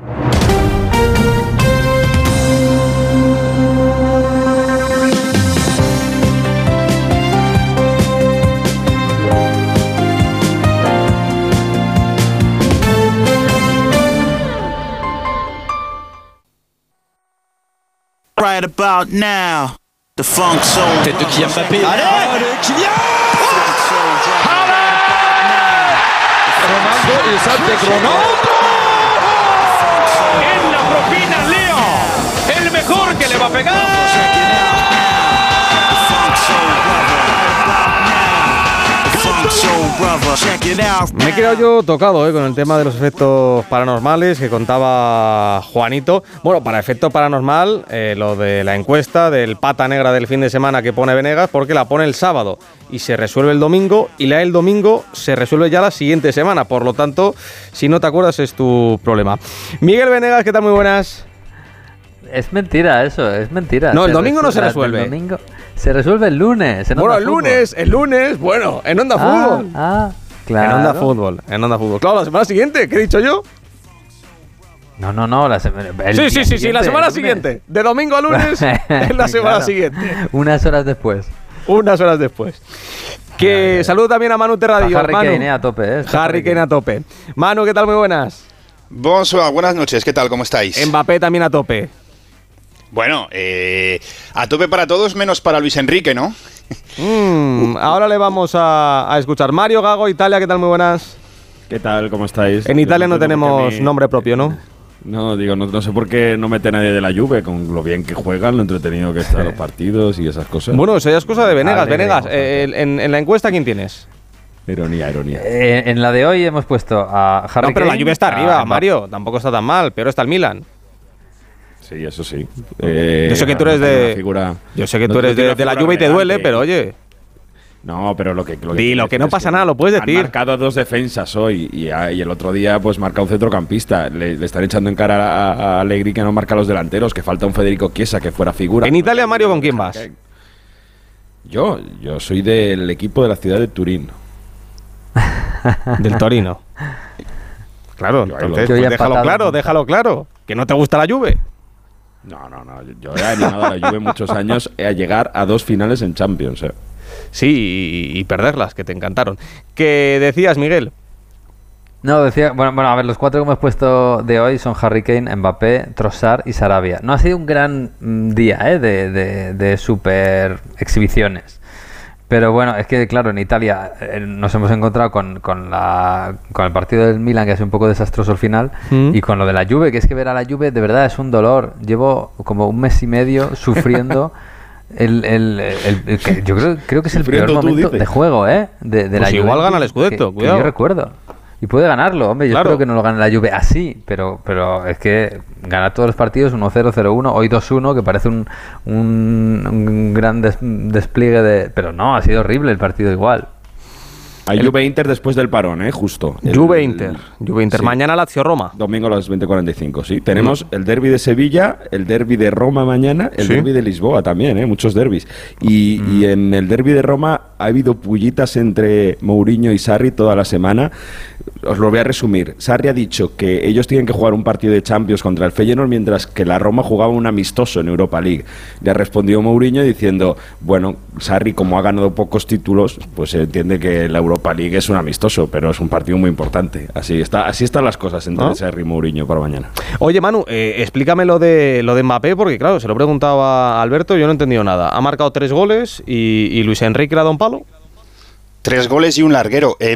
Right about now, the funk soul. Tête de Kylian Mbappé. Allez, Kylian! Ronaldo y Santi Ronaldo. En la propina Leo, el mejor que le va a pegar. Me he quedado yo tocado con el tema de los efectos paranormales que contaba Juanito. Bueno, para efecto paranormal, lo de la encuesta del pata negra del fin de semana que pone Venegas, porque la pone el sábado y se resuelve el domingo, y la del domingo se resuelve ya la siguiente semana. Por lo tanto, si no te acuerdas es tu problema. Miguel Venegas, ¿qué tal? Muy buenas. Es mentira eso, es mentira. No, el domingo no se resuelve. El domingo se resuelve el lunes. Bueno, el lunes, bueno, en Onda Fútbol. Claro. En Onda Fútbol. Claro, la semana siguiente, ¿qué he dicho yo? No, la semana. Sí, la semana siguiente. De domingo a lunes, es la semana siguiente. Unas horas después. Que saludo también a Manu Terradio. Harry Kane a tope, Harry Kane a tope. Manu, ¿qué tal? Muy buenas. Bonsoir, buenas noches, ¿qué tal? ¿Cómo estáis? Mbappé también a tope. Bueno, a tope para todos menos para Luis Enrique, ¿no? Ahora le vamos a escuchar. Mario Gago, Italia, ¿qué tal? Muy buenas. ¿Qué tal? ¿Cómo estáis? En Italia no tenemos nombre propio, ¿no? No, digo, no sé por qué no mete nadie de la Juve, con lo bien que juegan, lo entretenido que están los partidos y esas cosas. Bueno, eso ya es cosa de Venegas. Venegas, en la encuesta, ¿quién tienes? Ironía. En la de hoy hemos puesto a Harry Kane. No, pero la Juve está arriba, Mario. Tampoco está tan mal, pero está el Milan. Sí, eso sí. Yo sé que tú eres de la Juve y te duele, pero oye. No, pero lo que no pasa nada, lo puedes decir. Han marcado 2 defensas hoy y el otro día pues marca un centrocampista. Le están echando en cara a Allegri que no marca a los delanteros, que falta un Federico Chiesa que fuera figura. En Italia, Mario, ¿con quién vas? Yo soy del equipo de la ciudad de Turín. Del Torino. Claro, entonces, pues déjalo claro. Que no te gusta la Juve. No. Yo he animado a la Juve muchos años a llegar a 2 finales en Champions. Sí, y perderlas, que te encantaron. ¿Qué decías, Miguel? No, decía, bueno, a ver, los 4 que hemos puesto de hoy son Harry Kane, Mbappé, Trossard y Sarabia. No ha sido un gran día de super exhibiciones. Pero bueno, es que claro, en Italia nos hemos encontrado con el partido del Milan, que ha sido un poco desastroso al final, y con lo de la Juve, que es que ver a la Juve de verdad es un dolor. Llevo como un mes y medio sufriendo yo creo que es el peor momento de juego, de pues la Juve. Igual gana el Scudetto, cuidado. Que yo recuerdo. Y puede ganarlo, hombre. Yo espero que no lo gane la Juve así, pero es que ganar todos los partidos 1-0, 0-1, hoy 2-1, que parece un gran despliegue de... Pero no, ha sido horrible el partido igual. Hay Juve-Inter después del parón, justo. Juve-Inter. Sí. Mañana Lazio-Roma. Domingo a las 20:45, sí. Tenemos el derbi de Sevilla, el derbi de Roma mañana, el derbi de Lisboa también, muchos derbis. Y en el derbi de Roma ha habido pullitas entre Mourinho y Sarri toda la semana. Os lo voy a resumir. Sarri ha dicho que ellos tienen que jugar un partido de Champions contra el Feyenoord, mientras que la Roma jugaba un amistoso en Europa League. Le ha respondido Mourinho diciendo, bueno, Sarri, como ha ganado pocos títulos, pues entiende que la Europa League es un amistoso, pero es un partido muy importante. Así están las cosas entre Sarri y Mourinho para mañana. Oye, Manu, explícame lo de Mbappé, porque claro, se lo preguntaba a Alberto, yo no he entendido nada. Ha marcado 3 goles y Luis Enrique le ha dado un palo. 3 goles y un larguero.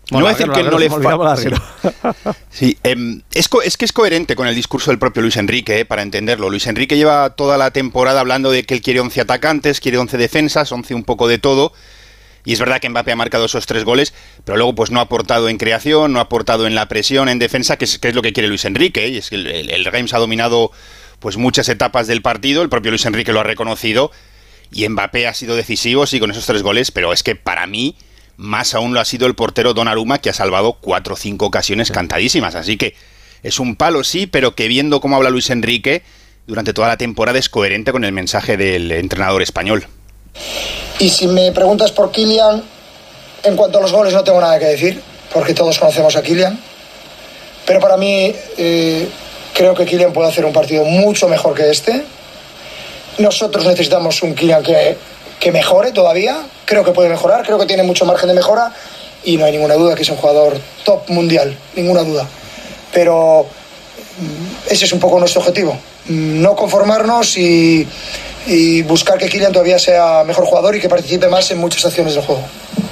No voy a decir que no le falta. Sí, es que es coherente con el discurso del propio Luis Enrique, para entenderlo. Luis Enrique lleva toda la temporada hablando de que él quiere 11 atacantes, quiere 11 defensas, 11 un poco de todo. Y es verdad que Mbappé ha marcado esos 3 goles, pero luego pues no ha aportado en creación, no ha aportado en la presión, en defensa, que es lo que quiere Luis Enrique. Y es que el Reims ha dominado pues muchas etapas del partido, el propio Luis Enrique lo ha reconocido, y Mbappé ha sido decisivo, sí, con esos 3 goles, pero es que para mí más aún lo ha sido el portero Donnarumma, que ha salvado 4 o 5 ocasiones cantadísimas. Así que es un palo, sí, pero que viendo cómo habla Luis Enrique durante toda la temporada es coherente con el mensaje del entrenador español. Y si me preguntas por Kylian, en cuanto a los goles no tengo nada que decir, porque todos conocemos a Kylian. Pero para mí creo que Kylian puede hacer un partido mucho mejor que este. Nosotros necesitamos un Kylian que mejore todavía. Creo que puede mejorar, creo que tiene mucho margen de mejora y no hay ninguna duda que es un jugador top mundial, ninguna duda. Pero ese es un poco nuestro objetivo, no conformarnos y buscar que Kylian todavía sea mejor jugador y que participe más en muchas acciones del juego.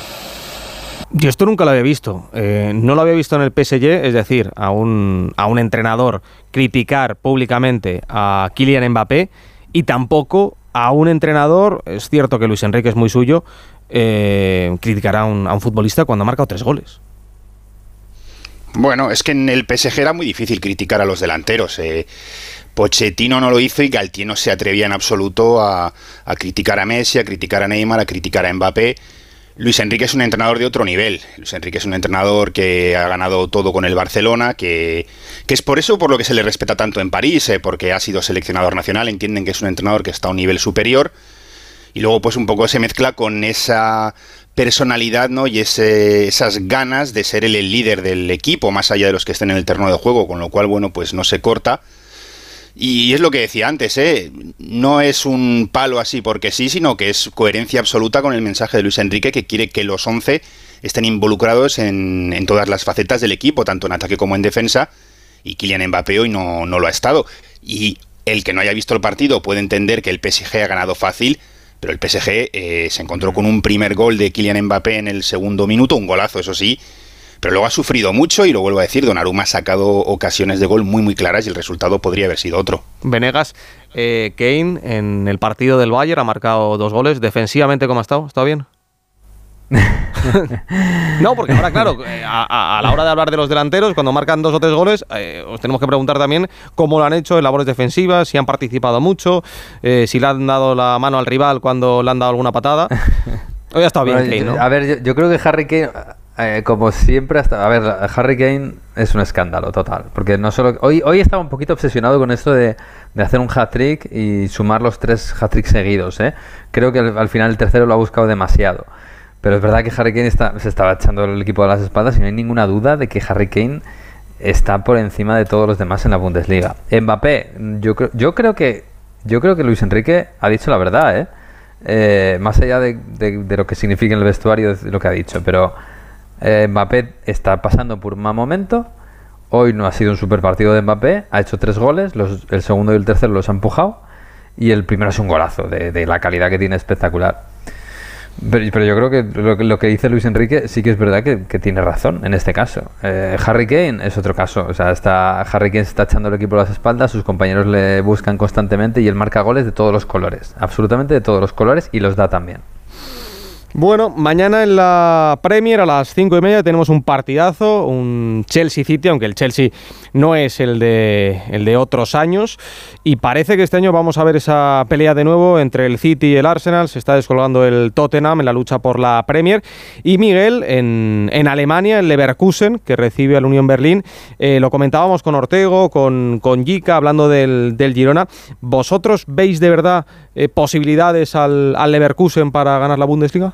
Yo esto nunca lo había visto. No lo había visto en el PSG, es decir, a un entrenador criticar públicamente a Kylian Mbappé, y tampoco a un entrenador, es cierto que Luis Enrique es muy suyo, criticará a un futbolista cuando ha marcado 3 goles. Bueno, es que en el PSG era muy difícil criticar a los delanteros. Pochettino no lo hizo y Galtier no se atrevía en absoluto a criticar a Messi, a criticar a Neymar, a criticar a Mbappé. Luis Enrique es un entrenador de otro nivel. Luis Enrique es un entrenador que ha ganado todo con el Barcelona, que es por eso por lo que se le respeta tanto en París, porque ha sido seleccionador nacional, entienden que es un entrenador que está a un nivel superior, y luego pues un poco se mezcla con esa personalidad, ¿no? Y esas ganas de ser el líder del equipo, más allá de los que estén en el terreno de juego, con lo cual, bueno, pues no se corta. Y es lo que decía antes, no es un palo así porque sí, sino que es coherencia absoluta con el mensaje de Luis Enrique, que quiere que los 11 estén involucrados en todas las facetas del equipo, tanto en ataque como en defensa, y Kylian Mbappé hoy no lo ha estado. Y el que no haya visto el partido puede entender que el PSG ha ganado fácil, pero el PSG se encontró con un primer gol de Kylian Mbappé en el segundo minuto, un golazo, eso sí, pero luego ha sufrido mucho y lo vuelvo a decir, Donnarumma ha sacado ocasiones de gol muy muy claras y el resultado podría haber sido otro. Venegas, Kane en el partido del Bayern ha marcado 2 goles. ¿Defensivamente cómo ha estado? ¿Está bien? No, porque ahora claro, a la hora de hablar de los delanteros, cuando marcan 2 o 3 goles, os tenemos que preguntar también cómo lo han hecho en labores defensivas, si han participado mucho, si le han dado la mano al rival cuando le han dado alguna patada. Hoy ha estado bien, Kane, ¿no? A ver, yo creo que Harry Kane, como siempre, Harry Kane es un escándalo total, porque no solo hoy estaba un poquito obsesionado con esto de hacer un hat-trick y sumar los 3 hat-tricks seguidos, Creo que al final el tercero lo ha buscado demasiado, pero es verdad que Harry Kane se estaba echando el equipo a las espaldas y no hay ninguna duda de que Harry Kane está por encima de todos los demás en la Bundesliga. Mbappé, yo creo que Luis Enrique ha dicho la verdad, más allá de lo que significa en el vestuario de lo que ha dicho, pero Mbappé está pasando por un mal momento. Hoy no ha sido un super partido de Mbappé, ha hecho 3 goles, el segundo y el tercero los ha empujado y el primero es un golazo de la calidad que tiene, espectacular. Pero yo creo que lo que dice Luis Enrique sí que es verdad que tiene razón en este caso. Harry Kane es otro caso, o sea, Harry Kane se está echando el equipo a las espaldas, sus compañeros le buscan constantemente y él marca goles de todos los colores, absolutamente de todos los colores, y los da también. Bueno, mañana en la Premier a las 5:30 tenemos un partidazo, un Chelsea-City, aunque el Chelsea no es el de otros años, y parece que este año vamos a ver esa pelea de nuevo entre el City y el Arsenal. Se está descolgando el Tottenham en la lucha por la Premier, y Miguel en Alemania, el Leverkusen, que recibe al Unión Berlín. Lo comentábamos con Ortego, con Jica, hablando del Girona. ¿Vosotros veis de verdad posibilidades al Leverkusen para ganar la Bundesliga?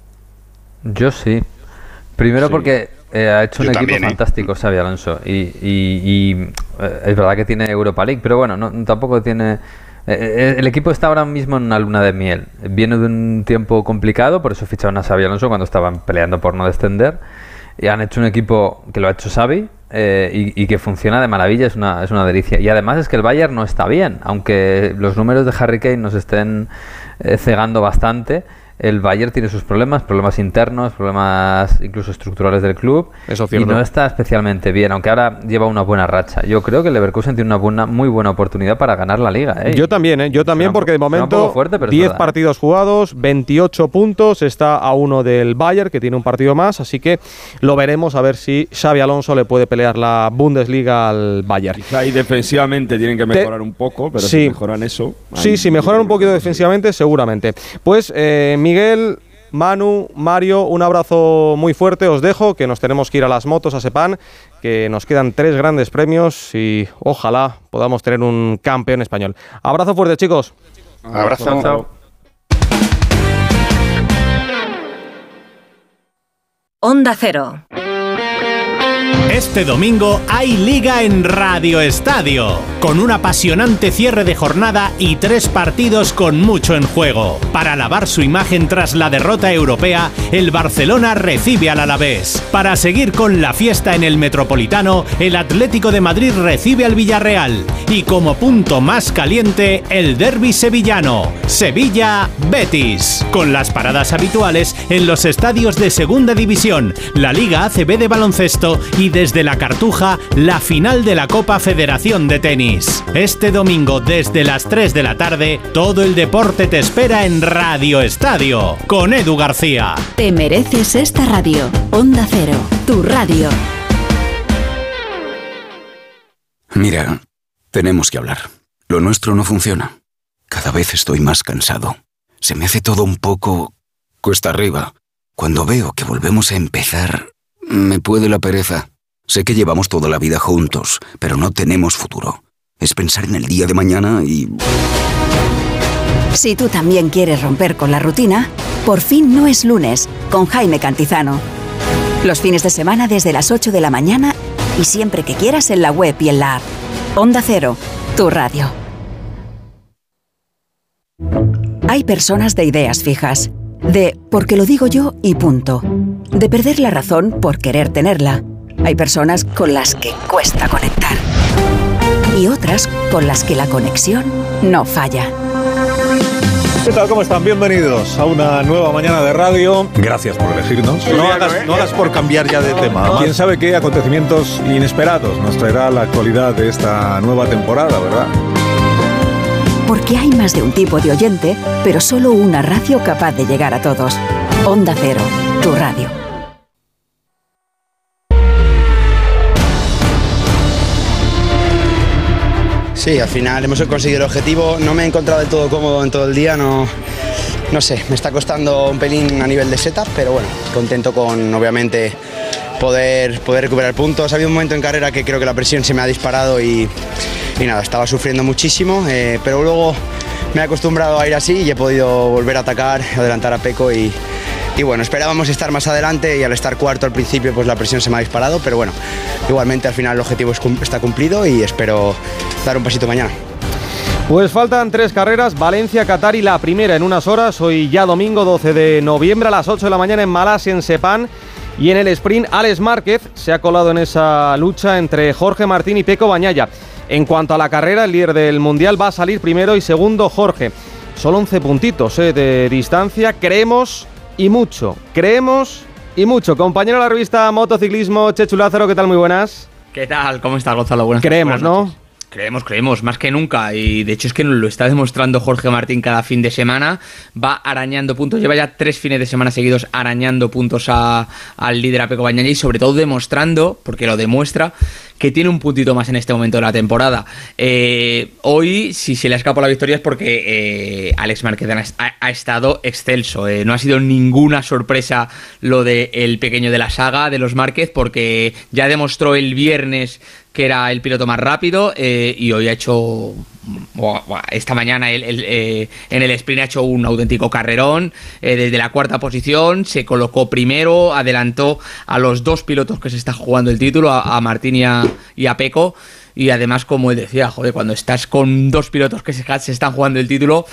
Yo sí. Primero sí, porque ha hecho un equipo también, fantástico Xabi Alonso y es verdad que tiene Europa League, pero bueno, tampoco tiene... el equipo está ahora mismo en una luna de miel. Viene de un tiempo complicado, por eso ficharon a Xabi Alonso cuando estaban peleando por no descender, y han hecho un equipo que lo ha hecho Xabi y que funciona de maravilla, es una delicia. Y además es que el Bayern no está bien, aunque los números de Harry Kane nos estén cegando bastante. el Bayern tiene sus problemas internos, problemas incluso estructurales del club. Eso es cierto. Y no está especialmente bien, aunque ahora lleva una buena racha. Yo creo que el Leverkusen tiene una muy buena oportunidad para ganar la Liga. Yo también, porque de momento fuerte, 10 partidos jugados, 28 puntos, está a 1 del Bayern, que tiene un partido más, así que lo veremos a ver si Xabi Alonso le puede pelear la Bundesliga al Bayern. Quizá y defensivamente tienen que mejorar un poco, pero si mejoran eso... Si mejoran un poquito defensivamente, seguramente. Pues Miguel, Manu, Mario, un abrazo muy fuerte, os dejo, que nos tenemos que ir a las motos, a Sepang, que nos quedan 3 grandes premios y ojalá podamos tener un campeón español. Abrazo fuerte, chicos. Abrazo. Chao. Onda Cero. Este domingo hay Liga en Radio Estadio, con un apasionante cierre de jornada y 3 partidos con mucho en juego. Para lavar su imagen tras la derrota europea, el Barcelona recibe al Alavés. Para seguir con la fiesta en el Metropolitano, el Atlético de Madrid recibe al Villarreal. Y como punto más caliente, el derbi sevillano, Sevilla-Betis, con las paradas habituales en los estadios de Segunda División, la Liga ACB de baloncesto y desde la Cartuja, la final de la Copa Federación de Tenis. Este domingo desde las 3 de la tarde, todo el deporte te espera en Radio Estadio, con Edu García. Te mereces esta radio. Onda Cero, tu radio. Mira, tenemos que hablar. Lo nuestro no funciona. Cada vez estoy más cansado. Se me hace todo un poco cuesta arriba. Cuando veo que volvemos a empezar, me puede la pereza. Sé que llevamos toda la vida juntos, pero no tenemos futuro. Es pensar en el día de mañana y... Si tú también quieres romper con la rutina, Por fin no es lunes, con Jaime Cantizano. Los fines de semana desde las 8 de la mañana y siempre que quieras en la web y en la app. Onda Cero, tu radio. Hay personas de ideas fijas, de porque lo digo yo y punto, de perder la razón por querer tenerla. Hay personas con las que cuesta conectar y otras con las que la conexión no falla. ¿Qué tal? ¿Cómo están? Bienvenidos a una nueva mañana de radio. Gracias por elegirnos. No hagas por cambiar ya de tema. Quién sabe qué acontecimientos inesperados nos traerá la actualidad de esta nueva temporada, ¿verdad? Porque hay más de un tipo de oyente, pero solo una radio capaz de llegar a todos. Onda Cero, tu radio. Sí, al final hemos conseguido el objetivo. No me he encontrado del todo cómodo en todo el día, no sé, me está costando un pelín a nivel de setup, pero bueno, contento con, obviamente, poder recuperar puntos. Ha habido un momento en carrera que creo que la presión se me ha disparado y nada, estaba sufriendo muchísimo, pero luego me he acostumbrado a ir así y he podido volver a atacar, adelantar a Pecco y bueno, esperábamos estar más adelante y al estar cuarto al principio pues la presión se me ha disparado, pero bueno, igualmente al final el objetivo está cumplido y espero dar un pasito mañana. Pues faltan 3 carreras, Valencia, Qatar y la primera en unas horas, hoy ya domingo 12 de noviembre a las 8 de la mañana en Malasia, en Sepang. Y en el sprint, Alex Márquez se ha colado en esa lucha entre Jorge Martín y Pecco Bagnaia. En cuanto a la carrera, el líder del Mundial va a salir primero y segundo Jorge. Solo 11 puntitos de distancia, creemos y mucho. Compañero de la revista Motociclismo, Chechu Lázaro, ¿qué tal? Muy buenas. ¿Qué tal? ¿Cómo estás, Gonzalo? Buenas Creemos, buenas ¿no? Creemos, más que nunca. Y de hecho es que lo está demostrando Jorge Martín cada fin de semana. Va arañando puntos. Lleva ya 3 fines de semana seguidos arañando puntos al líder, a Pecco Bagnaia. Y sobre todo demostrando, porque lo demuestra, que tiene un puntito más en este momento de la temporada. Hoy, si se le ha escapado la victoria, es porque Alex Márquez ha estado excelso. No ha sido ninguna sorpresa lo del pequeño de la saga de los Márquez, porque ya demostró el viernes que era el piloto más rápido, y hoy ha hecho, esta mañana en el sprint ha hecho un auténtico carrerón. Desde la 4ª posición se colocó primero, adelantó a los 2 pilotos que se están jugando el título, a Martín y a Pecco. Y además, como él decía, cuando estás con 2 pilotos que se están jugando el título,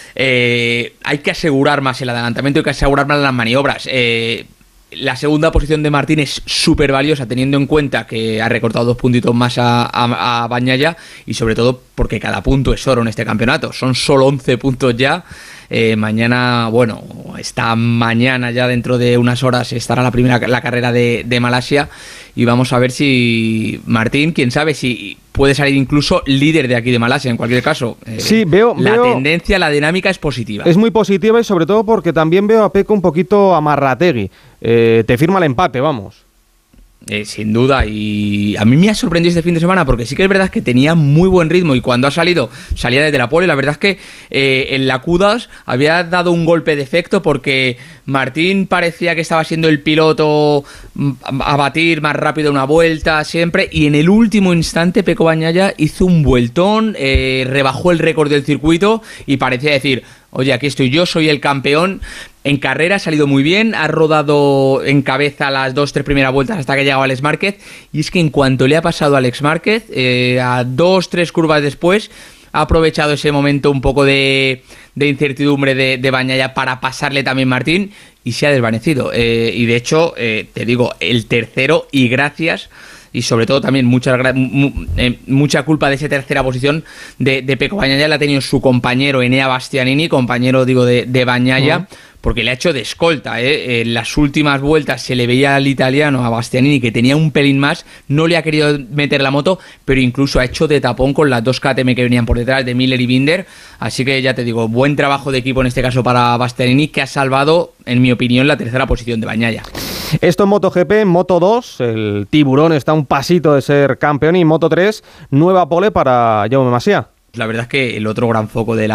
hay que asegurar más el adelantamiento, hay que asegurar más las maniobras. La segunda posición de Martín es súper valiosa, teniendo en cuenta que ha recortado 2 puntitos más a Bagnaia, y sobre todo porque cada punto es oro en este campeonato. Son solo 11 puntos ya, Mañana, bueno, está mañana ya dentro de unas horas estará la carrera de Malasia y vamos a ver si Martín, quién sabe, si puede salir incluso líder de aquí de Malasia. En cualquier caso, sí, veo tendencia, la dinámica es positiva. Es muy positiva y sobre todo porque también veo a Pecco un poquito amarrategui. Te firma el empate, vamos. Sin duda, y a mí me ha sorprendido este fin de semana porque sí que es verdad que tenía muy buen ritmo y cuando salía desde la pole. La verdad es que en la Q2 había dado un golpe de efecto porque Martín parecía que estaba siendo el piloto a batir más rápido una vuelta siempre, y en el último instante Pecco Bagnaia hizo un vueltón, rebajó el récord del circuito y parecía decir: oye, aquí estoy yo, soy el campeón. En carrera ha salido muy bien, ha rodado en cabeza las 2-3 primeras vueltas hasta que ha llegado Alex Márquez, y es que en cuanto le ha pasado a Alex Márquez, a 2-3 curvas después, ha aprovechado ese momento un poco de incertidumbre de Bagnaia para pasarle también Martín, y se ha desvanecido. Y de hecho, te digo, el tercero, y gracias... y sobre todo también mucha culpa de esa tercera posición de Pecco Bagnaia la ha tenido su compañero Enea Bastianini, compañero de Bagnaia, porque le ha hecho de escolta, en las últimas vueltas se le veía al italiano, a Bastianini, que tenía un pelín más, no le ha querido meter la moto, pero incluso ha hecho de tapón con las dos KTM que venían por detrás de Miller y Binder. Así que ya te digo, buen trabajo de equipo en este caso para Bastianini, que ha salvado, en mi opinión, la tercera posición de Bagnaia. Esto en MotoGP. En Moto2, el tiburón está a un pasito de ser campeón, y en Moto3, nueva pole para Jaume Masia. La verdad es que el otro gran foco del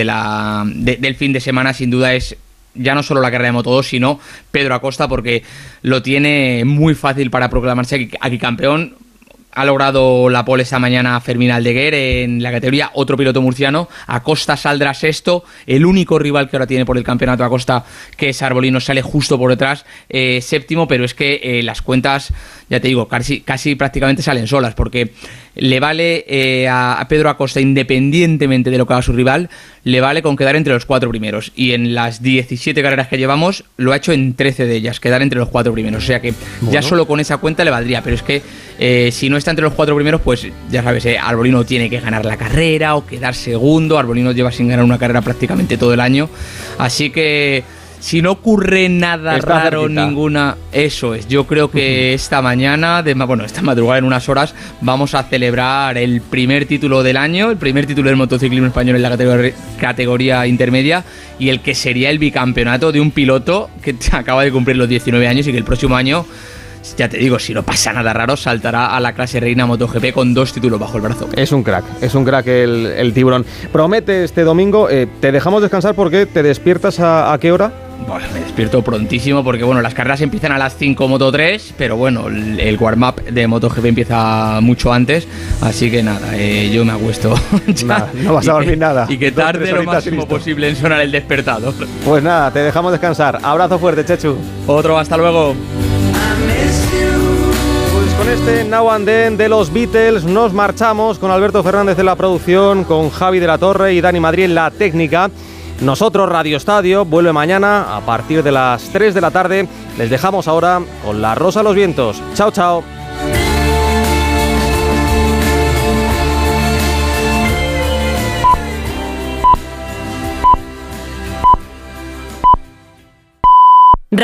fin de semana sin duda es ya no solo la carrera de Moto2, sino Pedro Acosta, porque lo tiene muy fácil para proclamarse aquí campeón. Ha logrado la pole esta mañana Fermín Aldeguer en la categoría, otro piloto murciano. Acosta saldrá sexto, el único rival que ahora tiene por el campeonato Acosta, que es Arbolino, sale justo por detrás, séptimo, pero es que las cuentas, ya te digo, casi prácticamente salen solas, porque le vale a Pedro Acosta, independientemente de lo que haga su rival, le vale con quedar entre los 4 primeros, y en las 17 carreras que llevamos lo ha hecho en 13 de ellas, quedar entre los 4 primeros, o sea que ya solo con esa cuenta le valdría, pero es que si no está entre los 4 primeros, pues ya sabes, Arbolino tiene que ganar la carrera o quedar segundo. Arbolino lleva sin ganar una carrera prácticamente todo el año, así que si no ocurre nada raro, ninguna... Eso es, yo creo que esta mañana, esta madrugada, en unas horas, vamos a celebrar el primer título del año, el primer título del motociclismo español en la categoría intermedia, y el que sería el bicampeonato de un piloto que acaba de cumplir los 19 años y que el próximo año, ya te digo, si no pasa nada raro, saltará a la clase reina MotoGP con 2 títulos bajo el brazo. Es un crack el tiburón. Promete este domingo. Te dejamos descansar porque te despiertas ¿a qué hora? Bueno, me despierto prontísimo porque las carreras empiezan a las 5 Moto3, pero bueno, el warm-up de MotoGP empieza mucho antes, así que nada, yo me acuesto. No vas a dormir nada. Y que tarde lo máximo posible en sonar el despertador. Pues nada, te dejamos descansar. Abrazo fuerte, Chechu. Otro, hasta luego. Con este Now and Then de los Beatles nos marchamos, con Alberto Fernández en la producción, con Javi de la Torre y Dani Madrid en la técnica. Nosotros, Radio Estadio, vuelve mañana a partir de las 3 de la tarde. Les dejamos ahora con La Rosa a los Vientos. Chao, chao.